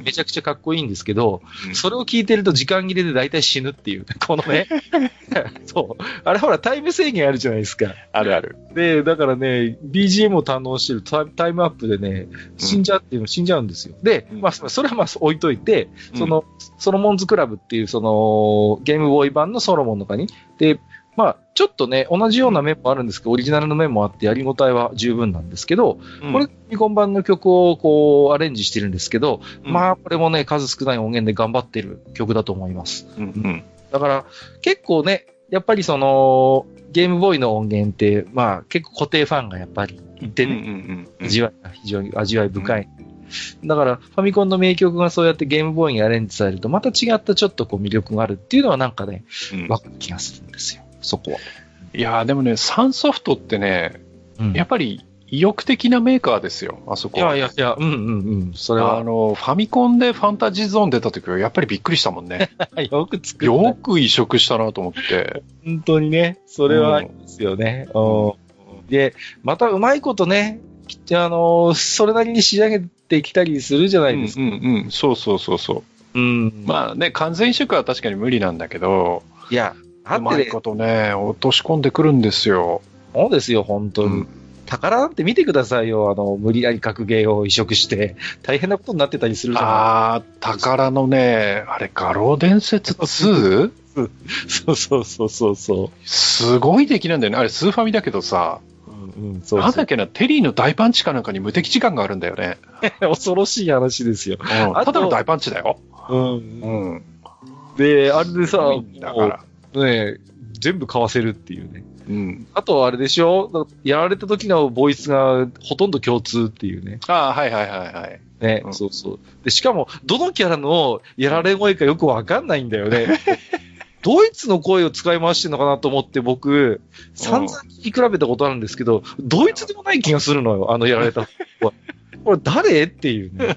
めちゃくちゃかっこいいんですけど、うん、それを聞いてると時間切れで大体死ぬっていう、このね、そう。あれほらタイム制限あるじゃないですか。 あるある。 で、だからね、ビージーエム を堪能してるタタイムアップでね、死んじゃうっていうの死んじゃうんですよ。で、うん、まあ、それはまあ置いといて、その、うん、ソロモンズクラブっていうその、ゲームボーイ版のソロモンの谷で、まあ、ちょっとね、同じような面もあるんですけど、オリジナルの面もあってやりごたえは十分なんですけど、うん、これ、ファミコン版の曲をこう、アレンジしてるんですけど、うん、まあ、これもね、数少ない音源で頑張ってる曲だと思います。うんうん、だから、結構ね、やっぱりその、ゲームボーイの音源って、まあ、結構固定ファンがやっぱりいてね、うんうんうん、味わいが非常に味わい深い。うん、だから、ファミコンの名曲がそうやってゲームボーイにアレンジされると、また違ったちょっとこう魅力があるっていうのはなんかね、わ、うん、かる気がするんですよ。そこは。 いやーでもね、サンソフトってね、うん、やっぱり意欲的なメーカーですよ、あそこは。 いやいやいや、うんうんうん。それは。 あの、ファミコンでファンタジーゾーン出た時はやっぱりびっくりしたもんね。 よく作った。 よく移植したなと思って。 本当にね、それはありますよね。うん、で、またうまいことね、あの、それなりに仕上げてきたりするじゃないですか。 うんうんうん、そうそうそうそう。うん。まあね、完全移植は確かに無理なんだけど、 いや、 うまいことね、落とし込んでくるんですよ。 そうですよ、本当に。うん、宝なんて見てくださいよ、あの、無理やり格ゲーを移植して、大変なことになってたりするじゃないですか。 ああ、宝のね、あれ、画廊伝説 ツー？ そうそうそうそうそう。 すごい出来なんだよね。あれ、スーファミだけどさ、うんうん、そうそうなんだっけな、テリーの大パンチかなんかに無敵時間があるんだよね。 恐ろしい話ですよ。 うん、ただの大パンチだよ。 うん。うん。で、あれでさ、だから。ね全部買わせるっていうね。うん。あとはあれでしょやられた時のボイスがほとんど共通っていうね。 ああ、はいはいはいはい。 ね、うん、そうそう。で、しかも、どのキャラのやられ声かよくわかんないんだよね。ドイツの声を使い回してるのかなと思って僕、散々聞き比べたことあるんですけど、ドイツでもない気がするのよ、あのやられた声。これ誰っていうね。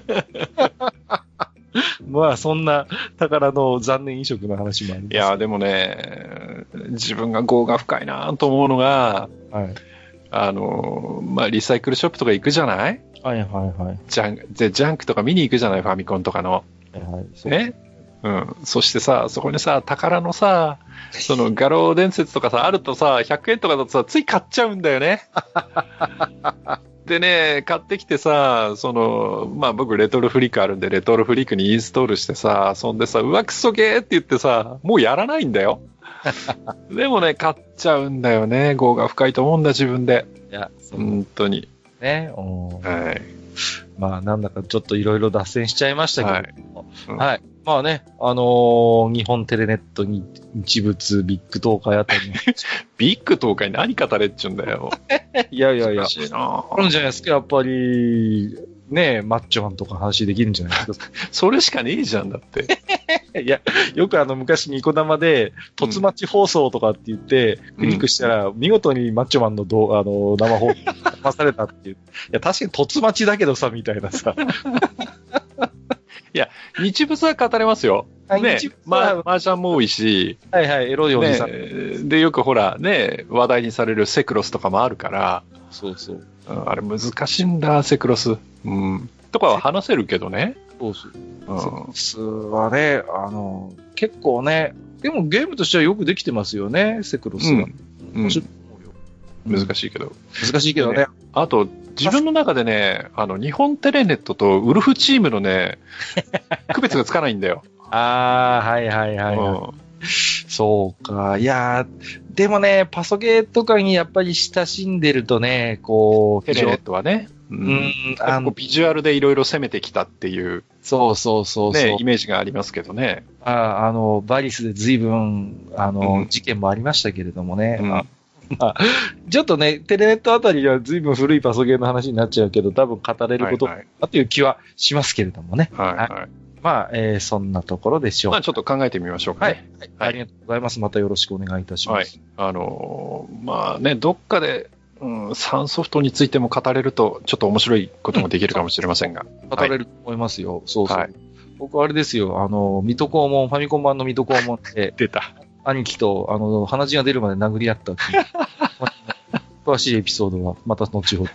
まあ、そんな宝の残念移植の話もあります。 いや、でもね、自分が業が深いなと思うのが、はい、あの、まあ、リサイクルショップとか行くじゃない？ はいはいはい。 ジャン、ジャンクとか見に行くじゃない？ファミコンとかの。はいはい。ね？うん。そしてさ、そこにさ、宝のさ、その画廊伝説とかさ、あるとさ、ひゃくえんとかだとさ、つい買っちゃうんだよね。でね、買ってきてさ、その、まあ僕レトロフリークあるんで、レトロフリークにインストールしてさ、そんでさ、うわ、クソゲーって言ってさ、もうやらないんだよ。でもね、買っちゃうんだよね。業が深いと思うんだ、自分で。いや、本当に。 ね、はい。まあ、なんだかちょっといろいろ脱線しちゃいましたけど、はい。うん、はい。まあね、あのー、日本テレネットに日物ビッグ東海あたりの。 ビッグ東海何語れっちゅうんだよ。 いやいやいや。あるんじゃないですか、やっぱり、ねえ、マッチョマンとか話できるんじゃないですか。 それしかねえじゃんだって。 いや、よくあの昔ニコ生で、突マッチ放送とかって言って、うん、クリックしたら、見事にマッチョマンのどあの生放送がされたっていう。いや、確かに突マッチだけどさ、みたいなさ。 いや、日物は語れますよ。ね、まあ、マージャンも多いし。 はいはい、エロいおじさん、 ね。で、よくほら、ね、話題にされるセクロスとかもあるから。 そうそう。 あれ難しいんだ、セクロス。うん。とかは話せるけどね。 そうそう。うん、セクロスはね、あの、結構ね、でもゲームとしてはよくできてますよね、セクロスは。うん。 面白いと思うよ。難しいけど。 難しいけどね。ねあと、自分の中でね、あの、日本テレネットとウルフチームのね、区別がつかないんだよ。 ああ、はいはいはい、はいうん。そうか。いやー、でもね、パソゲーとかにやっぱり親しんでるとね、こう、 テレネットはね、うん、あのビジュアルでいろいろ攻めてきたっていう、 そうそうそうそう、 ね、イメージがありますけどね。 あ, あの、バリスで随分、あの、うん、事件もありましたけれどもね。うんまあ、ちょっとね、テレネットあたりは随分古いパソゲーの話になっちゃうけど、多分語れることだという気はしますけれどもね。 はい、はいはい。 まあ、えー、そんなところでしょう。 まあ、ちょっと考えてみましょうかね。 はい。はい、ありがとうございます。またよろしくお願いいたします。 はい。あのー、まあね、どっかで、うん、サンソフトについても語れると、ちょっと面白いこともできるかもしれませんが。 うん、語れると思いますよ。はい、そうそう。はい、僕はあれですよ、あの、水戸黄門、ファミコン版の水戸黄門で、 出た。 兄貴と、あの、鼻血が出るまで殴り合ったっていう。 詳しいエピソードはまた後ほど。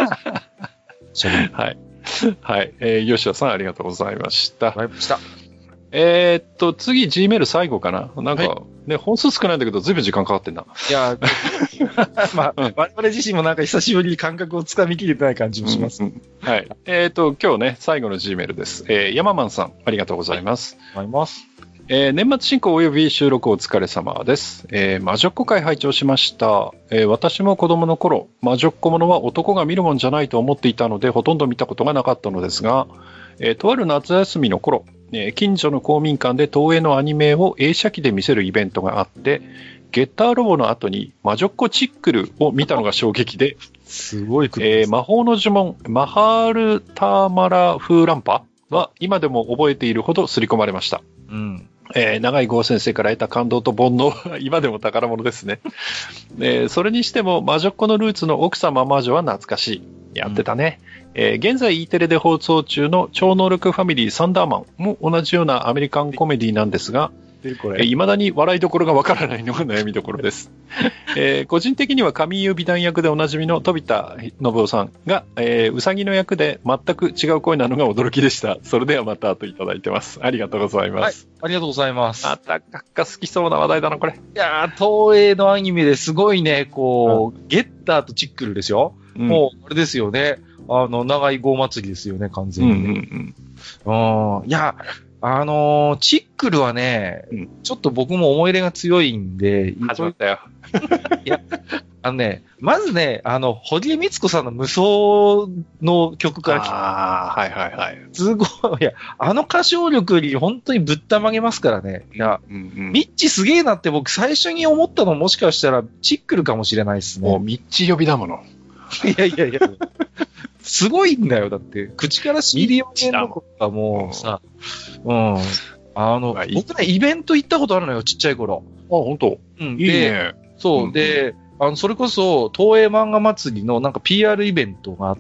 はい。はい。えー、吉田さんありがとうございました。 ありがとうございました。 えー、っと、次 G メール最後かな。なんか、はい、ね、本数少ないんだけど、ずいぶん時間かかってんな。 いや、まあ、うん、我々自身もなんか久しぶりに感覚をつかみきれてない感じもします。うんうん、 はい。えー、っと、今日ね、最後の G メールです。えー、ヤママンさん、ありがとうございます。 ありがとうございます。 えー、年末進行及び収録お疲れ様です。えー、魔女っ子会拝聴しました。えー、私も子供の頃、魔女っ子ものは男が見るもんじゃないと思っていたので、ほとんど見たことがなかったのですが、えー、とある夏休みの頃、えー、近所の公民館で東映のアニメを映写機で見せるイベントがあって、ゲッターロボの後に魔女っ子チックルを見たのが衝撃で、 すごい、 えー、魔法の呪文、マハールターマラフーランパは今でも覚えているほど刷り込まれました。 うん。 えー、長井剛先生から得た感動と煩悩は今でも宝物ですね。えー、それにしても魔女っ子のルーツの奥様魔女は懐かしい。やってたね。うん、えー、現在 E テレで放送中の超能力ファミリーサンダーマンも同じようなアメリカンコメディなんですが、いまだに笑いどころがわからないのが悩みどころです。えー、個人的には神優美談役でおなじみの飛田信夫さんが、えー、うさぎの役で全く違う声なのが驚きでした。それではまたといただいてます。ありがとうございます。 はい、ありがとうございます。 あたかか好きそうな話題だな、これ。 いやー、東映のアニメですごいね、こう、うん、ゲッターとチックルですよ。うん、もう、あれですよね。あの、長井号祭りですよね、完全に、ね。うんうんうん。いや、あのー、チックルはね、うん、ちょっと僕も思い入れが強いんで、 始まったよ。 いや、あのね、まずね、あの、堀江光子さんの無双の曲から来た。 ああ、はいはいはい。 すごい、いや、あの歌唱力より本当にぶったまげますからね。いや、うんうん、ミッチすげえなって僕最初に思ったのもしかしたらチックルかもしれないですね。 もうミッチ呼びだもの。 いやいやいや。すごいんだよ。だって、口から シーディー 音源のことがもうさ、うん。あの、僕ね、イベント行ったことあるのよ、ちっちゃい頃。 あ、本当。 うん。 いいね。 そう。うん、で、あの、それこそ、東映漫画祭りのなんか ピーアール イベントがあって、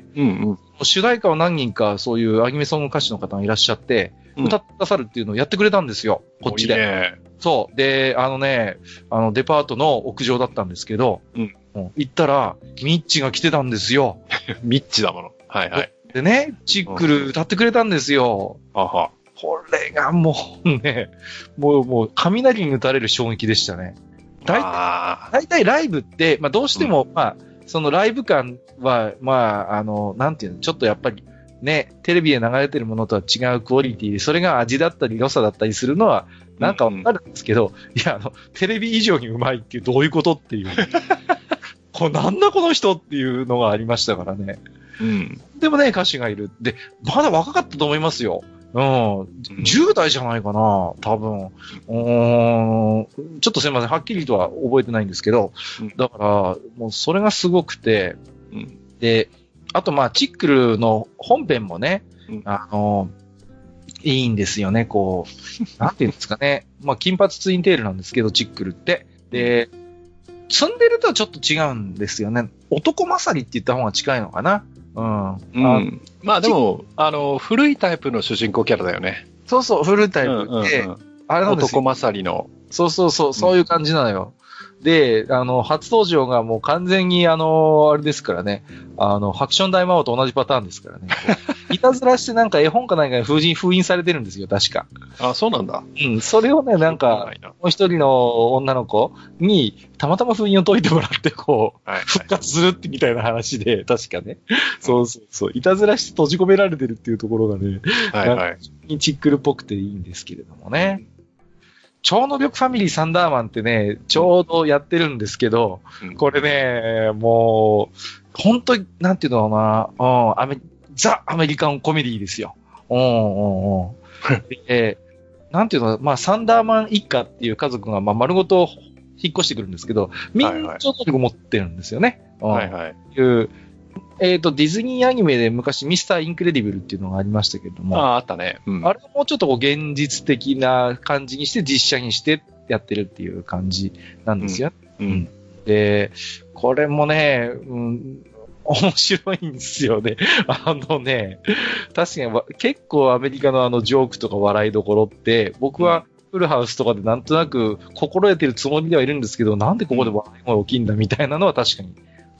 うんうん。 主題歌を何人かそういうアニメソング歌手の方がいらっしゃって、うん、歌ってくださるっていうのをやってくれたんですよ、こっちで。 いいね。 そう。で、あのね、あの、デパートの屋上だったんですけど、うん。行ったら、ミッチが来てたんですよ。 ミッチだもの。はいはい。 でね、チックル歌ってくれたんですよ。 あは。 これがもうね、もう、もう、雷に打たれる衝撃でしたね。大体、大体ライブって、まあどうしても、うん、まあ、そのライブ感は、まあ、あの、なんていうの、ちょっとやっぱり、ね、テレビで流れてるものとは違うクオリティで、それが味だったり良さだったりするのは、なんかわかるんですけど、うんうん、いや、あの、テレビ以上にうまいっていう、どういうことっていう。これなんだこの人っていうのがありましたからね。 うん。 でもね、歌手がいる。で、まだ若かったと思いますよ。うん。じゅう代じゃないかな、多分。うーん。ちょっとすいません、はっきりとは覚えてないんですけど、うん、だから、もうそれがすごくて、うん、で、あとまあ、チックルの本編もね、うん、あの、いいんですよね、こう、なんていうんですかね。まあ、金髪ツインテールなんですけど、チックルって。で、積んでるとはちょっと違うんですよね。男勝りって言った方が近いのかな。うん。 うん、まあでも、あの、古いタイプの主人公キャラだよね。 そうそう、古いタイプで、うんうんうん、あれなんですよ。 男勝りの。 そうそうそう、そういう感じなのよ。うん、で、あの、初登場がもう完全にあの、あれですからね。あの、ハクション大魔王と同じパターンですからね。いたずらしてなんか絵本か何かに封印、封印されてるんですよ、確か。 あ、そうなんだ。 うん、それをね、なんか、もう一人の女の子に、たまたま封印を解いてもらって、こう、はいはい、復活するってみたいな話で、確かね。そうそうそう。いたずらして閉じ込められてるっていうところがね、はいはい。チックルっぽくていいんですけれどもね。超能力ファミリーサンダーマンってね、ちょうどやってるんですけど、うん、これね、もう、本当に、なんていうのかな、うん、アメザ・アメリカンコメディですよ。うんうんうん。で、なんていうの、まあ、サンダーマン一家っていう家族が、まあ、丸ごと引っ越してくるんですけど、みんな超能力持ってるんですよね。 はいはい。 うん、いうえっ、ー、と、ディズニーアニメで昔ミスターインクレディブルっていうのがありましたけども。 ああ、あったね。 うん、あれもうちょっとこう現実的な感じにして実写にしてやってるっていう感じなんですよ。 うん。うん、 で、これもね、うん、面白いんですよね。あのね、確かに結構アメリカのあのジョークとか笑いどころって、僕はフルハウスとかでなんとなく心得てるつもりではいるんですけど、なんでここで笑い声起きんだみたいなのは確かに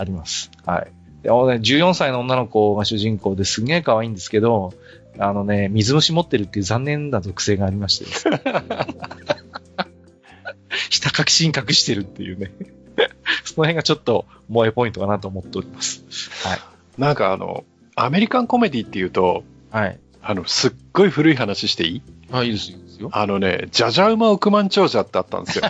あります。はい。でね、じゅうよんさいの女の子が主人公ですげえ可愛いんですけど、あのね、水虫持ってるっていう残念な属性がありましてですね。ひた隠しに隠してるっていうね。その辺がちょっと萌えポイントかなと思っております。はい。 なんかあの、アメリカンコメディっていうと、 はい。 あの、すっごい古い話していい？ あ、いいですよ。いいですよ。 あのね、じゃじゃ馬億万長者ってあったんですよ。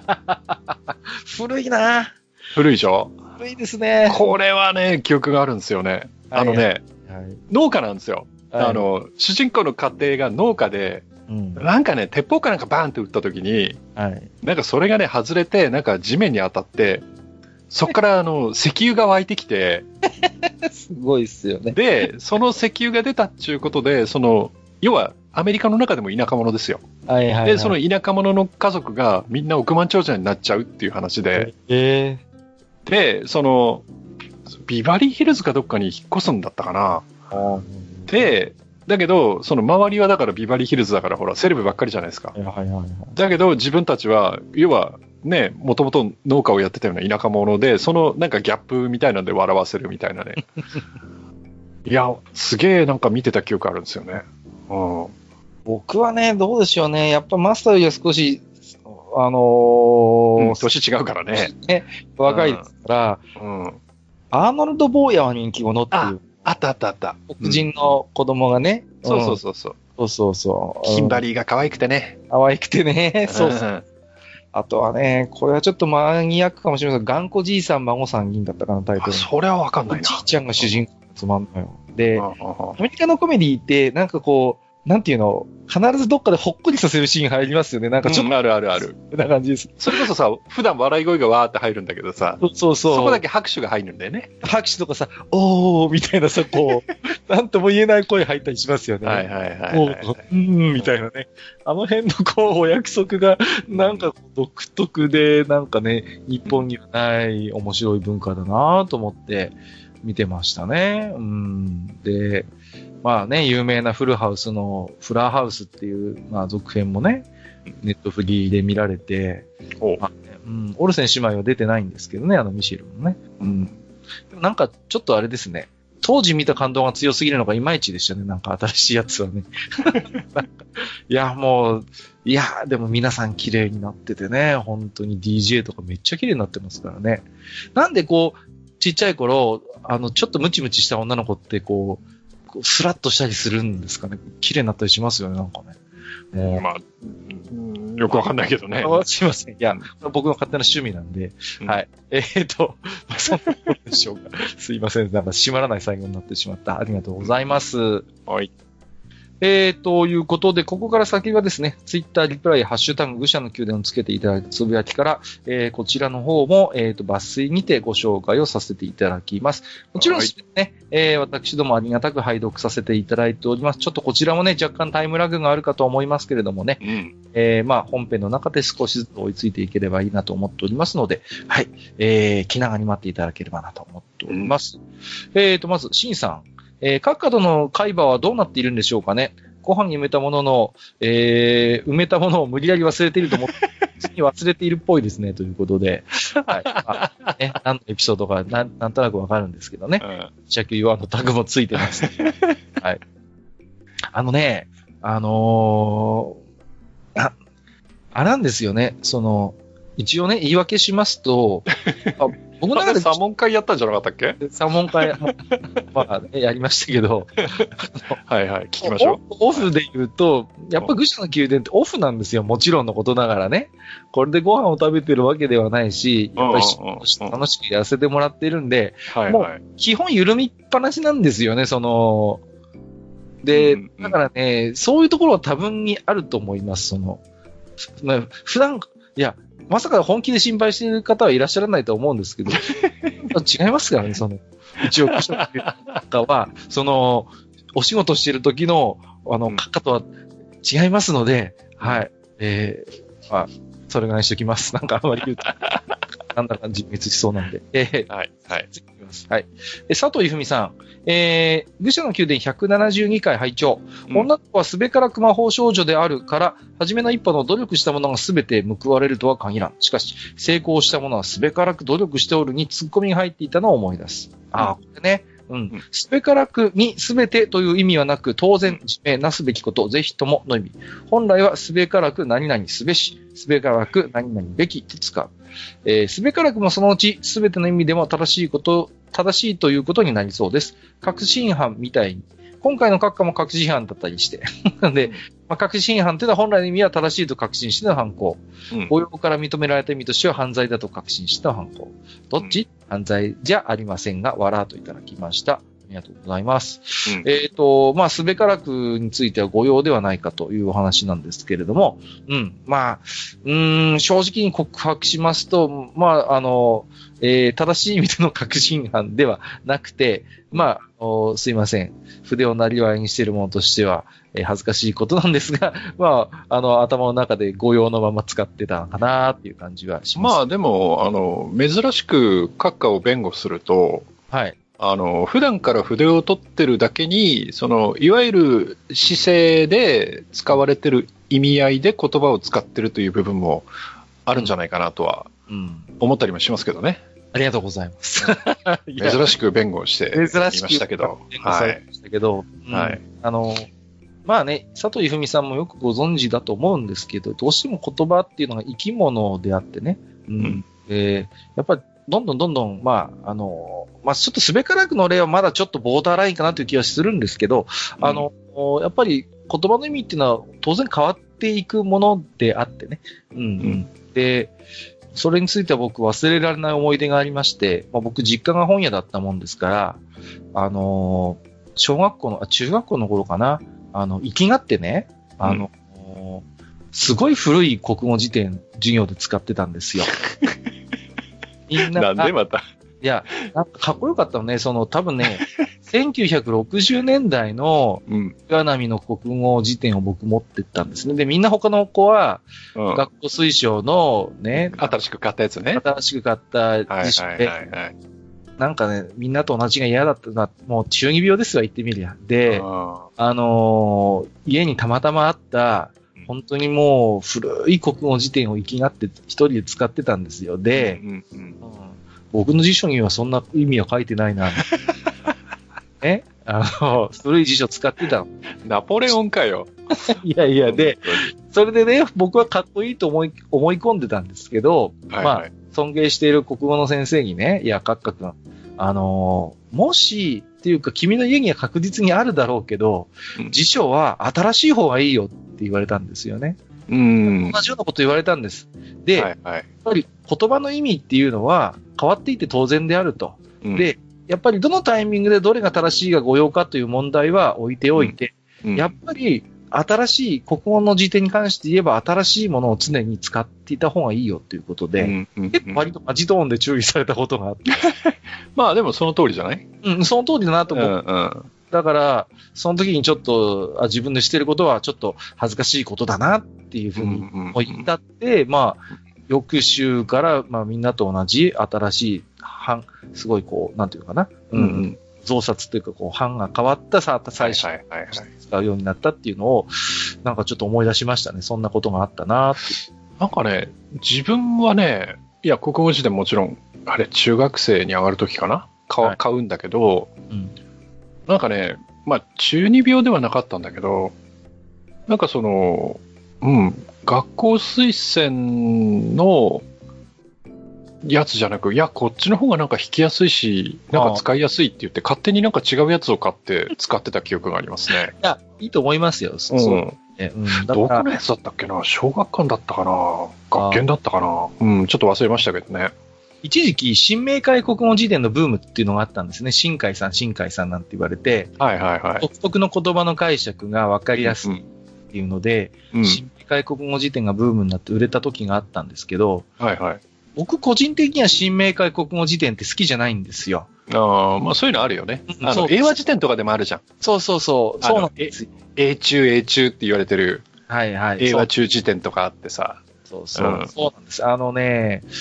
古いな古いでしょ？ 古いですね。 これはね、記憶があるんですよね。あのね、はいはい、農家なんですよ。はい、あの、主人公の家庭が農家で、うん、なんかね、鉄砲かなんかバーンって撃った時に、はい、なんかそれがね、外れて、なんか地面に当たって、そっからあの、石油が湧いてきて、 すごいっすよね。 で、その石油が出たっていうことで、その、要は、アメリカの中でも田舎者ですよ。はいはいはい、で、その田舎者の家族がみんな億万長者になっちゃうっていう話で、えー、で、その、ビバリーヒルズかどっかに引っ越すんだったかな。で、だけど、その周りはだからビバリーヒルズだからほら、セレブばっかりじゃないですか。はいはいはい、だけど自分たちは、要はね、もともと農家をやってたような田舎者で、そのなんかギャップみたいなんで笑わせるみたいなね。いや、すげえなんか見てた記憶あるんですよね。うん、 僕はね、どうでしょうね。やっぱマスターよりは少し、あのーうん、年違うからね。 ね、若いですから、うんうん、アーノルド・ボーヤは人気者っていう。 あったあったあった。 黒人の子供がね。 うん、そうそうそうそう。 そうそうそう。 キンバリーが可愛くてね。 可愛くてね。そうそう。あとはね、これはちょっとマニアックかもしれませんが、頑固じいさん孫さん銀だったかな、タイトル。 それはわかんないな。 おじいちゃんが主人公つまんのよ。で、アメリカのコメディって、なんかこう、なんていうの、必ずどっかでほっこりさせるシーン入りますよね。なんかちょっと、うん、 あるあるある。 な感じです。 それこそさ、普段笑い声がわーって入るんだけどさ、 そうそうそう。 そこだけ拍手が入るんだよね。 拍手とかさ、おーみたいなさ、こう、なんとも言えない声入ったりしますよね。 はいはいはい、はい。 おー、うーん、みたいなね。あの辺のこう、お約束が、なんか独特で、なんかね、日本にはない面白い文化だなと思って見てましたね。うん。で、まあね、有名なフルハウスのフラーハウスっていう、まあ続編もね、ネットフリーで見られて、まあね、うん、オルセン姉妹は出てないんですけどね、あのミシェルもね。うん。でもなんかちょっとあれですね、当時見た感動が強すぎるのがいまいちでしたね、なんか新しいやつはね。いや、もう、いや、でも皆さん綺麗になっててね、本当に ディージェー とかめっちゃ綺麗になってますからね。なんでこう、ちっちゃい頃、あの、ちょっとムチムチした女の子ってこう、スラッとしたりするんですかね。綺麗になったりしますよね、なんかね。 えー、まあ、よくわかんないけどね。 すいません。いや、僕の勝手な趣味なんで。うん、はい。えー、っと、まあ、そんなことでしょうか。すいません。なんか閉まらない最後になってしまった。ありがとうございます。 はい。 えー、ということで、ここから先はですね、ツイッターリプライ、ハッシュタグ、愚者の宮殿をつけていただいたつぶやきから、えー、こちらの方も、えー、と、抜粋にてご紹介をさせていただきます。もちろんですね、はい、えー、私どもありがたく拝読させていただいております。ちょっとこちらもね、若干タイムラグがあるかと思いますけれどもね、うん、えー、まあ、本編の中で少しずつ追いついていければいいなと思っておりますので、はい、えー、気長に待っていただければなと思っております。うん、えー、と、まず、シンさん、えー、各角の海馬はどうなっているんでしょうかね。ご飯に埋めたものの、えー、埋めたものを無理やり忘れていると思って、次忘れているっぽいですね、ということで。はい。あね、何のエピソードかな、なんとなくわかるんですけどね。着用のタグもついてます。はい。あのね、あのー、あ、あれなんですよね、その、一応ね、言い訳しますと、あ僕の中でサモン会やったんじゃなかったっけ？ サモン会、まあ、ね、やりましたけど。 はいはい、聞きましょう。 オフで言うと、やっぱ愚者の宮殿ってオフなんですよ。もちろんのことながらね。これでご飯を食べてるわけではないし、やっぱり楽しくやらせてもらってるんで、はいはい、もう基本緩みっぱなしなんですよね、その、で、うんうん、だからね、そういうところは多分にあると思います、その、普段、いや、まさか本気で心配している方はいらっしゃらないと思うんですけど、違いますからね、その、一応、愚者の宮殿は、その、お仕事してる時の、あの、方とは違いますので、はい。えー、まあ、それぐらいにしときます。なんかあんまり言うと、 なんだか自滅しそうなんで。えー、 はい。はい。 次いきます。はい。え、佐藤由文さん。えー、愚者の宮殿ひゃくななじゅうにかい拝聴、うん、女の子はすべからく魔法少女であるから、初めの一歩の努力したものがすべて報われるとは限らん。しかし、成功したものはすべからく努力しておるにツッコミが入っていたのを思い出す。ああ、これね。うん。すべからくにすべてという意味はなく、当然、自明なすべきこと、ぜひともの意味。本来はすべからく何々すべし、すべからく何々べきと使う。えー、すべからくもそのうちすべての意味でも正しいこと、正しいということになりそうです。確信犯みたいに。今回の閣下も確信犯だったりして。で、まあ、確信犯というのは本来の意味は正しいと確信しての犯行。御用から認められた意味としては犯罪だと確信した犯行。どっち、うん、犯罪じゃありませんが、わらーといただきました。ありがとうございます。うん、えっ、ー、と、まあ、すべからくについては御用ではないかというお話なんですけれども、うん、まあ、うーん、正直に告白しますと、まあ、あの、えー、正しい意味での確信犯ではなくて、まあ、すいません。筆をなりわいにしているものとしては、えー、恥ずかしいことなんですが、まあ、あの、頭の中で御用のまま使ってたのかなっていう感じはします。 まあ、でも、あの、珍しく閣下を弁護すると、 はい。 あの、普段から筆を取ってるだけに、その、いわゆる姿勢で使われてる意味合いで言葉を使ってるという部分もあるんじゃないかなとは、思ったりもしますけどね。 ありがとうございます。 珍しく弁護していましたけど。 珍しく弁護されましたけど、はい。うん、あの、まあね、佐藤由文さんもよくご存知だと思うんですけど、どうしても言葉っていうのが生き物であってね、うん。えー、やっぱりどんどんどんどん、まあ、あの、まあ、ちょっとすべからくの例はまだちょっとボーダーラインかなという気がするんですけど、うん、あの、やっぱり言葉の意味っていうのは当然変わっていくものであってね。うん、うん。で、それについては僕忘れられない思い出がありまして、まあ、僕実家が本屋だったもんですから、あの、小学校の、あ、中学校の頃かな、あの、行きがってね、あの、うん、すごい古い国語辞典授業で使ってたんですよ。みんな。 なんでまたいや、なんかかっこよかったのね、その多分ね、せんきゅうひゃくろくじゅうねんだいの岩波の国語辞典を僕持ってったんですね。で、みんな他の子は、うん、学校推奨のね、 新しく買ったやつね。 新しく買った辞書で、なんかね、みんなと同じが嫌だったな、もう中二病ですわ、言ってみりゃ。で、あのー、家にたまたまあった、本当にもう古い国語辞典を生きがって一人で使ってたんですよ。で、うんうんうん、僕の辞書にはそんな意味は書いてないな。えあの、古い辞書使ってたの。 ナポレオンかよ。 いやいや、で、それでね、僕はかっこいいと思い、思い込んでたんですけど、はいはい、まあ、尊敬している国語の先生にね、いや、カッカ君、あのー、もし、っていうか、君の家には確実にあるだろうけど、うん、辞書は新しい方がいいよって言われたんですよね。 うん。 同じようなこと言われたんです。で、はいはい、やっぱり言葉の意味っていうのは変わっていて当然であると。うん、で、やっぱりどのタイミングでどれが正しいが御用かという問題は置いておいて、うんうん、やっぱり新しい国語の辞典に関して言えば新しいものを常に使っていた方がいいよということで、うんうんうん、結構割とマジトーンで注意されたことがあって。 まあでもその通りじゃない？ うん、その通りだなと思う。うんうん、だから、その時にちょっとあ自分でしてることはちょっと恥ずかしいことだなっていうふうに思い立って、うんうんうん、まあ、翌週から、まあみんなと同じ新しい版、すごいこう、なんていうかな、うんうん、増刷というかこう、版が変わったさ、最初、使うようになったっていうのを、なんかちょっと思い出しましたね。そんなことがあったなって。 なんかね、自分はね、いや、国語辞典もちろん、あれ、中学生に上がるときかな、買、はい、買うんだけど、うん、なんかね、まあ、中二病ではなかったんだけど、なんかその、うん、学校推薦のやつじゃなく、いや、こっちの方がなんか引きやすいし、なんか使いやすいって言って、勝手になんか違うやつを買って使ってた記憶がありますね。 いや、いいと思いますよ。そう。うん。 ね、うん、どこのやつだったっけな、小学館だったかな、学研だったかな、うん、ちょっと忘れましたけどね。 一時期、新明解国語辞典のブームっていうのがあったんですね。新海さん、新海さんなんて言われて、 はいはいはい。 独特の言葉の解釈が分かりやすいっていうので、うん、新明解国語辞典がブームになって売れた時があったんですけど、 はいはい。 僕個人的には新明解国語辞典って好きじゃないんですよ。 ああ、まあそういうのあるよね。あの、英和辞典とかでもあるじゃん。 そうそうそう。そうなんですよ。 英中、英中って言われてる。 はいはい。 英和中辞典とかあってさ。 そうそう。うん、そうなんです。あのね、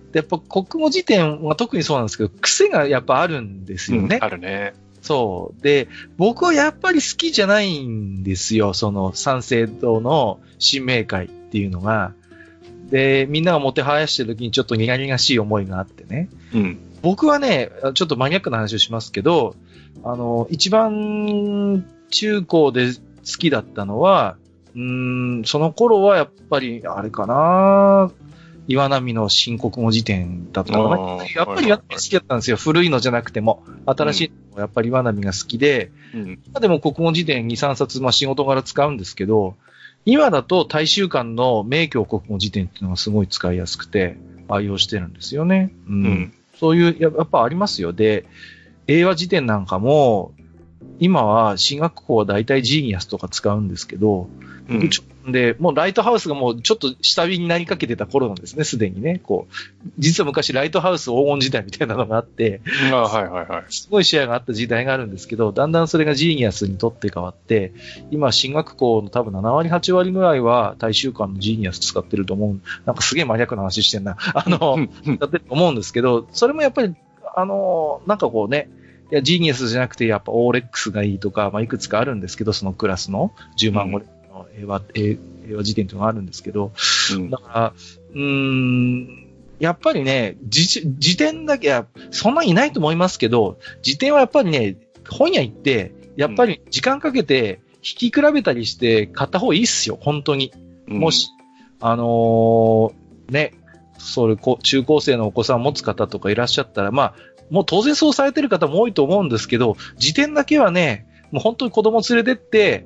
でやっぱ国語辞典は特にそうなんですけど、癖がやっぱあるんですよね。 うん、あるね。 そう。で、僕はやっぱり好きじゃないんですよ。その三省堂の新明会っていうのが。で、みんながもてはやしてる時にちょっと苦々しい思いがあってね。 うん。 僕はね、ちょっとマニアックな話をしますけど、あの、一番中高で好きだったのは、うーん、その頃はやっぱり、あれかな、岩波の新国語辞典だったかな。やっぱり岩波好きだったんですよ。古いのじゃなくても。新しいのもやっぱり岩波が好きで、うん、今でも国語辞典に、さんさつ、まあ仕事柄使うんですけど、今だと大衆館の明教国語辞典っていうのがすごい使いやすくて、愛用してるんですよね。うん。うん、そういう、やっぱありますよ。で、英和辞典なんかも、今は進学校は大体ジーニアスとか使うんですけど、うん、で、もうライトハウスがもうちょっと下火になりかけてた頃なんですね、すでにね。こう、実は昔ライトハウス黄金時代みたいなのがあって、 あ、はいはいはい。 すごいシェアがあった時代があるんですけど、だんだんそれがジーニアスにとって変わって、今進学校の多分ななわりはちわりぐらいは大衆館のジーニアス使ってると思う。なんかすげえマニアックな話してんな。あの、使ってると思うんですけど、それもやっぱり、あの、なんかこうね、いや、ジーニアスじゃなくてやっぱオーレックスがいいとか、まあいくつかあるんですけど、そのクラスのじゅうまんごの英和、英和辞典というのがあるんですけど、うん、だから、うーん、やっぱりね、辞、辞典だけは、そんなにいないと思いますけど、辞典はやっぱりね、本屋行って、やっぱり時間かけて、引き比べたりして買った方がいいっすよ、本当に。うん、もし、あのー、ね、それ、中高生のお子さんを持つ方とかいらっしゃったら、まあ、もう当然そうされてる方も多いと思うんですけど、辞典だけはね、もう本当に子供連れてって、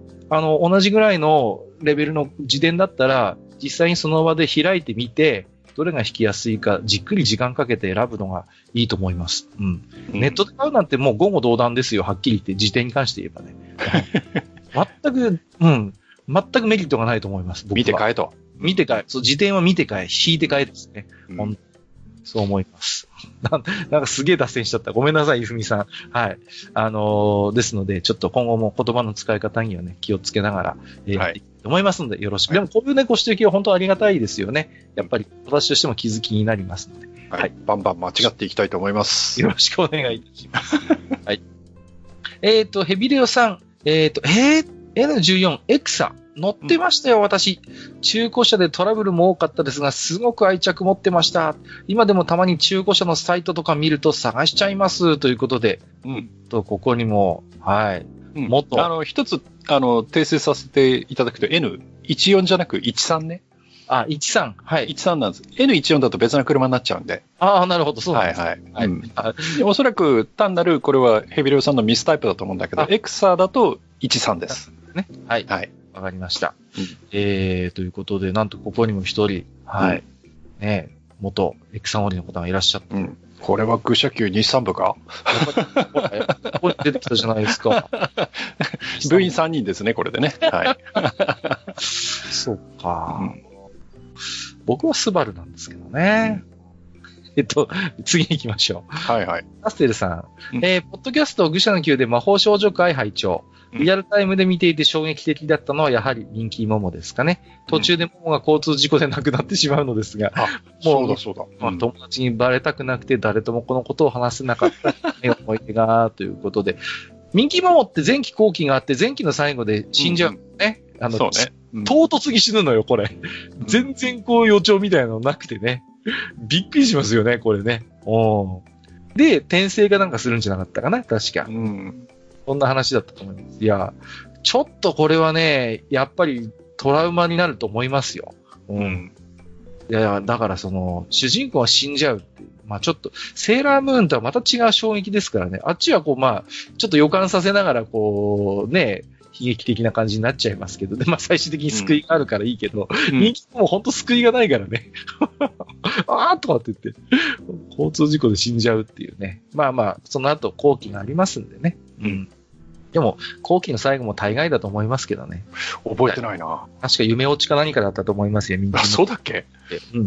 あの、同じぐらいのレベルの辞典だったら、実際にその場で開いてみて、どれが引きやすいか、じっくり時間かけて選ぶのがいいと思います。うん。うん、ネットで買うなんてもう言語道断ですよ、はっきり言って、辞典に関して言えばね。全く、うん、全くメリットがないと思います。僕は見て買えと。 見て買え。そう、辞典は見て買え、引いて買えですね。うん、そう思います。なん、なんかすげえ脱線しちゃった。ごめんなさい、ゆふみさん。はい。あのー、ですので、ちょっと今後も言葉の使い方にはね、気をつけながら、えー、はい、と思いますので、よろしく。はい、でも、こういうね、ご指摘は本当ありがたいですよね。やっぱり、私としても気づきになりますので。 はい。はい、バンバン間違っていきたいと思います。 よろしくお願いいたします。はい。えっと、ヘビレオさん。えっと、えー、エヌじゅうよん、エクサ。乗ってましたよ、うん、私。中古車でトラブルも多かったですが、すごく愛着持ってました。今でもたまに中古車のサイトとか見ると探しちゃいます。ということで。うん。と、ここにも、はい。 うん、もっと。あの、一つ、あの、訂正させていただくと エヌじゅうよん じゃなくじゅうさんね。 あ、じゅうさん。はい。 じゅうさんなんです。エヌじゅうよん だと別な車になっちゃうんで。 ああ、なるほど。そうなんです。 はいはい。はい、うん、おそらく単なるこれはヘビレオさんのミスタイプだと思うんだけど、エクサーだとじゅうさんです。 ね。はい。はい。わかりました。うん、えー、ということで、なんとここにも一人、はい。うん、ね、元エクサンオリの方がいらっしゃって。うん、 これは愚者級にじゅうさん部かここに出てきたじゃないですか。 部員さんにんですね、これでね。はい。 そうか、うん。僕はスバルなんですけどね。うん、えっと、次に行きましょう。 はいはい。 アステルさん。うん、えー、ポッドキャスト愚者の級で魔法少女会拝聴。リアルタイムで見ていて衝撃的だったのはやはり人気モモですかね。途中でモモが交通事故で亡くなってしまうのですが、 うん、もう、そうだそうだ。 まあ、友達にバレたくなくて誰ともこのことを話せなかった思い出が、ということで。人気モモって前期後期があって前期の最後で死んじゃうね。うん、あの、そうね。うん、唐突に死ぬのよ、これ。全然こう予兆みたいなのなくてね。びっくりしますよね、これね。おで、転生がなんかするんじゃなかったかな、確か。うんそんな話だったと思います。いや、ちょっとこれはね、やっぱりトラウマになると思いますよ。うん。いや、だからその、主人公は死んじゃうっていう。まあちょっと、セーラームーンとはまた違う衝撃ですからね。あっちはこう、まあ、ちょっと予感させながらこう、ね、悲劇的な感じになっちゃいますけど、で、まあ最終的に救いがあるからいいけど、うん、人気もほんと救いがないからね。あーとかって言って、交通事故で死んじゃうっていうね。まあまあ、その後後期がありますんでね。うん。でも、後期の最後も大概だと思いますけどね。 覚えてないな。 確か夢落ちか何かだったと思いますよ、みんな。 あ、そうだっけ？ うんうんうん。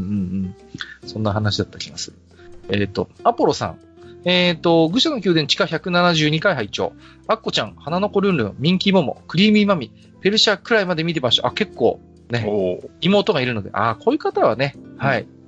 そんな話だった気がする。えっ、ー、と、アポロさん。えっ、ー、と、愚者の宮殿地下ひゃくななじゅうにかい拝聴。アッコちゃん、花の子ルンルン、ミンキーモモ、クリーミーマミ、ペルシャくらいまで見てました。あ、結構、ね。妹がいるので、あ、こういう方はね、うん、はい。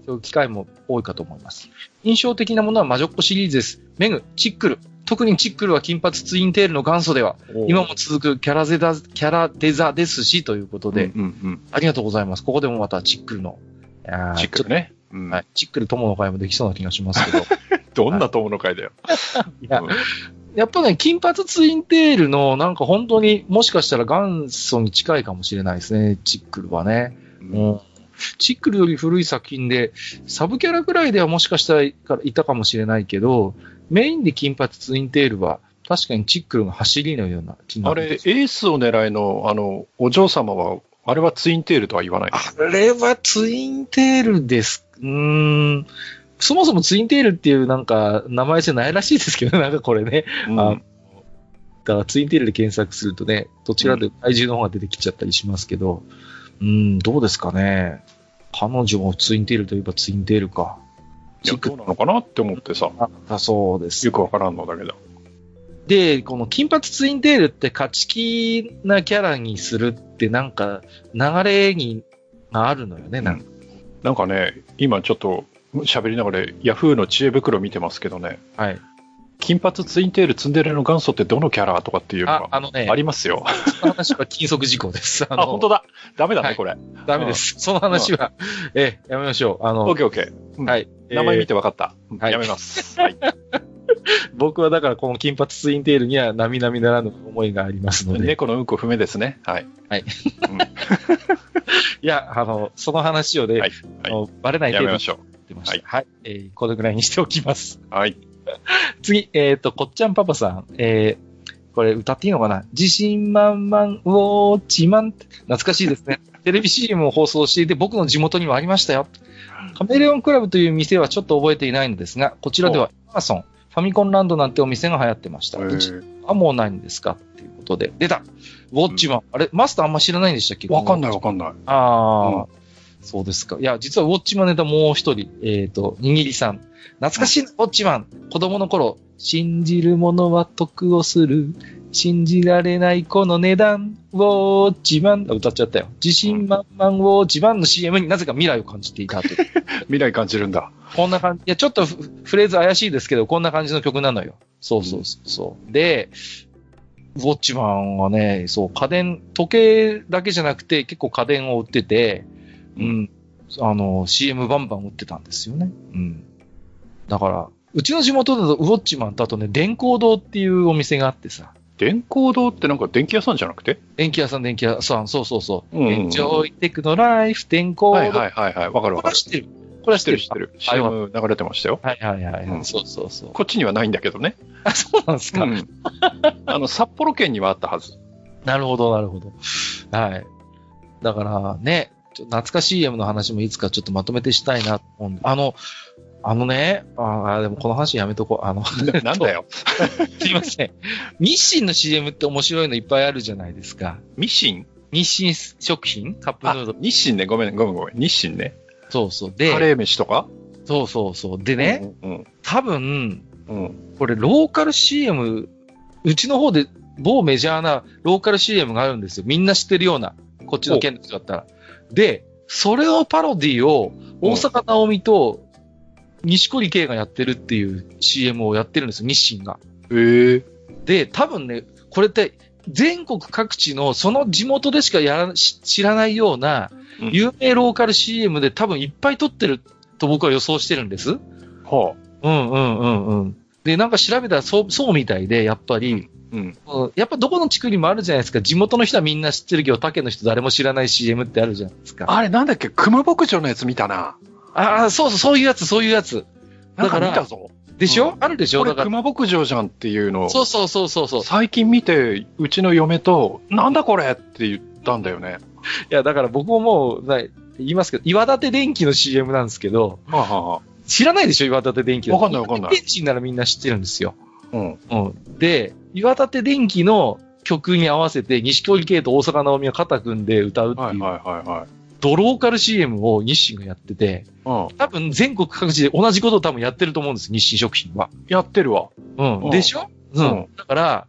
そういう機会も多いかと思います。印象的なものは魔女っ子シリーズです。メグ、チックル。特にチックルは金髪ツインテールの元祖では、今も続くキャラデザ、キャラデザですし、ということで、うんうんうん、ありがとうございます。ここでもまたチックルの、 チックルね。 うん、はい。チックル友の会もできそうな気がしますけど。 どんな友の会だよ。 いや、うん、やっぱね、金髪ツインテールの、なんか本当に、もしかしたら元祖に近いかもしれないですね、チックルはね。うんうん、チックルより古い作品で、サブキャラぐらいではもしかしたらいたかもしれないけど、メインで金髪ツインテールは、確かにチックルが走りのような気が。 あれ、エースを狙いの、あの、お嬢様は、あれはツインテールとは言わない。 あれはツインテールです。うーん。そもそもツインテールっていうなんか名前じゃないらしいですけど、なんかこれね。うん、あだからツインテールで検索するとね、どちらで体重の方が出てきちゃったりしますけど、うん、うんどうですかね。彼女もツインテールといえばツインテールか。 いや、どうなのかなって思ってさ。 あ、そうです。 よくわからんのだけど。 で、この金髪ツインテールって勝ち気なキャラにするってなんか流れにがあるのよね、なんか。 うん、なんかね、今ちょっと喋りながらヤフーの知恵袋見てますけどね。 はい。 金髪ツインテールツンデレの元祖ってどのキャラとかっていうのが あ, あ, の、ね、 ありますよ。 その話は禁則事項です。 あ, あ、本当だ。ダメだね、はい、これ。 ダメです。その話は、ええ、やめましょう。あの、 オッケーオッケー。はい。名前見て分かった。えー、はい、やめます。はい。 僕はだからこの金髪ツインテールには並々ならぬ思いがありますので。 猫のうんこ踏めですね。はい。 はい。うん、いや、あの、その話をね、はいはい、あのバレない程度にやめましょう。 はい。はい。えー、これぐらいにしておきます。 はい。 次、えっ、ー、と、こっちゃんパパさん。えー、これ歌っていいのかな？自信満々、ウォーチマン。懐かしいですね。テレビ シーエム を放送していて、僕の地元にもありましたよ。カメレオンクラブという店はちょっと覚えていないのですが、こちらではアマゾン、ファミコンランドなんてお店が流行ってました。うちはもうないんですかっていうことで。出たウォッチマン、うん。あれマスターあんま知らないんでしたっけ？ わかんないわかんない。 ああ、うん、そうですか。いや、実はウォッチマンネタもう一人、えっ、ー、と、にぎりさん。懐かしい、ウォッチマン。子供の頃、信じる者は得をする。信じられないこの値段、ウォッチマン。歌っちゃったよ。自信満々ウォッチマンの シーエム になぜか未来を感じていたと。 未来感じるんだ。 こんな感じ。いや、ちょっとフレーズ怪しいですけど、こんな感じの曲なのよ。そうそうそう。で、ウォッチマンはね、そう、家電、時計だけじゃなくて結構家電を売ってて、うん、あの、シーエム バンバン売ってたんですよね。うん。だから、うちの地元だとウォッチマンとあとね、電光堂っていうお店があってさ。 電光堂ってなんか電気屋さんじゃなくて？ 電気屋さん、電気屋さん、そうそうそう。うんうんうん、エンジョイテクノライフ、電光堂。はいはいはいはい、わかるわかる。 これ知ってる。これは知ってる。 知ってる。シーエム 流れてましたよ。 はいはいはい、うん。そうそうそう。 こっちにはないんだけどね。 あ、そうなんですか。うん、 あの、札幌県にはあったはず。 なるほどなるほど。はい。だからね、懐かしい シーエム の話もいつかちょっとまとめてしたいなと思うんで。あの、あのね、あでもこの話やめとこう。あの、 なんだよ。 すいません。日清の シーエム って面白いのいっぱいあるじゃないですか。 日清？ 日清食品カップヌードル。 日清ね。ごめんごめんごめん。日清ね。 そうそう。で、 カレー飯とか？ そうそうそう。でね、 うんうん、 多分、うん、これローカル シーエム、うちの方で某メジャーなローカル シーエムがあるんですよ。みんな知ってるような。こっちの県の人だったら。で、それをパロディを大坂なおみと錦織圭がやってるっていう シーエム をやってるんですよ、日清が。 へー。 で、多分ね、これって全国各地のその地元でしかやら知らないような有名ローカル シーエム で多分いっぱい撮ってると僕は予想してるんです。 はあ、うんうんうんうん。で、なんか調べたらそう、そうみたいで、やっぱり、うんうん、やっぱどこの地区にもあるじゃないですか。地元の人はみんな知ってるけど、他県の人誰も知らない シーエム ってあるじゃないですか。 あれなんだっけ、熊牧場のやつ見たな。 ああ、そうそう、そういうやつ、そういうやつ。 だから、見たぞ。 でしょ、うん、あるでしょ。 これ熊牧場じゃんっていうのを。 そうそうそうそうそう。 最近見て、うちの嫁と、なんだこれって言ったんだよね。 いや、だから僕ももう、言いますけど、岩立電機の シーエム なんですけど、 はあはあ、 知らないでしょ、岩立電機。 わかんないわかんない。 電池ならみんな知ってるんですよ。 うん。 うん。で、岩立電機の曲に合わせて、錦織圭と大阪なおみが肩組んで歌うっていう。はいはいはいはい。 ドローカル シーエム を日清がやってて、うん、多分全国各地で同じことを多分やってると思うんです、日清食品は。 やってるわ。 うん。うん、でしょ、うん、うん。だから、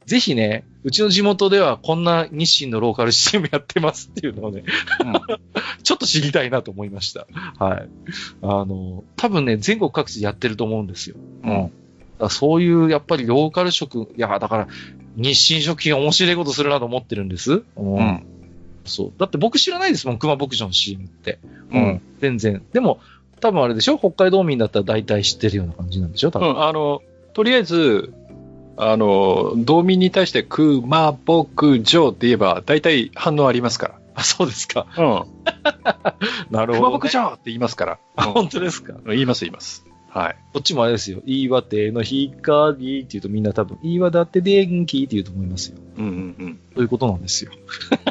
ぜひね、うちの地元ではこんな日清のローカル シーエム やってますっていうのをね、うん、ちょっと知りたいなと思いました。はい。あの、多分ね、全国各地でやってると思うんですよ。うん。だからそういう、やっぱりローカル食、いや、だから、日清食品面白いことするなと思ってるんです。うん。うん、そう。だって僕知らないですもん、熊牧場の シーエム って。うん。うん、全然。でも、多分あれでしょ、北海道民だったら大体知ってるような感じなんでしょ多分。 うん、あの、とりあえず、あの、道民に対して熊牧場って言えば大体反応ありますから。 あ、そうですか。 うん。 なるほど、ね。 熊牧場って言いますから。 あ、うん、本当ですか。 言います言います。はい。 こっちもあれですよ。岩手の光って言うとみんな多分、岩手電気って言うと思いますよ。 うんうんうん。 そういうことなんですよ。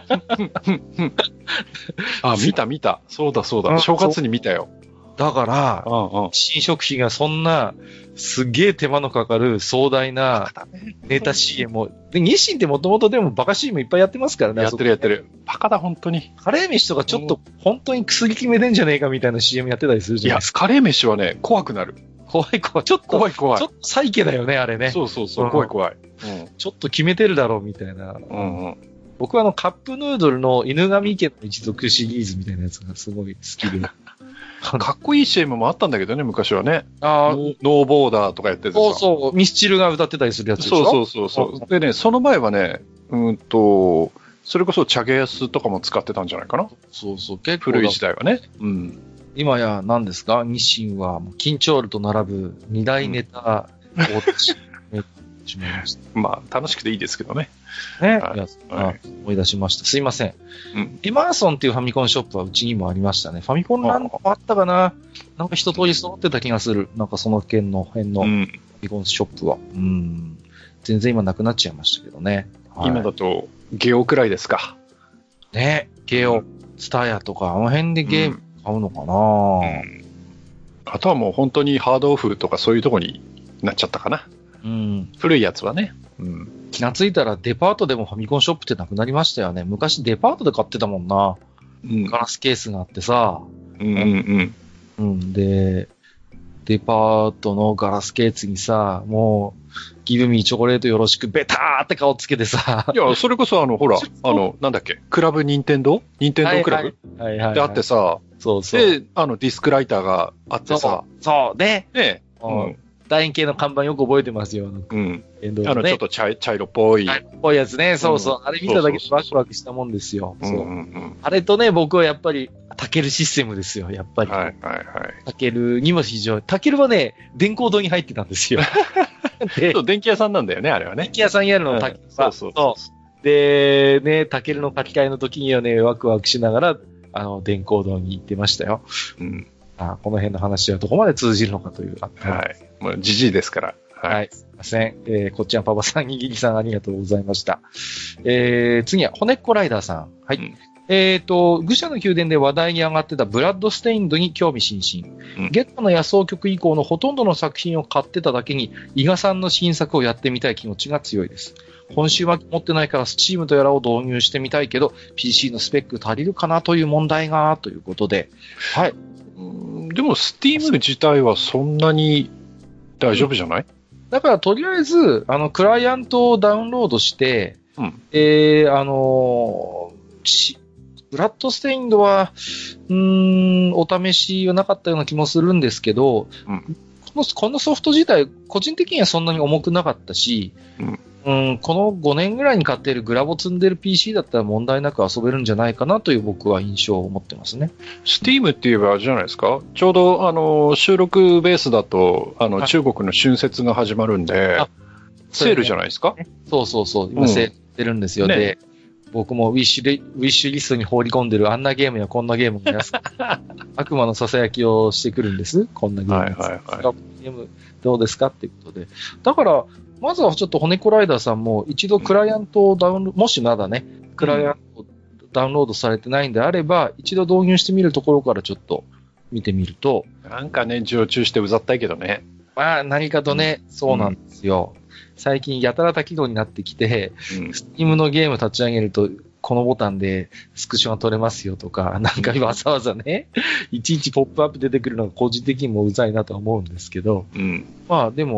あ、見た見た。そうだそうだ。正月に見たよ。 だから、うんうん、新食品がそんな、すげえ手間のかかる壮大なネタ シーエム を。で、日清ってもともとでもバカ シーエム いっぱいやってますからね。 やってるやってる。バカだ、本当に。 カレー飯とかちょっと本当に薬決めてんじゃねえかみたいな シーエム やってたりするじゃないですか。 いや、カレー飯はね、怖くなる。 怖い怖い。ちょっと、 怖い怖い。 ちょっとサイケだよね、あれね。 そうそうそう、うん、怖い怖い、 うん。ちょっと決めてるだろうみたいな。 うんうん、 僕はあの、カップヌードルの犬神家の一族シリーズみたいなやつがすごい好きで。 かっこいい シーエム もあったんだけどね、昔はね。 あノーボーダーとかやっててさ。 そうそう、ミスチルが歌ってたりするやつでしょ。 そうそうそうそう。でね、その前はね、うんと、それこそチャゲヤスとかも使ってたんじゃないかな。 そうそう、結構。 古い時代はね。うん。 今や何ですか、日清は、緊張ルと並ぶ二大ネタをしまいました。 まあ、楽しくていいですけどね。 ね。はい、はい、思い出しました。すいません。うん、エマーソンっていうファミコンショップはうちにもありましたね。ファミコンランドあったかな、なんか一通り揃ってた気がする。なんかその県の辺のファミコンショップは。うん。全然今なくなっちゃいましたけどね。 はい、今だと、ゲオくらいですか。 ね。ゲオ、ツタヤとか、あの辺でゲーム買うのかな、うんうん、 あとはもう本当にハードオフとかそういうとこになっちゃったかな。 うん。 古いやつはね。 うん。気がついたらデパートでもファミコンショップってなくなりましたよね。昔デパートで買ってたもんな。うん。ガラスケースがあってさ。 うんうんうん。 うん。で、デパートのガラスケースにさ、もう、ギブミーチョコレートよろしくベターって顔つけてさ。 いや、それこそあの、ほら、あの、なんだっけ、クラブニンテンドーニンテンドークラブ、 はいはい、はいはいはい。 であってさ、 そうそう。 で、あの、ディスクライターがあってさ。 そう。そう。で、 ね、うん。 楕円形の看板よく覚えてますよ。 うん。ね、あの、ちょっと茶色っぽい。 茶色っぽいやつね。そうそう。うん、あれ見ただけでワクワクしたもんですよ。そう。うんうんうん、あれとね、僕はやっぱり、タケルシステムですよ、やっぱり。 はいはいはい。 タケルにも非常に、タケルはね、電光堂に入ってたんですよ。 で、そう、電気屋さんなんだよね、あれはね。 電気屋さんやるの、タケルは。そうそうそう。 で、ね、タケルの書き換えの時にはね、ワクワクしながら、あの、電光堂に行ってましたよ。 うん。 あ、この辺の話はどこまで通じるのかという。 はい。もう、じじいですから。 はい。はい、すいません。えー、こっちはパパさん、にぎりさん、ありがとうございました。えー、次は、骨っこライダーさん。はい。うん、えっ、ー、と、愚者の宮殿で話題に上がってたブラッドステインドに興味津々。うん、ゲットの野草曲以降のほとんどの作品を買ってただけに、伊賀さんの新作をやってみたい気持ちが強いです。本週は持ってないからスチームとやらを導入してみたいけど、ピーシー のスペック足りるかなという問題が、ということで。はい。 でも、スティーム自体はそんなに大丈夫じゃない？ だから、とりあえず、あの、クライアントをダウンロードして、うん、えー、あのー、ブラッドステインドは、うーん、お試しはなかったような気もするんですけど、うん、この、このソフト自体、個人的にはそんなに重くなかったし、うんうん、このごねんぐらいに買っているグラボ積んでる ピーシー だったら問題なく遊べるんじゃないかなという僕は印象を持ってますね。 スティームって言えばあれじゃないですか、ちょうどあの収録ベースだとあの中国の春節が始まるんで、セールじゃないですか、 ね、そうそうそう、今セールしてるんですよ、うん、で、僕もウィッシュリ、ウィッシュリストに放り込んでるあんなゲームやこんなゲームのやつ悪魔の囁きをしてくるんです。こんなゲーム、はいはいはい、ゲームどうですかっていうことで。だから、まずはちょっと骨子ライダーさんも一度クライアントをダウンロード、もしまだね、クライアントをダウンロードされてないんであれば、一度導入してみるところからちょっと見てみると。 なんかね、常駐してうざったいけどね。 まあ、何かとね、うん、そうなんですよ。最近やたら多機能になってきて、うん、Steam のゲーム立ち上げると、このボタンでスクショが取れますよとか、なんかわざわざね、いちいちポップアップ出てくるのが個人的にもうざいなとは思うんですけど、うん、まあでも、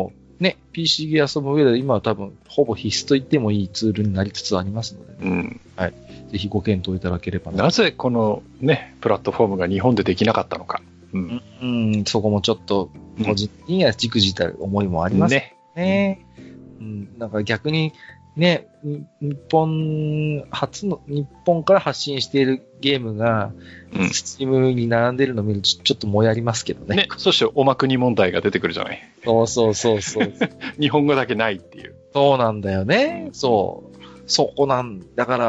ね、ピーシー で遊ぶ上で今は多分、ほぼ必須と言ってもいいツールになりつつありますので、ね、うん。はい。ぜひご検討いただければな。なぜこのね、プラットフォームが日本でできなかったのか。 うん。うん、そこもちょっと、個人的にはじくじたる思いもありますね。ね。うん。だから逆に、ね、日本初の、日本から発信しているゲームが、うん、スチームに並んでるのを見るとちょっともやりますけどね。ね、 そしておまくに問題が出てくるじゃない。 そうそうそうそう。 日本語だけないっていう。 そうなんだよね。そう。そこなん、だから、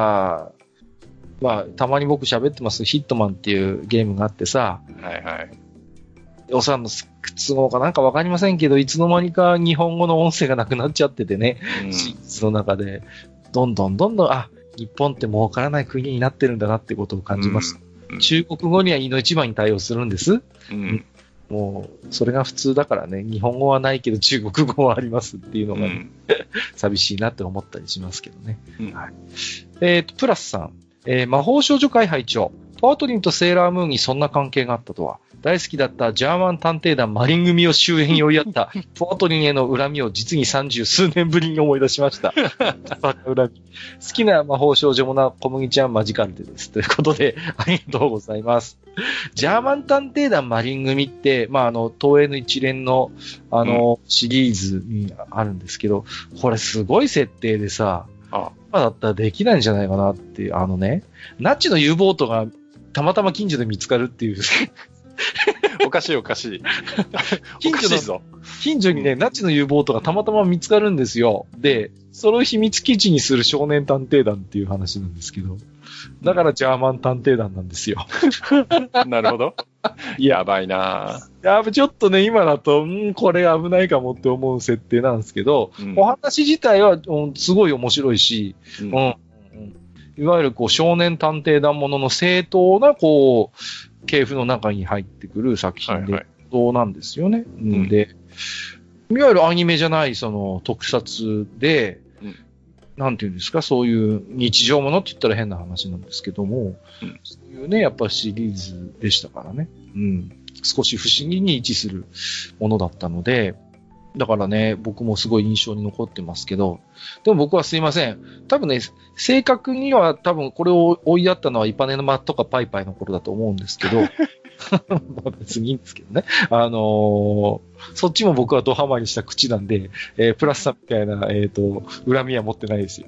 まあ、たまに僕喋ってます、ヒットマンっていうゲームがあってさ。はいはい。予算の都合かなんかわかりませんけど、いつの間にか日本語の音声がなくなっちゃっててね、うん、シーズンの中で、どんどんどんどん、あ、日本って儲からない国になってるんだなってことを感じます。うん、中国語にはいの一番に対応するんです。うん、もう、それが普通だからね、日本語はないけど中国語はありますっていうのが、ね、うん、寂しいなって思ったりしますけどね。うん、はい、えっと、プラスさん、えー、魔法少女会拝聴。パートリンとセーラームーンにそんな関係があったとは。大好きだったジャーマン探偵団マリン組を終焉に追いやったポートリンへの恨みを実に三十数年ぶりに思い出しました。恨み。好きな魔法少女もな小麦ちゃんマジカルでです。ということで、ありがとうございます。ジャーマン探偵団マリン組って、まあ、あの、東映の一連の、あの、うん、シリーズにあるんですけど、これすごい設定でさ、あ今だったらできないんじゃないかなっていう、あのね、ナッチの U ボートがたまたま近所で見つかるっていう。 おかしいおかしい。 近所の、近所にね、ナチの U ボートがたまたま見つかるんですよ。で、それを秘密基地にする少年探偵団っていう話なんですけど。だからジャーマン探偵団なんですよ。 なるほど。やばいなぁ。 やばちょっとね、今だと、んこれ危ないかもって思う設定なんですけど、うん、お話自体は、うん、すごい面白いし、うんうん、いわゆるこう少年探偵団ものの正当なこう、系譜の中に入ってくる作品で、そうなんですよね。はいはい、で、いわゆるアニメじゃないその特撮で、うん、なんていうんですか、そういう日常ものって言ったら変な話なんですけども、うん、そういうね、やっぱシリーズでしたからね。うん。少し不思議に位置するものだったので、だからね、僕もすごい印象に残ってますけど、でも僕はすいません。多分ね、正確には多分これを追いやったのはイパネマとかパイパイの頃だと思うんですけど、まあ別にいいんですけどね。あのー、そっちも僕はドハマりした口なんで、えー、プラスさんみたいな、えっと、恨みは持ってないですよ。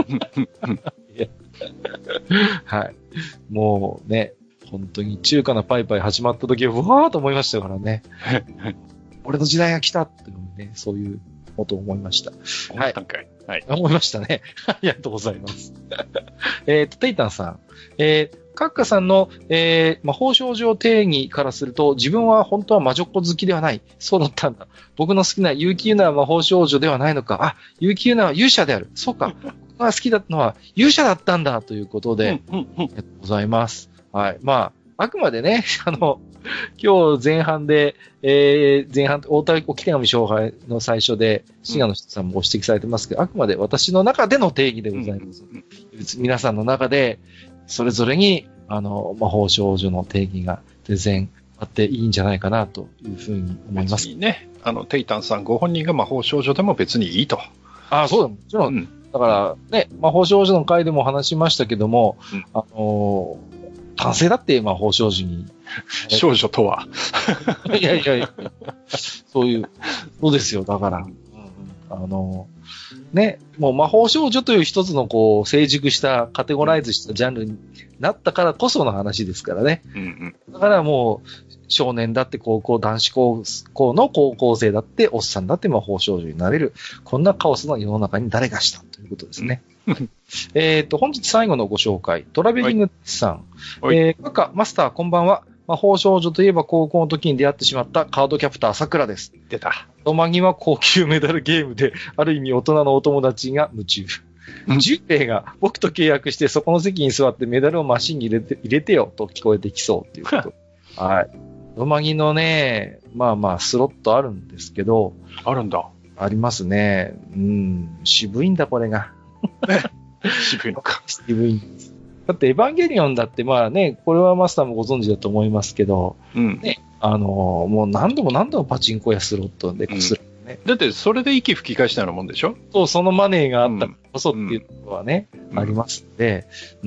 はい。もうね、本当に中華のパイパイ始まった時は、うわーと思いましたからね。俺の時代が来たっていうね、そういうことを思いました。 はい。はい。 思いましたね。ありがとうございます。えっと、テイタンさん。えー、カッカさんの、えー、魔法少女定義からすると、自分は本当は魔女っ子好きではない。そうだったんだ。僕の好きな結城ユナは魔法少女ではないのか。あ、結城ユナは勇者である。そうか。僕が好きだったのは勇者だったんだということで、うんうんうん、ありがとうございます。はい。まあ、あくまでね、あの、今日前半で、えー、前半、大田置き手紙勝敗の最初で、滋賀の人さんもご指摘されてますけど、うん、あくまで私の中での定義でございます。うんうんうん、皆さんの中で、それぞれに、あの、魔法少女の定義が全然あっていいんじゃないかなというふうに思います。 ね。あの、テイタンさんご本人が魔法少女でも別にいいと。 ああ、そうだ、もちろん。うん、だから、ね、魔法少女の回でも話しましたけども、うん、あのー、男性だって魔法少女に。 少女とは。 いやいやいや、そういう、そうですよ、だから。うん、あの、ね、もう魔法少女という一つのこう、成熟したカテゴライズしたジャンルになったからこその話ですからね。うんうん、だからもう、少年だって高校、男子高校の高校生だって、おっさんだって魔法少女になれる。こんなカオスな世の中に誰がしたということですね。えっと、本日最後のご紹介、トラベリングさん。えー、カマスターこんばんは。魔法少女といえば高校の時に出会ってしまったカードキャプター桜です。 出た。 ロマギは高級メダルゲームで、ある意味大人のお友達が夢中。ジュンペイが僕と契約してそこの席に座ってメダルをマシンに入れて、入れてよと聞こえてきそうっていうこと。はい。ロマギのね、まあまあスロットあるんですけど。 あるんだ。 ありますね。うん。渋いんだこれが。 渋いのか。 渋いんです。だってエヴァンゲリオンだってまあね、これはマスターもご存知だと思いますけど、うん、ね、あのー、もう何度も何度もパチンコやスロットでこするね。 だってそれで息吹き返したようなもんでしょ？ そう、そのマネーがあったからこそっていうところはね、うん、ありますんで、うん。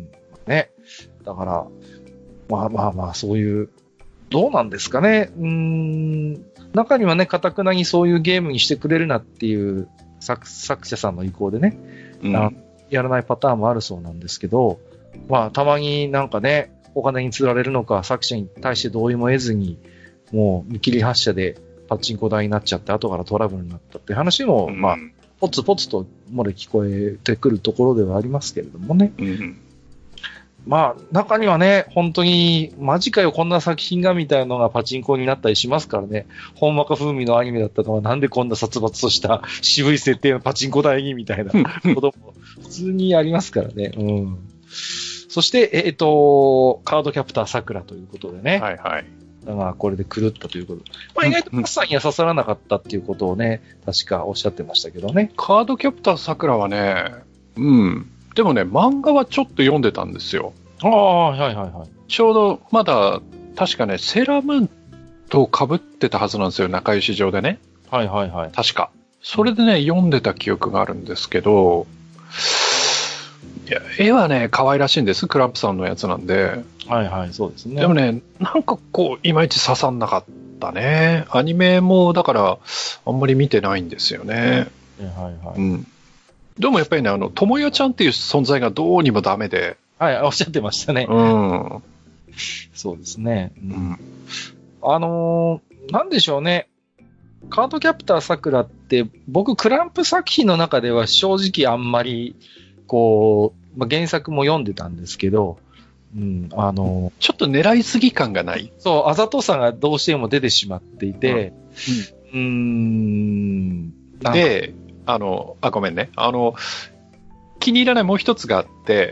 ね。だから、まあまあまあ、そういう、どうなんですかね。うーん。中にはね、堅くなにそういうゲームにしてくれるなっていう作作者さんの意向でね、うん、あやらないパターンもあるそうなんですけど、まあ、たまになんかね、お金に釣られるのか、作者に対して同意も得ずに、もう見切り発車でパチンコ台になっちゃって、後からトラブルになったっていう話も、うん、まあ、ポツポツと漏れ聞こえてくるところではありますけれどもね。うん、まあ、中にはね、本当に、マジかよ、こんな作品がみたいなのがパチンコになったりしますからね。本間風味のアニメだったのは、なんでこんな殺伐とした渋い設定のパチンコ台にみたいなことも普通にありますからね。うん。そして、えっと、カードキャプター桜ということでね。 はいはい。 まあ、これで狂ったということ。まあ、意外とパスさんには刺さらなかったっていうことをね、確かおっしゃってましたけどね。 カードキャプター桜はね、うん。でもね、漫画はちょっと読んでたんですよ。 ああ、はいはいはい。 ちょうど、まだ、確かね、セーラームーンと被ってたはずなんですよ、仲良し上でね。 はいはいはい。 確か。それでね、読んでた記憶があるんですけど、いや、絵はね、可愛らしいんです。クランプさんのやつなんで。 はいはい、そうですね。 でもね、なんかこう、いまいち刺さんなかったね。アニメも、だから、あんまり見てないんですよね。 はいはい。 うん。でもやっぱりね、あの、ともよちゃんっていう存在がどうにもダメで。 はい、おっしゃってましたね。 うん。 そうですね。うん。あのー、なんでしょうね。カードキャプター桜って、僕、クランプ作品の中では正直あんまり、こう、まあ、原作も読んでたんですけど、うん、あの、 ちょっと狙いすぎ感がない。 そう、あざとさがどうしても出てしまっていて、うん。うーんで、あの、あ、ごめんね。あの、気に入らないもう一つがあって、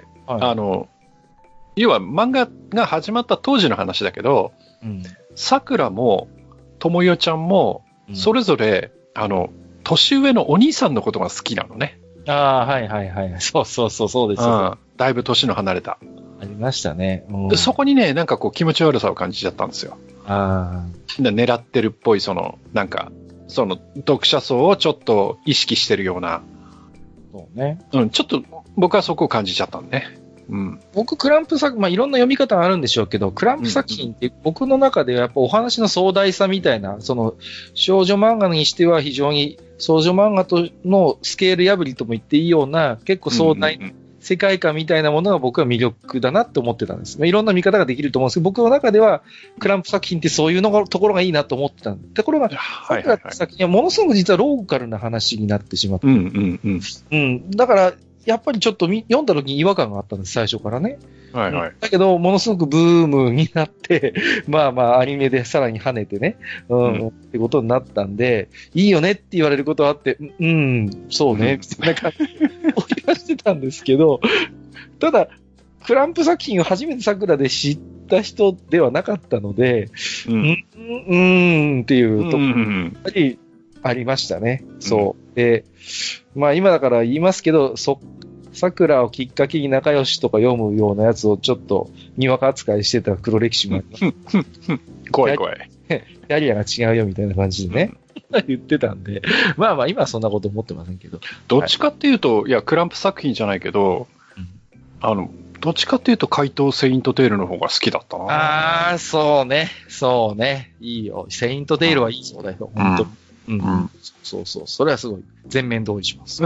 はい、あの、要は漫画が始まった当時の話だけど、さくらも、ともよちゃんも、それぞれ、うん、あの、年上のお兄さんのことが好きなのね。 ああ、はいはいはい。そうそうそう、そうですよ、 うん。だいぶ年の離れた。 ありましたね。 でそこにね、なんかこう気持ち悪さを感じちゃったんですよ。 ああ。狙ってるっぽい、その、なんか、その、読者層をちょっと意識してるような。 そうね。 うん、ちょっと僕はそこを感じちゃったんね。うん、 僕、クランプ作、まあ、いろんな読み方があるんでしょうけど、クランプ作品って僕の中ではやっぱお話の壮大さみたいな、その、少女漫画にしては非常に少女漫画とのスケール破りとも言っていいような、結構壮大な世界観みたいなものが僕は魅力だなって思ってたんです。まあ、いろんな見方ができると思うんですけど、僕の中ではクランプ作品ってそういうのがところがいいなと思ってたんで、ところが、はいはいはい、作品はものすごく実はローカルな話になってしまって、 うんうんうんうん、だから、やっぱりちょっと読んだ時に違和感があったんです、最初からね。 はいはい。 だけど、ものすごくブームになって、まあまあ、アニメでさらに跳ねてね、うん、うん、ってことになったんで、いいよねって言われることはあって、うん、そうね、みたいな感じで思い出してたんですけど、ただ、クランプ作品を初めて桜で知った人ではなかったので、うん、うん、うーんっていうところ、やっぱりありましたね。そう。で、まあ今だから言いますけど、そ、桜をきっかけに仲良しとか読むようなやつをちょっとにわか扱いしてた黒歴史もあります。 怖い怖い。 キャリアが違うよみたいな感じでね、言ってたんで、まあまあ今はそんなこと思ってませんけど。 どっちかっていうと、はい、いや、クランプ作品じゃないけど、うん、あの、どっちかっていうと怪盗セイントテールの方が好きだったな。 ああ、そうね。そうね。いいよ。セイントテールはいいそうだよ。うん、本当に。うんうん、そうそう。それはすごい。全面同意します。い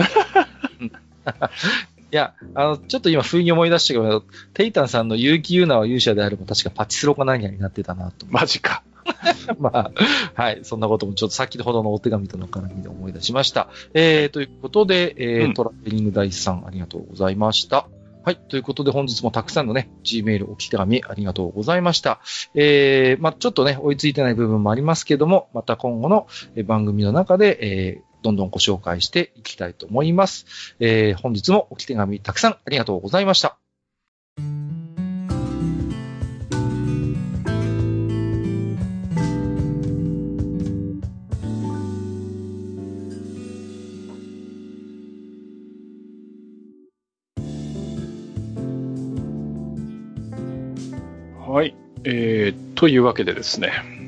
や、あの、ちょっと今、不意に思い出したけど、テイタンさんの結城優奈は勇者であれば、確かパチスロか何やになってたなと。 マジか。 まあ、はい。そんなこともちょっと先ほどのお手紙との絡みで思い出しました。えー、ということで、えーうん、トラベリングダイスさん、ありがとうございました。はい。ということで本日もたくさんのね、G メール、お手紙ありがとうございました。えー、まあちょっとね、追いついてない部分もありますけども、また今後の番組の中で、えー、どんどんご紹介していきたいと思います。えー、本日もお手紙たくさんありがとうございました。 はい、えー、というわけでですね、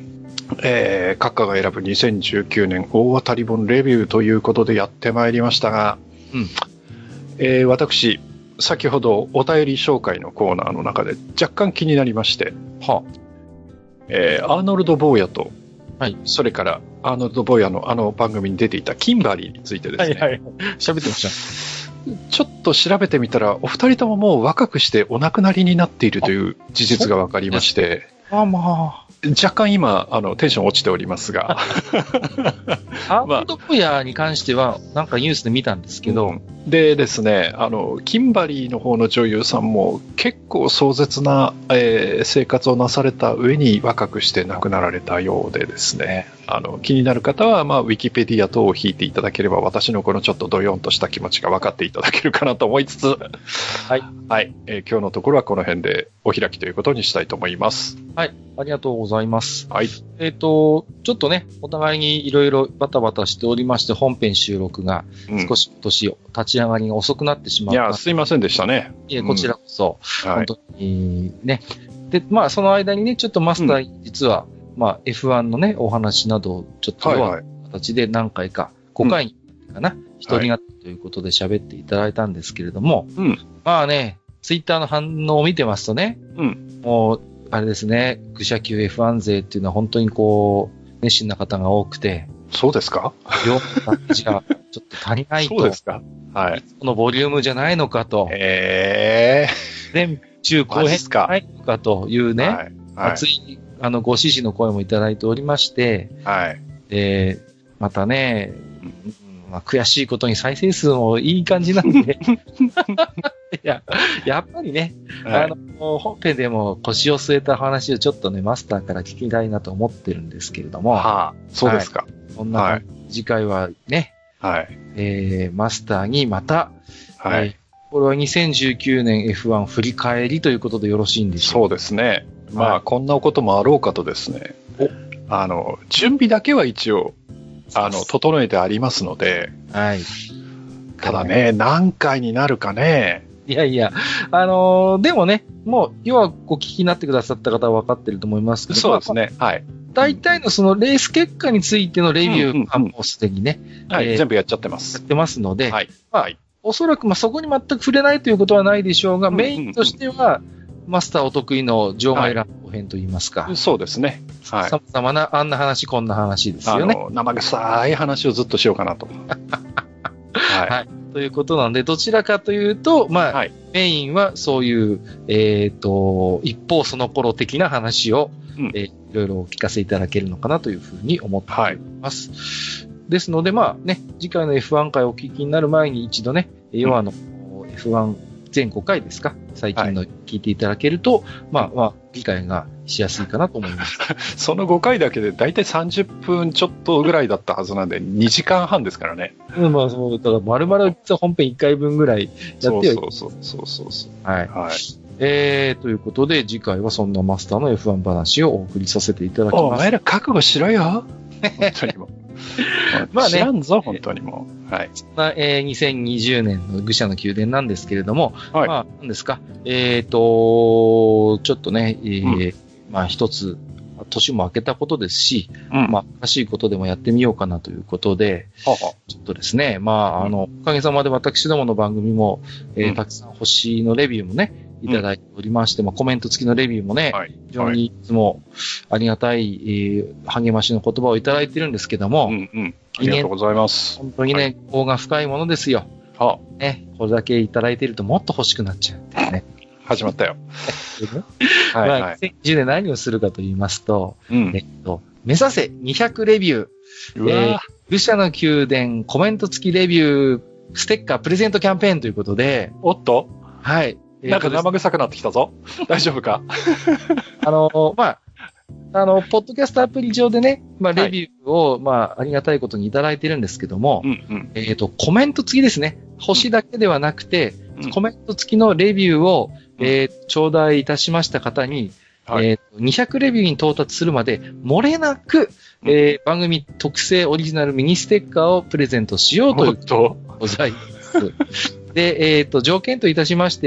えー、閣下が選ぶにせんじゅうきゅうねん大当たり本レビューということでやってまいりましたが、うんえー、私、先ほどお便り紹介のコーナーの中で若干気になりまして、はあえー、アーノルド・ボーヤと、はい、それからアーノルド・ボーヤのあの番組に出ていたキンバリーについてですね、はいはい、 喋ってました。 ちょっと調べてみたら、お二人とももう若くしてお亡くなりになっているという事実が分かりまして、あ、まあ、若干今、あの、テンション落ちておりますが。 アーノルド・ボーヤに関しては、なんかニュースで見たんですけど、 うん、でですね、あの、キンバリーの方の女優さんも結構壮絶な、えー、生活をなされた上に若くして亡くなられたようでですね、あの、気になる方は、まあ、ウィキペディア等を引いていただければ、私のこのちょっとドヨンとした気持ちが分かっていただけるかなと思いつつ、はい。はい、えー、今日のところはこの辺でお開きということにしたいと思います。 はい。ありがとうございます。 はい。 えっと、ちょっとね、お互いにいろいろバタバタしておりまして、本編収録が少し今年立ち上がりが遅くなってしまった。 いや、すいませんでしたね。 いえ、こちらこそ、うん、本当にね。で、まあ、その間にね、ちょっとマスター、実は、うん、まあ、エフワン のね、お話などをちょっと弱い形で何回か、ごかいかな、一、うん、人がということで喋っていただいたんですけれども、うん、まあね、ツイッターの反応を見てますとね、うん、もう、あれですね、愚者級 エフワン 勢っていうのは本当にこう、熱心な方が多くて。 そうですか？ 両方じゃちょっと足りないと。 そうですか？はい。 このボリュームじゃないのかと。 ええー。 全中後編じゃないのかというね、はいはい、熱い、あの、ご支持の声もいただいておりまして、はい。で、またね、うんまあ、悔しいことに再生数もいい感じなんで。いや、やっぱりね、はい、あの、本編でも腰を据えた話をちょっとね、マスターから聞きたいなと思ってるんですけれども。 はあ、そうですか。はい、 そんな、はい、次回はね、はい。えー、マスターにまた、はい。えー、これはにせんじゅうきゅうねん エフワン 振り返りということでよろしいんでしょうか？ そうですね。まあ、はい、こんなこともあろうかとですね、あの、準備だけは一応、あの、整えてありますので、はい。ただね、何回になるかね。 いやいや、あのー、でもね、もう、要はご聞きになってくださった方は分かってると思いますけど。 そうですね。はい。 大体のそのレース結果についてのレビューはもうすでにね、 はい、全部やっちゃってます。 やってますので、はい。まあ、はい、おそらくまあそこに全く触れないということはないでしょうが、うんうんうん、メインとしては、マスターお得意の場外乱闘編といいますか、 はい。そうですね。 はい。様々な、あんな話、こんな話ですよね。 あの、生臭い話をずっとしようかなと。 はい。はい。ということなんで、どちらかというと、まあ、はい、メインはそういう、えっと、一方その頃的な話を、うん、えー、いろいろお聞かせいただけるのかなというふうに思っております。はい、ですので、まあね、次回の エフワン 回をお聞きになる前に一度ね、要はあの、うん、エフワン 全ごかいですか、最近の聞いていただけると、はい、まあまあ、理解がしやすいかなと思います。 そのごかいだけでだいたいさんじゅっぷんちょっとぐらいだったはずなんで、にじかんはんですからね。 うん、まあそう、だから丸々本編いっかいぶんぐらいやってそうそうそうそうそう。 はい。はい。えー、ということで、次回はそんなマスターの エフワン 話をお送りさせていただきます。お前ら覚悟しろよ。本当にも。まあね。知らんぞ、本当にもう。はい。 そんな、えー、にせんにじゅうねんの愚者の宮殿なんですけれども、はい。まあ、何ですか。えーと、ちょっとね、えー、うん、まあ一つ、年も明けたことですし、うん、まあ、新しいことでもやってみようかなということで、ははちょっとですね、まあ、あの、おかげさまで私どもの番組も、えーうん、たくさん星のレビューもね、いただいておりまして、うん、まあ、コメント付きのレビューもね、はい、非常にいつもありがたい、えー、励ましの言葉をいただいているんですけども、 うんうん、ありがとうございます。 本当にね、業が深いものですよ。はあ、ね、これだけいただいているともっと欲しくなっちゃうっていうね。 始まったよ。 はい、はい。まあ、にせんじゅうねん何をするかと言いますと、うん、えっと、目指せにひゃくレビュー。うわえー、愚者の宮殿コメント付きレビューステッカープレゼントキャンペーンということで。 おっとはい。 なんか生臭くなってきたぞ。大丈夫かあの、まあ、あの、ポッドキャストアプリ上でね、まあ、レビューを、はい、まあ、ありがたいことにいただいてるんですけども、うんうん、えっと、コメント付きですね。星だけではなくて、うん、コメント付きのレビューを、えー、頂戴いたしました方に、はい、えー、にひゃくレビューに到達するまで、漏れなく、えー、番組特製オリジナルミニステッカーをプレゼントしようということでございます。で、えっと、条件といたしましては、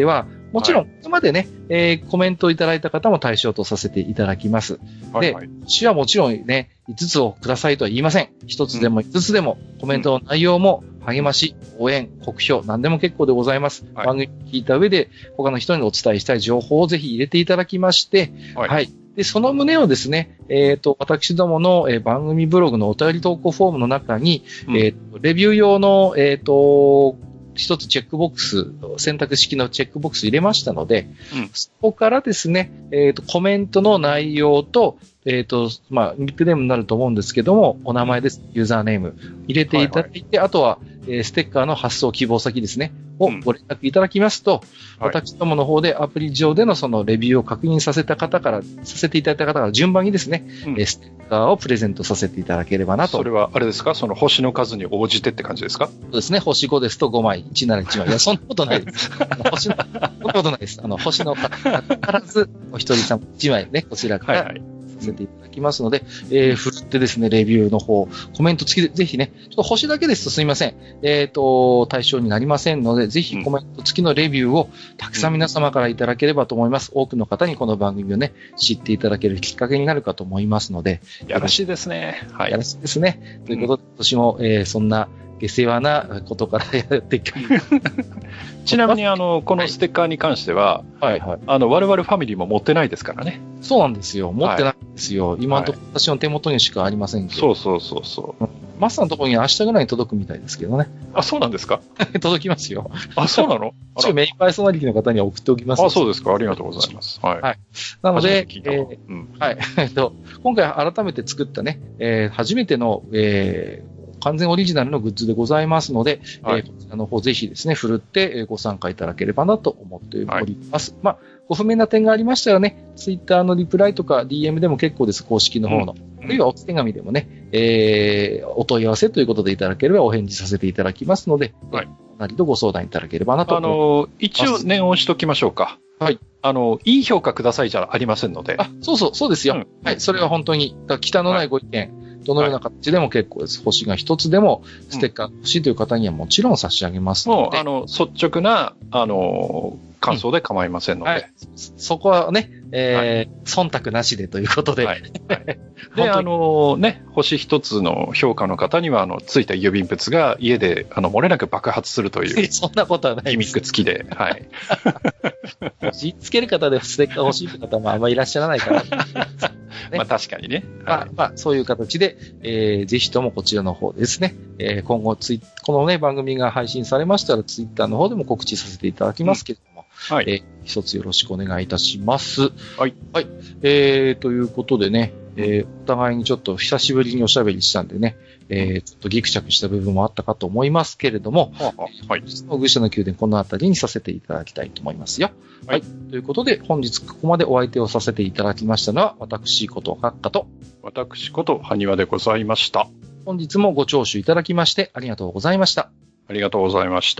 もちろん、ここまでね、えー、コメントをいただいた方も対象とさせていただきます。で、はいはい、私はもちろんね、いつつをくださいとは言いません。ひとつでもいつつでも、コメントの内容も励まし、応援、酷評、何でも結構でございます。はい、番組聞いた上で、他の人にお伝えしたい情報をぜひ入れていただきまして、はい、はい。で、その旨をですね、えっ、ー、と、私どもの、えー、番組ブログのお便り投稿フォームの中に、うん、えっ、ー、と、レビュー用の、えっ、ー、と、一つチェックボックス、選択式のチェックボックス入れましたので、うん、そこからですね、えっ、と、コメントの内容と、えっ、と、まあ、ニックネームになると思うんですけども、お名前です、ユーザーネーム入れていただいて、はいはい、あとは、えー、ステッカーの発送希望先ですね、をご連絡いただきますと、うん、私どもの方でアプリ上でのそのレビューを確認させた方から、させていただいた方から順番にですね、うん、ステッカーをプレゼントさせていただければなと。 それはあれですか？その星の数に応じてって感じですか？ そうですね。星ごですとごまい、いちならいちまい。いや、そんなことないです。星の、そんなことないです。あの、星の数、必ずお一人様いちまいね、こちらから。はいはいさせていただきますので、えー、振ってですね、レビューの方、コメント付きで、ぜひね、ちょっと星だけですとすみません。えっ、ー、と、対象になりませんので、ぜひコメント付きのレビューをたくさん皆様からいただければと思います。多くの方にこの番組をね、知っていただけるきっかけになるかと思いますので。 よろしいですね。 はい。よろしいですね。ということで、今年も、えー、そんな、下世話なことからやっていく。 ちなみに、あの、このステッカーに関しては、はい、はい、あの、我々ファミリーも持ってないですからね。 そうなんですよ。持ってないんですよ。はい、今のところ私の手元にしかありませんけど。 そうそうそうそう。 マスターのところに明日ぐらいに届くみたいですけどね。 あ、そうなんですか？ 届きますよ。 あ、そうなの？ 一応メインパーソナリティの方には送っておきます。 あ、そうですか。ありがとうございます。はい。はい、 なので、えーうん、はい。えっと、今回改めて作ったね、えー、初めての、えー、完全オリジナルのグッズでございますので、はい、えー、こちらの方ぜひですね、振るってご参加いただければなと思っております。はい、まあ、ご不明な点がありましたらね、ツイッターのリプライとか ディーエム でも結構です、公式の方の。うん、あるいはお手紙でもね、えー、お問い合わせということでいただければお返事させていただきますので、はい。何とご相談いただければなと思います。あの、 一応念を押しときましょうか。はい。あの、いい評価くださいじゃありませんので。 あ、そうそう、そうですよ。うん、はい。それは本当に、忌憚のないご意見。はい、どのような形でも結構です。はい、星が一つでも、ステッカー欲しいという方にはもちろん差し上げますので。 もう、あの、率直な、あの、感想で構いませんので。うん、はい。 そこはね、えー、はい、忖度なしでということで。はい。 で、あのね、星一つの評価の方には、あの、ついた郵便物が家で、あの、漏れなく爆発するという。 そんなことはない。 ギミック付きで。はい。 星つける方でステッカー欲しい方もあんまりいらっしゃらないから。 ね、まあ確かにね。 まあ、はい、まあ、そういう形で、えー、ぜひともこちらの方ですね、えー、今後ツイ、このね、番組が配信されましたら、ツイッターの方でも告知させていただきますけれども、うん、はい。えー、一つよろしくお願いいたします。はい。はい。えー、ということでね、えー、お互いにちょっと久しぶりにおしゃべりしたんでね、えー、ちょっとギクシャクした部分もあったかと思いますけれども、はあ、はい。愚者の宮殿このあたりにさせていただきたいと思いますよ。はい。はい、ということで、本日ここまでお相手をさせていただきましたのは、私こと閣下と、 私こと埴輪でございました。 本日もご聴取いただきましてありがとうございました。 ありがとうございました。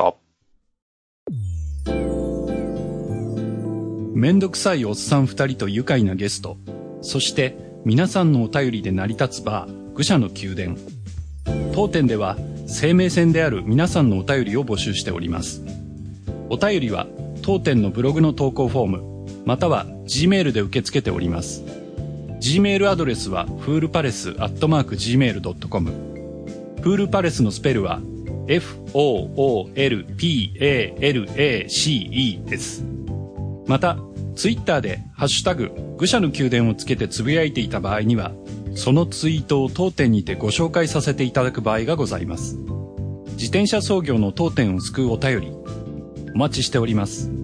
めんどくさいおっさん二人と愉快なゲスト、そして皆さんのお便りで成り立つバー、愚者の宮殿。当店では生命線である皆さんのお便りを募集しております。お便りは当店のブログの投稿フォーム、または Gmail で受け付けております。Gmail アドレスはフールパレスアットマーク ジーメールドットコム。フールパレスのスペルは エフ オー オー エル ピー エー エル エー シー イー です。また、ツイッターでハッシュタグ愚者の宮殿をつけてつぶやいていた場合には、そのツイートを当店にてご紹介させていただく場合がございます。自転車操業の当店を救うお便り、お待ちしております。